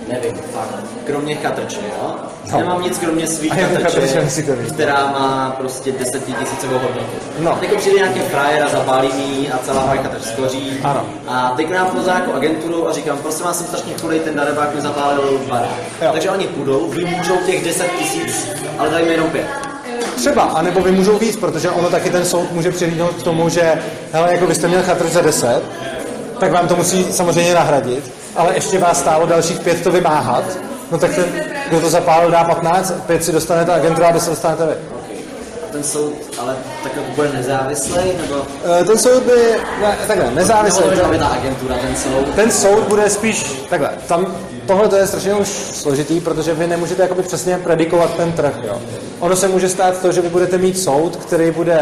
nevím, fakt, kromě chatrče, jo?
No.
Nemám nic kromě svých
A jak
chatrče,
chatrče musíte mít?
která má prostě desetitisícovou hodnotu.
No.
Teď přijde nějaký frajer a zapálí mi a celá moje chatrč skoří.
Ano.
A teď nám pozná jako agenturu a říkám, prosím vás, jsem strašně chudej, ten darebák mi zapálil barák. Takže oni půjdou, vymůžou těch deset tisíc, ale dají mi jenom pět.
Třeba, anebo vy můžou víc, protože ono taky ten soud může přilídnout k tomu, že hele, jako vy jste měl chatrč za deset, tak vám to musí samozřejmě nahradit, ale ještě vás stálo dalších pět to vymáhat, no tak ten, kdo to zapálil, dá patnáct, pět si dostane ta agentura a deset dostanete vy.
Ten soud, ale tak jako bude nezávislý, nebo?
Uh, ten soud by, ne, takhle, nezávislý.
Nebo ten, ta agentura, ten soud?
Ten soud bude spíš, takhle, tam, tohle to je strašně už složitý, protože vy nemůžete jakoby přesně predikovat ten trh, jo. Ono se může stát to, že vy budete mít soud, který bude,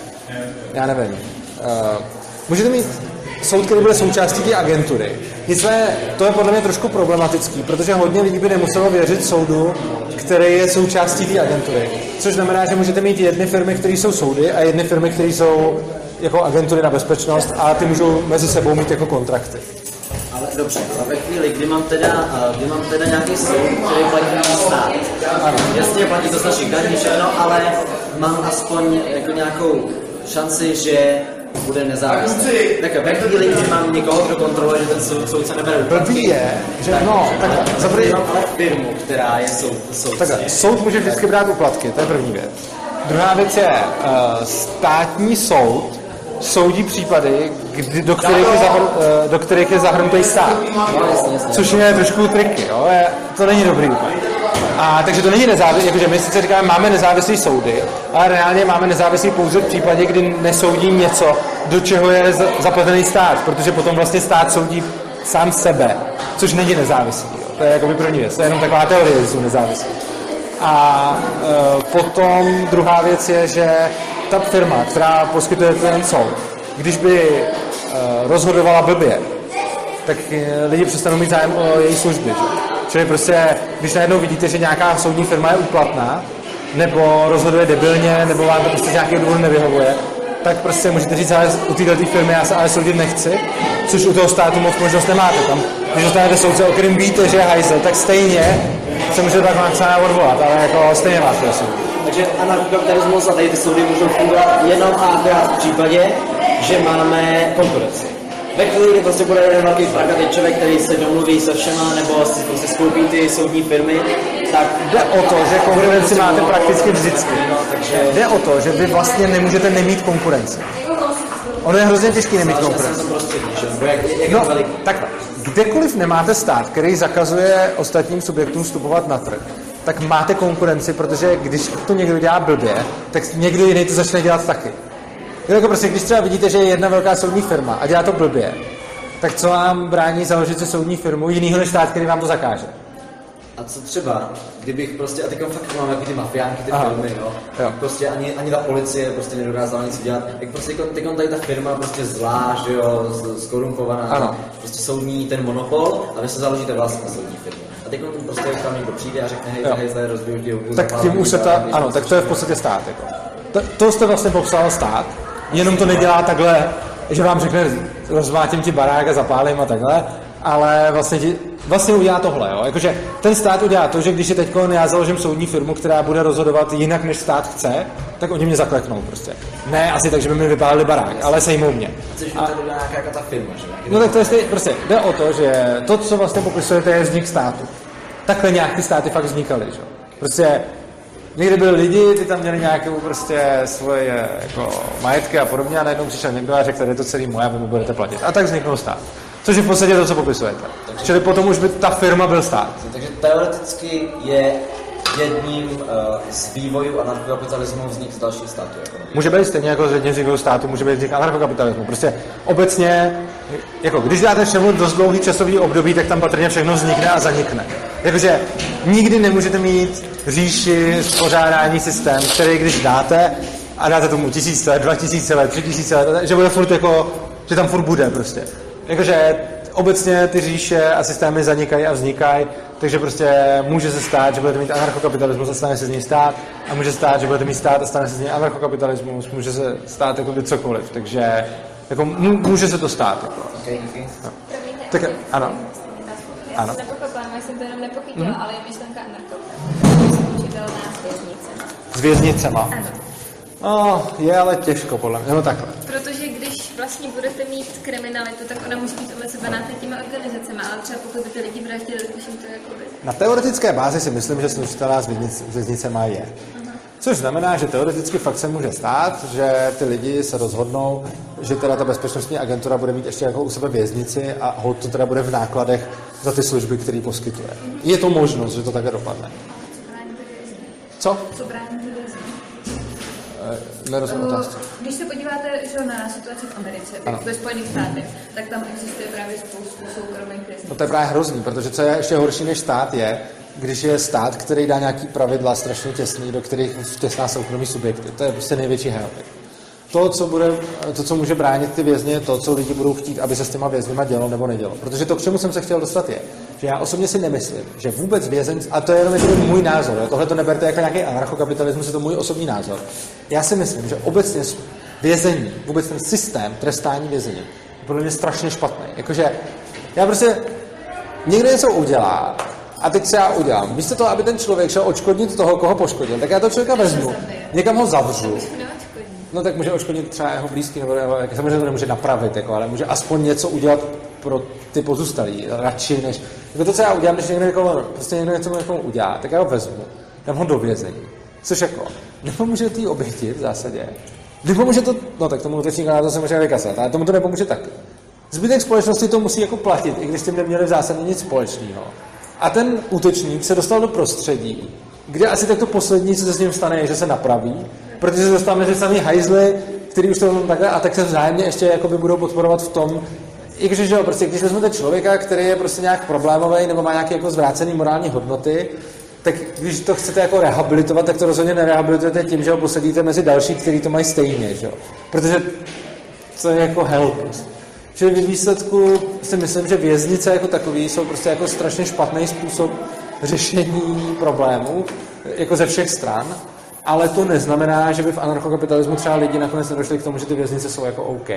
já nevím, uh, můžete mít soud, který bude součástí té agentury. Nicméně to je podle mě trošku problematický, protože hodně lidí by nemuselo věřit soudu, který je součástí té agentury. Což znamená, že můžete mít jedny firmy, které jsou soudy a jedny firmy, které jsou jako agentury na bezpečnost a ty můžou mezi sebou mít jako kontrakty.
Ale dobře, a ve chvíli, kdy mám teda, kdy mám teda nějaký soud, který platí stát. Ano. Jasně, platí to z našich daní všechno, ale mám aspoň jako nějakou šanci, že bude nezávislý. Tak ve chvíli, kdy mám někoho, kdo kontroluje, že ten soud, soudce nebere úplatky.
Blbý je, že tak, no, takhle, za první...
Mám ale firmu, která je soud, soudce.
Takhle, soud může vždycky brát úplatky, to je první věc. Druhá věc je, uh, státní soud soudí případy, kdy, do, kterých je zahr, uh, do kterých je zahrnutý stát. Což je trošku triky, jo? Je, to není dobrý úplně. A takže to není nezávislé, jakože my sice říkáme, máme nezávislé soudy, ale reálně máme nezávislý pouze v případě, kdy nesoudí něco, do čeho je zapojený stát, protože potom vlastně stát soudí sám sebe, což není nezávislý. Jo? To je jakoby první věc, to je jenom taková teorie, že jsou nezávislí. A e, potom druhá věc je, že ta firma, která poskytuje ten soud, když by e, rozhodovala blbě, tak e, lidi přestanou mít zájem o její služby. Že? Čili prostě, když najednou vidíte, že nějaká soudní firma je úplatná, nebo rozhoduje debilně, nebo vám to prostě z nějakého důvodu nevyhovuje, tak prostě můžete říct, ale u této firmy já se ale soudit nechci, což u toho státu moc možnost nemáte. Tam, když dostanete soudce, o kterém víte, že je hajzel, tak stejně se můžete tak maximálně odvolat, ale jako stejně vás to soudí.
Takže anarchokapitalismus a tady ty soudy můžou fungovat jenom a akorát v případě, že máme konkurenci. Ve chvíli, kdy prostě bude jeden velký prakatý člověk, který se domluví se všema, nebo si prostě skoupí ty soudní firmy, tak
jde o to, že konkurenci máte prakticky vždycky.
No, takže...
Jde o to, že vy vlastně nemůžete nemít konkurenci. Ono je hrozně těžké nemít konkurenci. No, takhle. Kdekoliv nemáte stát, který zakazuje ostatním subjektům vstupovat na trh, tak máte konkurenci, protože když to někdo dělá blbě, tak někdo jiný to začne dělat taky. Jako prostě, když třeba vidíte, že je jedna velká soudní firma a dělá to blbě, tak co vám brání založit si soudní firmu jinýho než stát, který vám to zakáže?
A co třeba, kdybych prostě, a teď fakt mám jaký ty mafiánky, ty
Aha.
filmy, jo?
jo.
Prostě ani, ani ta policie prostě nedokázala nic dělat. Jak prostě teď tady ta firma prostě zlá, že jo, skorumpovaná,
ano.
prostě soudní ten monopol a vy se založíte vlastní soudní firmu. A teď prostě tam někdo přijde a řekne, hej, hej, zde rozbiju ti hubu.
Tak tím už se ta, ano, tak to je v podstatě stát, jako. To, to jste vlastně popsal stát, jenom to nedělá takhle, že vám řekne, rozvátím ti barák a zapálím a takhle, ale vlastně, ti, vlastně udělá tohle, jo. Jakože ten stát udělá to, že když je teď já založím soudní firmu, která bude rozhodovat jinak, než stát chce, tak oni mě zakleknou prostě. Ne asi tak, že by mi vypálili barák, ale sejmou mě.
Což by to byla nějaká ta firma, že?
No tak to je stejně, prostě jde o to, že to, co vlastně popisujete, je vznik státu. Takhle nějak ty státy fakt vznikaly, že? Prostě někdy byli lidi, ty tam měli nějakou prostě svoje jako majetky a podobně a najednou přišel někdo a řekl, tady je to celý moje a vy mi budete platit. A tak vzniknul stát. Což je v podstatě to, co popisujete. Takže, čili potom už by ta firma byl stát.
Takže teoreticky je jedním uh, z vývojů anarchokapitalismu vznik z dalších států. Jako
může být stejně jako z jedním z vývojů státu, může být vznik anarchokapitalismu. Prostě obecně, jako když dáte všemu dost dlouhý časový období, tak tam patrně všechno vznikne a zanikne. Jakože nikdy nemůžete mít říši, spořádání, systém, který když dáte a dáte tomu tisíc let, dva tisíce let, tři tisíce let, že bude furt jako, že tam furt bude prostě. Jakože obecně ty říše a systémy zanikají a vznikají, takže prostě může se stát, že budete mít anarchokapitalismus a stane se z něj stát, a může stát, že budete mít stát a stane se z něj anarchokapitalismus, může se stát jako by cokoliv, takže jako může se to stát. Jako.
Okay, okay.
No. Tak ano.
Já
Ano.
jsem nepochopila, já jsem to jenom nepochytila,
Mhm.
mm. ale je myšlenka anarcho. Učitelná s věznicema.
S věznicema.
Ano.
No, je ale těžko podle mě, nebo takhle.
Protože když vlastně budete mít kriminalitu, tak ona musí být omezená těma organizacemi, ale třeba pokud by ty lidi vrátili, tak už jim to jakoby...
Na teoretické bázi si myslím, že slučitelná s věznic- s věznicema je. Což znamená, že teoreticky fakt se může stát, že ty lidi se rozhodnou, že teda ta bezpečnostní agentura bude mít ještě jako u sebe věznici a holt to teda bude v nákladech za ty služby, které poskytuje. Je to možnost, že to takhle dopadne. Co?
Co brání ty vězni?
E, nerozumím otázku.
Když se podíváte že na situaci v Americe,
Ano.
ve Spojených státech, tak tam existuje právě spoustu soukromých věznic.
No to je právě hrozný, protože co je ještě horší než stát je, když je stát, který dá nějaký pravidla strašně těsný, do kterých vtěsná soukromí subjekty. To je prostě největší helpy. To, co bude, to, co může bránit ty vězně, je to, co lidi budou chtít, aby se s těma vězněma dělo nebo nedělo. Protože to, k čemu jsem se chtěl dostat, je, že já osobně si nemyslím, že vůbec vězeň, a to je jenom jako můj názor, jo, tohle to neberte jako nějaký anarchokapitalismus, je to můj osobní názor. Já si myslím, že obecně vězení, vůbec ten systém trestání vězení, je podle mě strašně špatný. Jakože já prostě někdo něco udělá, a teď se já udělám. Místo toho, aby ten člověk šel odškodnit toho, koho poškodil, tak já toho člověka vezmu, někam ho zavřu. No tak může odškodnit třeba jeho blízký, nebo jeho, samozřejmě to nemůže napravit, jako, ale může aspoň něco udělat pro ty pozůstalí, radši než... Jako to, co já udělám, když někdo, jako, prostě někdo něco někomu udělá, tak já ho vezmu, dám ho do vězení. Což jako, nepomůže té oběti v zásadě. Nepomůže to, no tak tomu útočníka to se může vykasat, ale tomu to nepomůže taky. Zbytek společnosti to musí jako platit, i když s tím neměli v zásadě nic společného. A ten útočník se dostal do prostředí, kde asi tak to poslední, co se s ním stane, je, že se napraví, protože se dostal mezi samý hajzly, který už to takhle, a tak se vzájemně ještě jakoby budou podporovat v tom, i když, že jo, prostě, když vezmete člověka, který je prostě nějak problémový nebo má nějaké jako zvrácený morální hodnoty, tak když to chcete jako rehabilitovat, tak to rozhodně nerehabilitujete tím, že ho posadíte mezi další, kteří to mají stejně, že jo? Protože to je jako help. Čili v výsledku si myslím, že věznice jako takový jsou prostě jako strašně špatný způsob řešení problémů, jako ze všech stran, ale to neznamená, že by v anarchokapitalismu třeba lidi nakonec nedošli k tomu, že ty věznice jsou jako OK.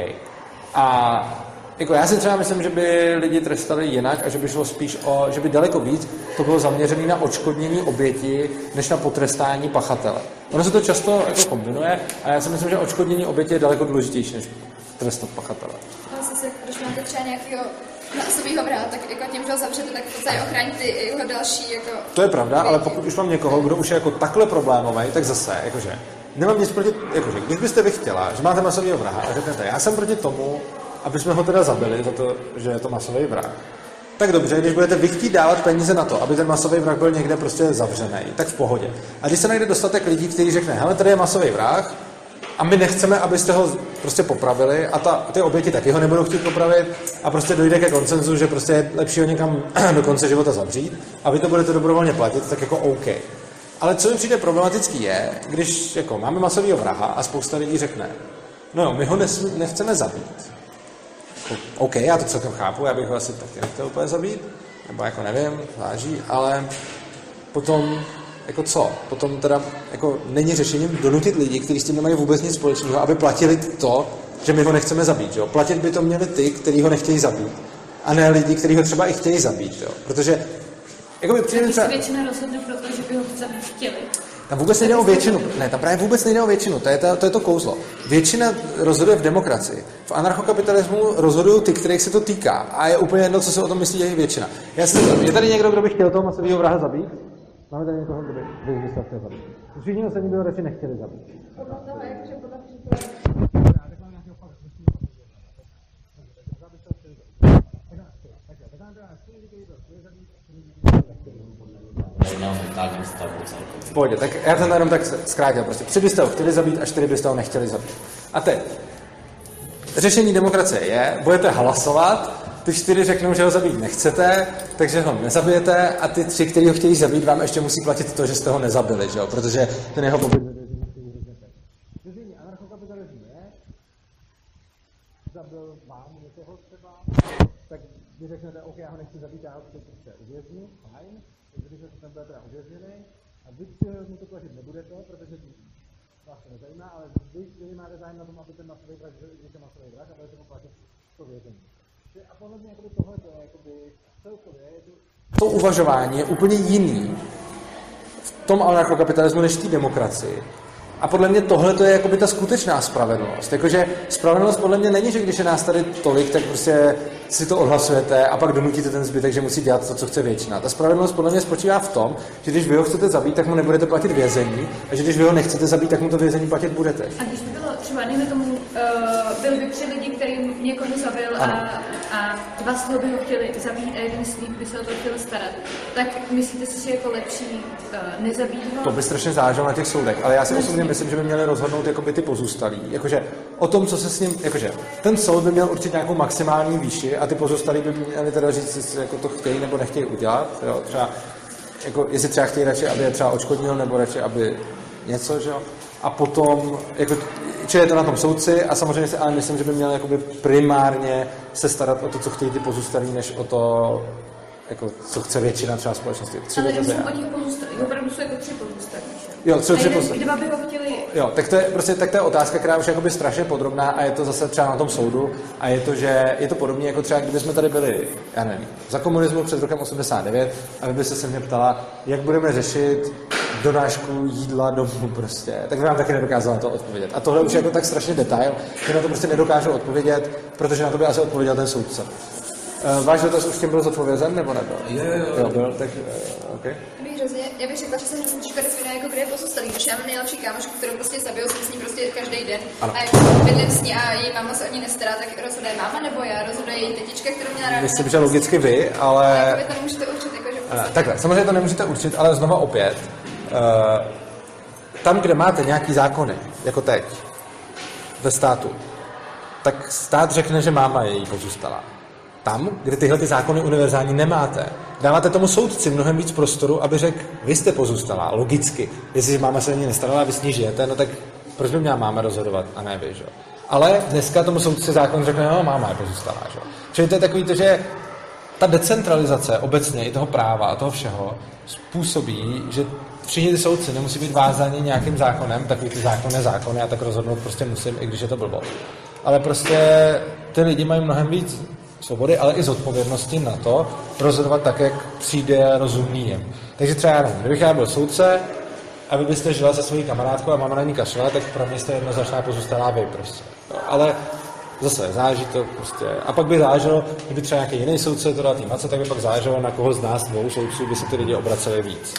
A jako já si třeba myslím, že by lidi trestali jinak a že by šlo spíš o, že by daleko víc to bylo zaměřené na odškodnění oběti, než na potrestání pachatele. Ono se to často jako kombinuje a já si myslím, že odškodnění oběti je daleko důležitější, než trestat pachatele.
Vlastně se, když máte třeba nějakého násobího vraha, tak jako tím, že ho zavřete, tak v podstatě ochraňte jeho další jako...
To je pravda, ale pokud už mám někoho, kdo už je jako takhle problémový, tak zase, jakože, nemám nic proti, jakože, když byste vy chtěla, že máte masového vraha a řeknete, já jsem proti tomu, aby jsme ho teda zabili za to, že je to masový vrah. Tak dobře, když budete vy chtít dávat peníze na to, aby ten masový vrah byl někde prostě zavřený, tak v pohodě. A když se najde dostatek lidí, kteří řekne, hele, tady je masový vrah, a my nechceme, abyste ho prostě popravili a ta, ty oběti taky ho nebudou chtít popravit a prostě dojde ke konsenzu, že prostě je lepší ho někam do konce života zavřít a vy to budete dobrovolně platit, tak jako OK. Ale co mi přijde problematický je, když jako máme masového vraha a spousta lidí řekne, no jo, my ho nesmí, nechceme zabít. OK, já to celkem chápu, já bych ho asi taky nechtěl úplně zabít, nebo jako nevím, záží, ale potom jako co? Potom teda jako není řešením donutit lidi, kteří s tím nemají vůbec nic společného, aby platili to, že my ho nechceme zabít. Jo? Platit by to měli ty, kteří ho nechtějí zabít. A ne lidi, kteří ho třeba i chtějí zabít. Jo? Protože jako by přijde třeba...
většina rozhodne proto, že by ho zabít chtěli.
Tam vůbec nejde o většinu. Ne, tam právě vůbec nejde o většinu. To je, ta, to je to kouzlo. Většina rozhoduje v demokracii. V anarchokapitalismu rozhodují ty, kterých se to týká. A je úplně jedno, co se o tom myslí její většina. Já si říkám, je tady někdo, kdo by chtěl toho masového vraha zabít? Máme tady někoho, kdo by vyzvislav chtěl zabít. Všichni ostatní by ho radši nechtěli zabít.
Podle toho, jakože podle příkladu.
V pohodě, tak já to jenom tak zkrátil. Prostě tři byste ho chtěli zabít a čtyři byste ho nechtěli zabít. A teď, řešení demokracie je, budete hlasovat, ty čtyři řeknou, že ho zabít nechcete, takže ho nezabijete a ty tři, kteří ho chtějí zabít, vám ještě musí platit to, že jste ho nezabili, že jo? Protože ten jeho pobyt vede, že musí hrozněte. Řešení anarchokapitalismu je, zabil vám někoho třeba, tak vy řeknete, OK, já ho nechci zabít, já ho chci uvěznit, fajn, takže se tam budete uvězněný a vy si mu to platit nebudete, protože vás to nezajímá, ale vy, kteří máte zájem na tom, aby ten masový vrah, že ten masový vrah a budete mu platit to vězení. A podle mě tohle je jakoby celkově
to uvažování je úplně jiný v tom anarchokapitalismu než v té demokracii. A podle mě tohle to je jakoby ta skutečná spravedlnost. Jakože spravedlnost podle mě není, že když je nás tady tolik, tak prostě si to odhlasujete a pak donutíte ten zbytek, že musí dělat to, co chce většina. Ta spravedlnost podle mě spočívá v tom, že když vy ho chcete zabít, tak mu nebudete platit vězení, a že když vy ho nechcete zabít, tak mu to vězení platit budete.
A když by bylo třeba, nejme tomu, uh, byl by tři lidi, který někoho zabil a, a dva z toho by ho chtěli zabít a jeden z nich by se o to chtěl starat, tak myslíte si, že jako lepší uh, nezabít ho?
To by strašně záleželo na těch soudech, ale já si osobně myslím, že by měli rozhodnout jakoby ty pozůstalí. Jakože o tom, co se s ním, jakože ten soud by měl určit nějakou maximální výši a ty pozůstalí by měli teda říct, jestli jako to chtějí nebo nechtějí udělat. Jo? Třeba, jako, jestli třeba chtějí radši, aby je třeba odškodnil, nebo radši, aby něco, že jo. A potom, jako, či je to na tom soudci a samozřejmě si ale myslím, že by měl jakoby primárně se starat o to, co chtějí ty pozůstalí, než o to, jako, co chce většina třeba společnosti. Tři
ale jsou o těch pozůstalých, opravdu jsou jako tři pozůstalí.
Jo, tři, tři pozůstalí.
Dva by ho chtěli...
Jo, tak to je prostě tak to je otázka, která už je jakoby strašně podrobná a je to zase třeba na tom soudu a je to, že je to podobně jako třeba, kdyby jsme tady byli, já nevím, za komunismu před rokem osmdesát devět a vy by se se mě ptala, jak budeme řešit donášku jídla domů prostě, tak by vám taky nedokázala na to odpovědět. A tohle už je jako tak strašně detail, že na to prostě nedokážu odpovědět, protože na to by asi odpověděl ten soudce. Uh, váš dotaz už tím byl zodpovězen, nebo nebyl?
Jo, jo,
jo. byl, tak uh, OK.
Já bych hrozně, já bych řekla, že se hrozně těžko definuje, jako kde je pozůstalý, protože já mám nejlepší kámošku, kterou prostě zabiju, jsem s ní prostě každý den. Ano. A jako bydlím s ní a její máma se o ní nestará, tak rozhoduje máma nebo já, rozhoduje její tetička, kterou měla ráda.
Myslím, že logicky vy, ale...
ale vy to nemůžete určit, jako, že prostě...
Takhle, samozřejmě to nemůžete určit, ale znova opět, uh, tam, kde máte nějaký zákony, jako teď, ve státu, tak stát řekne, že máma je její pozůstalá. Tam, kde tyhle ty zákony univerzální nemáte, dáváte tomu soudci mnohem víc prostoru, aby řekl, vy jste pozůstalá, logicky. Jestliže máma se o ní nestarala a vy s ní žijete, no tak proč by měla máma rozhodovat a ne vy, že? Ale dneska tomu soudci zákon řekne, no máma je pozůstalá, že? Čili to je takový to, že ta decentralizace obecně i toho práva a toho všeho způsobí, že všichni ty soudci nemusí být vázáni nějakým zákonem, takový ty zákonné zákony a tak rozhodnout prostě musím, i když je to blbo. Ale prostě ty lidi mají mnohem víc svobody, ale i zodpovědnosti na to rozhodovat tak, jak přijde rozumný jim. Takže třeba já nevím, kdybych já byl soudce a vy byste žila se svojí kamarádkou a máma na ní kašla, tak pro mě jste jednoznačná pozůstalá vy prostě. Ale zase záleží to prostě. A pak by záleželo, kdyby třeba nějaký jiný soudce to dal tým mace, tak by pak záleželo, na koho z nás dvou soudců by se ty lidi obraceli víc.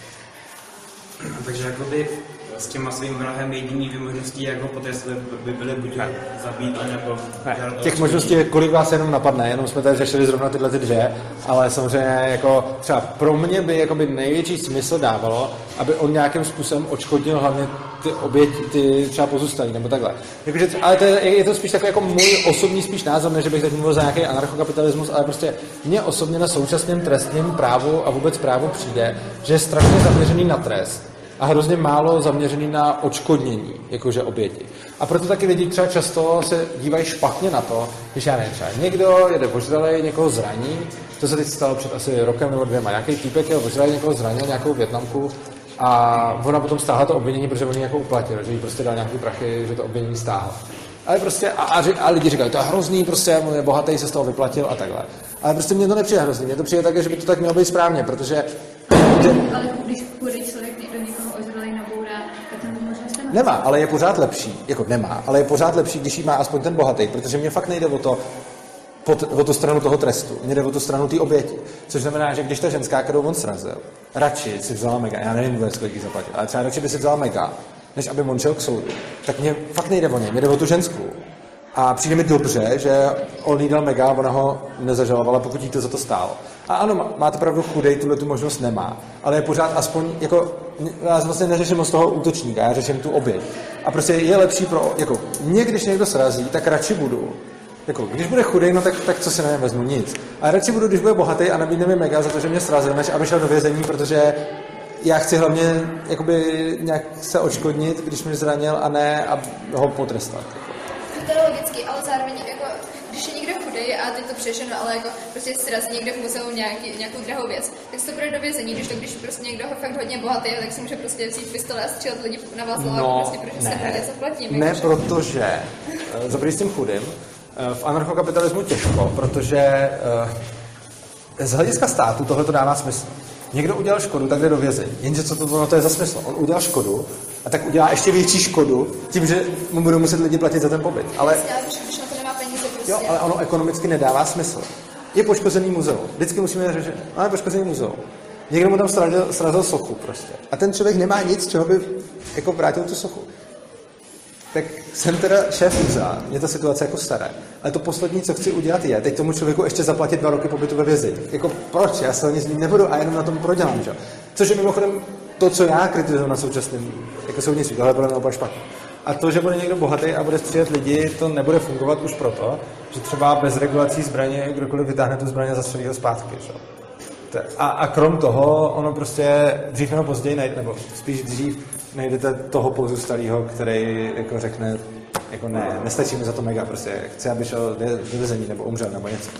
Takže jakoby s těma svým vrahem jediný možností, jak ho potrestat, by byly buď zabít, nebo...
Ne, těch možností je, kolik vás jenom napadne, jenom jsme tady řešili zrovna tyhle ty dvě, ale samozřejmě jako třeba pro mě by jakoby největší smysl dávalo, aby on nějakým způsobem odškodnil hlavně ty oběti, ty třeba pozůstalí, nebo takhle. Jakože, ale to je, je to spíš takový jako můj osobní spíš názor, než bych teď mluvil za nějaký anarchokapitalismus, ale prostě mně osobně na současném trestním právu a vůbec právu přijde, že je strašně zaměřený na trest a hrozně málo zaměřený na odškodnění, jakože oběti. A proto taky lidi třeba často se dívají špatně na to, když já nevím, třeba někdo jede ožralej, někoho zraní, to se teď stalo před asi rokem nebo dvěma, nějaký týpek je ožralej, někoho zranil, nějakou Vietnamku a ona potom stáhla to obvinění, protože on ji jako uplatil, že jí prostě dal nějaký prachy, že to obvinění stáhla. Ale prostě, a, a, a lidi říkají, to je hrozný, prostě on je bohatý, se z toho vyplatil a takhle. Ale prostě mně to nepřijde hrozný, mně to přijde tak, že by to tak mělo být správně, protože...
Ale když půjde člověk do někoho ožralej nabourá, tak ten možnost nemá.
Nemá, ale je pořád lepší, jako nemá, ale je pořád lepší, když jí má aspoň ten bohatý, protože mě fakt nejde o to, pod, o tu stranu toho trestu, mě jde o tu stranu té oběti. Což znamená, že když ta ženská, kterou on srazil, radši si vzala mega, já nevím, vůbec, kolik jí zaplatil, ale třeba radši by si vzala mega, než aby on šel k soudu, tak mě fakt nejde o něj, mě jde o tu ženskou. A přijde mi dobře, že on jí dal mega a ona ho nezažalovala, pokud jí to za to stálo. A ano, máte pravdu, chudej tuhle tu možnost nemá, ale je pořád aspoň, jako, já vlastně neřeším z toho útočníka, já řeším tu oběť. A prostě je lepší pro, jako, mě, když někdo srazí, tak radši budu. Jako, když bude chudej, no tak, tak co si na něm vezmu, nic. A radši budu, když bude bohatý a nabídne mi mega za to, že mě srazil, než aby šel do vězení, protože já chci hlavně jakoby nějak se odškodnit, když mě zranil, a ne a ho potrestat.
To je logicky, ale zároveň jako, když je někdo chudej a teď to přešeno, ale jako prostě srazí někde v muzeu nějaký, nějakou drahou věc, tak se to bude do vězení, když to když prostě někdo ho fakt hodně bohatý, tak si může prostě vzít pistole a střílet lidi na vás hlavu,
no,
prostě protože se hodně zaplatím.
Ne,
jako,
protože za s tím chudým v anarchokapitalismu těžko, protože uh, z hlediska státu tohle to dává smysl. Někdo udělal škodu, tak jde do vězení. Jenže co to, no to je za smysl? On udělal škodu a tak udělá ještě větší škodu tím, že mu budou muset lidi platit za ten pobyt. Ale, jo, ale ono ekonomicky nedává smysl. Je poškozený muzeum. Vždycky musíme řešit, ale je poškozený muzeum. Někdo mu tam srazil, srazil sochu prostě. A ten člověk nemá nic, čeho by jako vrátil tu sochu. Tak jsem teda šéf muzea, mě ta situace jako staré. Ale to poslední, co chci udělat, je teď tomu člověku ještě zaplatit dva roky pobytu ve vězení. Jako proč? Já se ho nic mít nebudu a jenom na tom prodělám, že? Což je mimochodem to, co já kritizuju na současném jako soudnictví. Tohle bude naopak špatně. A to, že bude někdo bohatý a bude střílet lidi, to nebude fungovat už proto, že třeba bez regulací zbraně kdokoliv vytáhne tu zbraně a zastřelí ho zpátky, že? A, a krom toho, ono prostě dřív nebo později, najde, nebo spíš dřív, najdete toho pozůstalého, který jako řekne, jako ne, nestačí mi za to mega, prostě chci, aby šel do vězení nebo umřel nebo něco.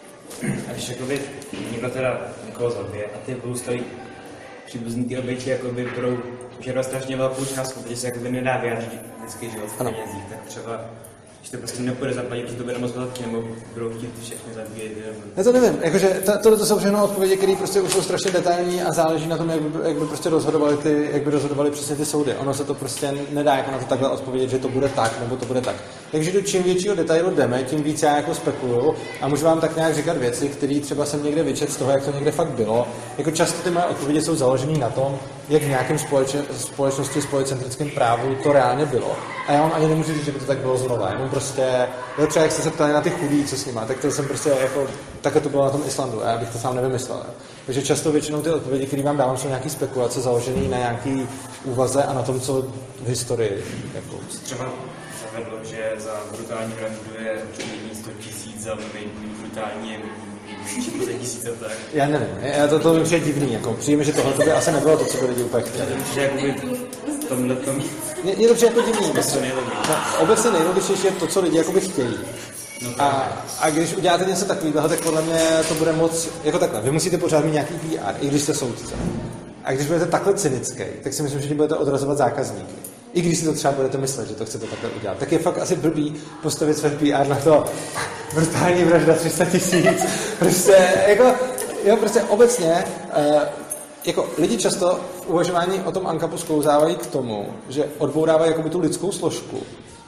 A když jakoby někdo teda někoho zabije a ty pozůstalí příbuzní ty oběti jakoby budou žádat strašně velkou částku, protože se jakoby nedá vyjádřit vždycky život v penězích, tak třeba že to prostě nepůjde zaplatit, protože to bude moc velký, nebo budou chtít všechny zabíjet.
Já to nevím, jakože tohle to jsou všechno odpovědi, které prostě už jsou strašně detailní a záleží na tom, jak by, jak by prostě rozhodovali ty, jak by rozhodovali přesně ty soudy. Ono se to prostě nedá jako na to takhle odpovědět, že to bude tak, nebo to bude tak. Takže do čím většího detailu jdeme, tím víc já jako spekuluju a můžu vám tak nějak říkat věci, které třeba jsem někde vyčet z toho, jak to někde fakt bylo. Jako často ty moje odpovědi jsou založené na tom, jak v nějakém společ, společnosti s policentrickém právu to reálně bylo. A já vám ani nemůžu říct, že by to tak bylo znova. Jenom prostě, jo, třeba jak jste se ptali na ty chudí, co s nima, tak to jsem prostě jako, takhle to bylo na tom Islandu a já bych to sám nevymyslel. Takže často většinou ty odpovědi, které vám dávám, jsou nějaké spekulace založené na nějaký úvaze a na tom, co v historii. Jako.
Třeba zavedlo, že za brutální vraždu je odškodnění sto tisíc, za brutální je menší tisíce, tak.
Já nevím, já to, to mi přijde divný, jako přijíme, že tohle to by asi nebylo to, co by lidi úplně chtěli.
Že jakoby tomhle tom...
Je to přijde jako divný. No, obecně nejlogičnější je to, co lidi jakoby chtějí. No, a, a když uděláte něco takového, tak podle mě to bude moc, jako takhle, vy musíte pořád mít nějaký P R, i když jste soudce. A když budete takhle cynický, tak si myslím, že tím budete odrazovat zákazníky. I když si to třeba budete myslet, že to chcete takhle udělat. Tak je fakt asi blbý postavit své P R na to brutální vražda tři sta tisíc. Prostě, jako, jo, prostě obecně, uh, jako lidi často v uvažování o tom ANCAPu sklouzávají k tomu, že odbourávají jakoby tu lidskou složku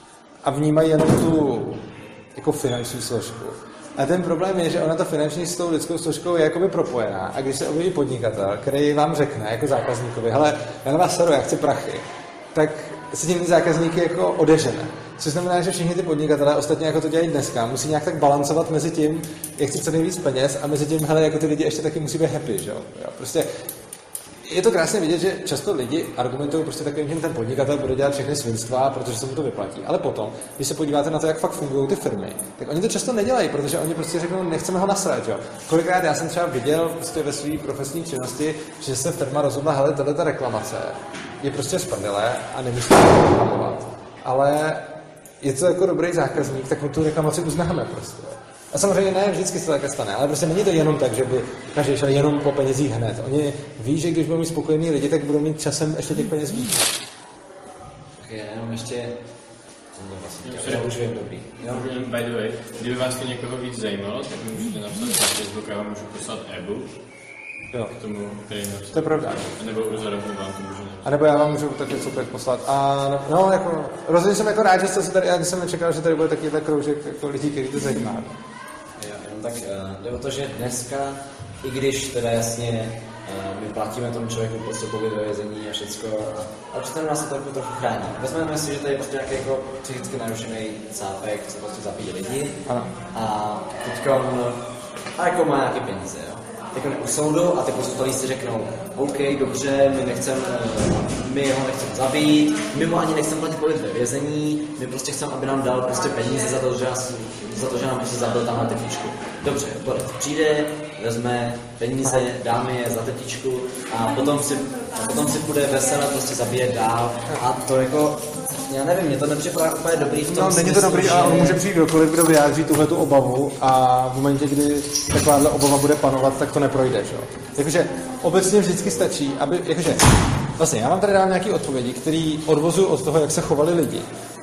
a vnímají jenom tu jako finanční složku. A ten problém je, že ona ta finanční s tou lidskou složkou je jakoby propojená. A když se objeví podnikatel, který vám řekne jako zákazníkovi, hele, já na vás seru, já chci prachy, tak se tím ty zákazníky jako odežene. Což znamená, že všichni ty podnikatelé, ostatně jako to dělají dneska, musí nějak tak balancovat mezi tím, jak chci co nejvíc peněz a mezi tím, hele, jako ty lidi ještě taky musí být happy, že jo. Prostě je to krásně vidět, že často lidi argumentují prostě takovým, že ten podnikatel bude dělat všechny svinstva, protože se mu to vyplatí. Ale potom, když se podíváte na to, jak fakt fungují ty firmy, tak oni to často nedělají, protože oni prostě řeknou, nechceme ho nasrat, jo. Kolikrát já jsem třeba viděl prostě ve své profesní činnosti, že se firma rozhodla, hele, tato ta reklamace je prostě z prdele a nemusí to reklamovat. Ale je to jako dobrý zákazník, tak mu tu reklamaci uznáme prostě. A samozřejmě ne, vždycky se to také stane, ale prostě není to jenom tak, že by každý šel jenom po penězích hned. Oni ví, že když budou mít spokojení lidi, tak budou mít časem ještě těch peněz víc.
Tak je jenom ještě...
Vlastně, já už vím, dobrý. Jo? By the way, kdyby vás to někoho víc zajímalo, tak mi můžete napsat na Facebook, já vám můžu poslat e-book.
Jo.
K tomu, který napsat.
To je pravda.
A nebo zarovnu vám to můžu napsat.
A nebo já vám můžu taky super poslat. A no, jako, rozhodně jsem jako rád, že jste se tady, já jsem nečekal, že tady bude takovýhle kroužek jako lidí, který to zajímá.
Jo, jenom tak uh, jde o to, že dneska, i když teda jasně uh, my platíme tomu člověku prostě pobyt ve vězení a všecko, a, a určitě nás to trochu, trochu chrání. Vezmeme si, že tady je prostě nějaký jako psychicky narušený cápek, co prostě zabíjí lidi.
Ano.
A teďka on, a jako má nějaké peníze, jo. Jako u soudu a ty pozůstalí si řeknou, OK, dobře, my nechceme, my ho nechceme zabít, my mu ani nechceme platit pobyt ve vězení, my prostě chceme, aby nám dal prostě peníze za to, že, nás, za to, že nám prostě zabil tam na tetičku. Dobře, borec přijde, vezme peníze, dáme je za tetičku a potom si, a potom si bude veselé prostě zabíjet dál a to jako... Já nevím, mě to nepřipadá úplně dobrý v tom
No, není to dobrý, že... ale on může přijít kdokoliv, kdo vyjádří tuhletu obavu a v momentě, kdy takováhle obava bude panovat, tak to neprojde, že jo. Jakože obecně vždycky stačí, aby, jakože, vlastně já vám tady dám nějaké odpovědi, které odvozuju od toho, jak se chovali lidi.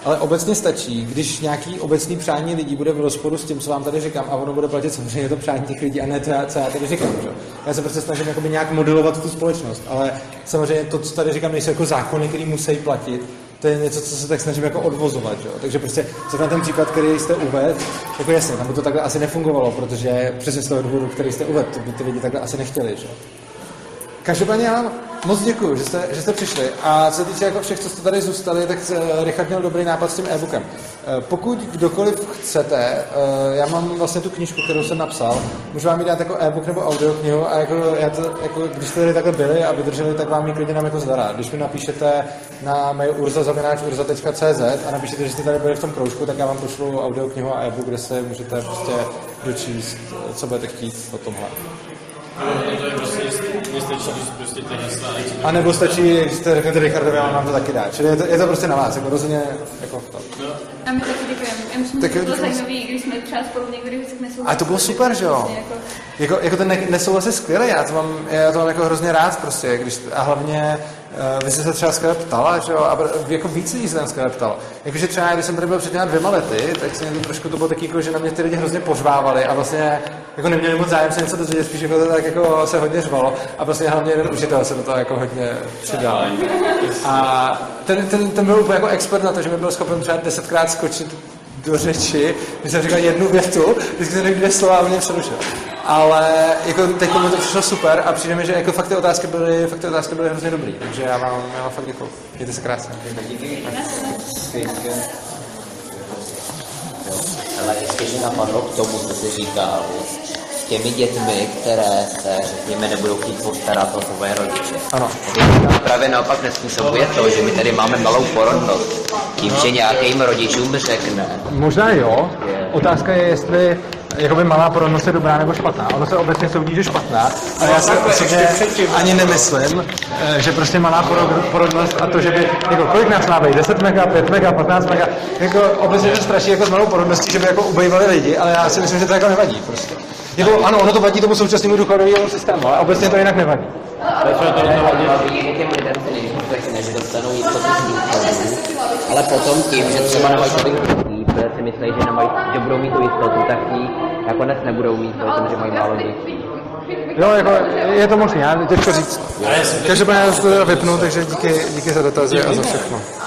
ale obecně stačí, když nějaký obecný přání lidí bude v rozporu s tím, co vám tady říkám, a ono bude platit samozřejmě to přání těch lidí a ne to, co já tady říkám. Že? Já se prostě snažím jakoby nějak modelovat tu společnost, ale samozřejmě to, co tady říkám, nejsou jako zákony, které musí platit. To je něco, co se tak snažím jako odvozovat, jo? Takže prostě na ten příklad, který jste uvedl, jako jasně, tam by to takhle asi nefungovalo, protože přesně z toho důvodu, který jste uvedl, to by ty lidi takhle asi nechtěli, že? Každopádně já vám moc děkuju, že jste, že jste přišli. A co se týče jako všech, co jste tady zůstali, tak Richard měl dobrý nápad s tím e-bookem. Pokud kdokoliv chcete, já mám vlastně tu knížku, kterou jsem napsal, můžu vám ji dát jako e-book nebo audioknihu a jako, já to, jako, když jste tady takhle byli a vydrželi, tak vám ji klidně nám jako zadará. Když mi napíšete na mail urza zavináč urza tečka cé zet a napíšete, že jste tady byli v tom kroužku, tak já vám pošlu audioknihu a e-book, kde se můžete prostě dočíst, co budete chtít o tomhle.
To je prostě, nestačí, když prostě ty hesla.
A nebo stačí, když jste řeknete Richardovi, a on vám to taky dá. Čili je to, je to prostě na vás, jako rozhodně jako to.
No. A my taky děkujeme. Já myslím, že to bylo zajímavý, když jsme třeba spolu někdy vždycky nesouhlasili.
A to bylo super, že jo?
Jako...
Jako, jako ten nesouhlas je skvělý, já to mám, já to mám jako hrozně rád prostě, když, a hlavně uh, vy jste se třeba skvěle ptala, že jo, a jako víc lidí se tam skvěle ptalo. Jakože třeba, když jsem tady byl před těma dvěma lety, tak se to trošku to bylo taky, jako, že na mě ty lidi hrozně pořvávali a vlastně jako neměli moc zájem se něco dozvědět, spíš jako to tak jako se hodně řvalo a vlastně hlavně jeden učitel se do toho jako hodně přidal. A ten, ten, ten byl úplně jako expert na to, že mi byl schopen třeba desetkrát skočit do řeči, když jsem říkal jednu větu, vždycky jsem řekl dvě slova a mě přerušil. Ale jako teď mi to přišlo super a přijde mi, že jako fakt ty otázky byly, fakt ty otázky byly hrozně dobrý, takže já vám, já vám fakt děkuju. Mějte se krásně.
Ale ještě mi napadlo k tomu, co jsi říkal, s těmi dětmi, které se, řekněme, nebudou chtít postarat o svoje rodiče.
Ano.
Právě naopak nespůsobuje to, že my tady máme malou porodnost. Tím, že nějakým rodičům řekne.
Možná jo. Otázka je, jestli jakoby malá porodnost je dobrá nebo špatná. Ono se obecně soudí, že špatná, ale já si osobně ani nemyslím, že prostě malá porodnost a to, že by, jako kolik nás má být, deset mega, pět mega, patnáct mega, jako obecně to straší jako s malou porodností, že by jako ubejvali lidi, ale já si myslím, že to jako nevadí prostě. Jako, ano, ono to vadí tomu současnému důchodovému systému, ale obecně to jinak nevadí.
Ale potom tím, že třeba nemají tolik dětí, protože si myslí, že, nemají, že budou mít tu jistotu, tak ji nakonec nebudou mít, protože mají málo dětí.
Jo, jako je to možné, já těžko říct. Každopádně já to vypnu, takže díky, díky za dotazy a za všechno.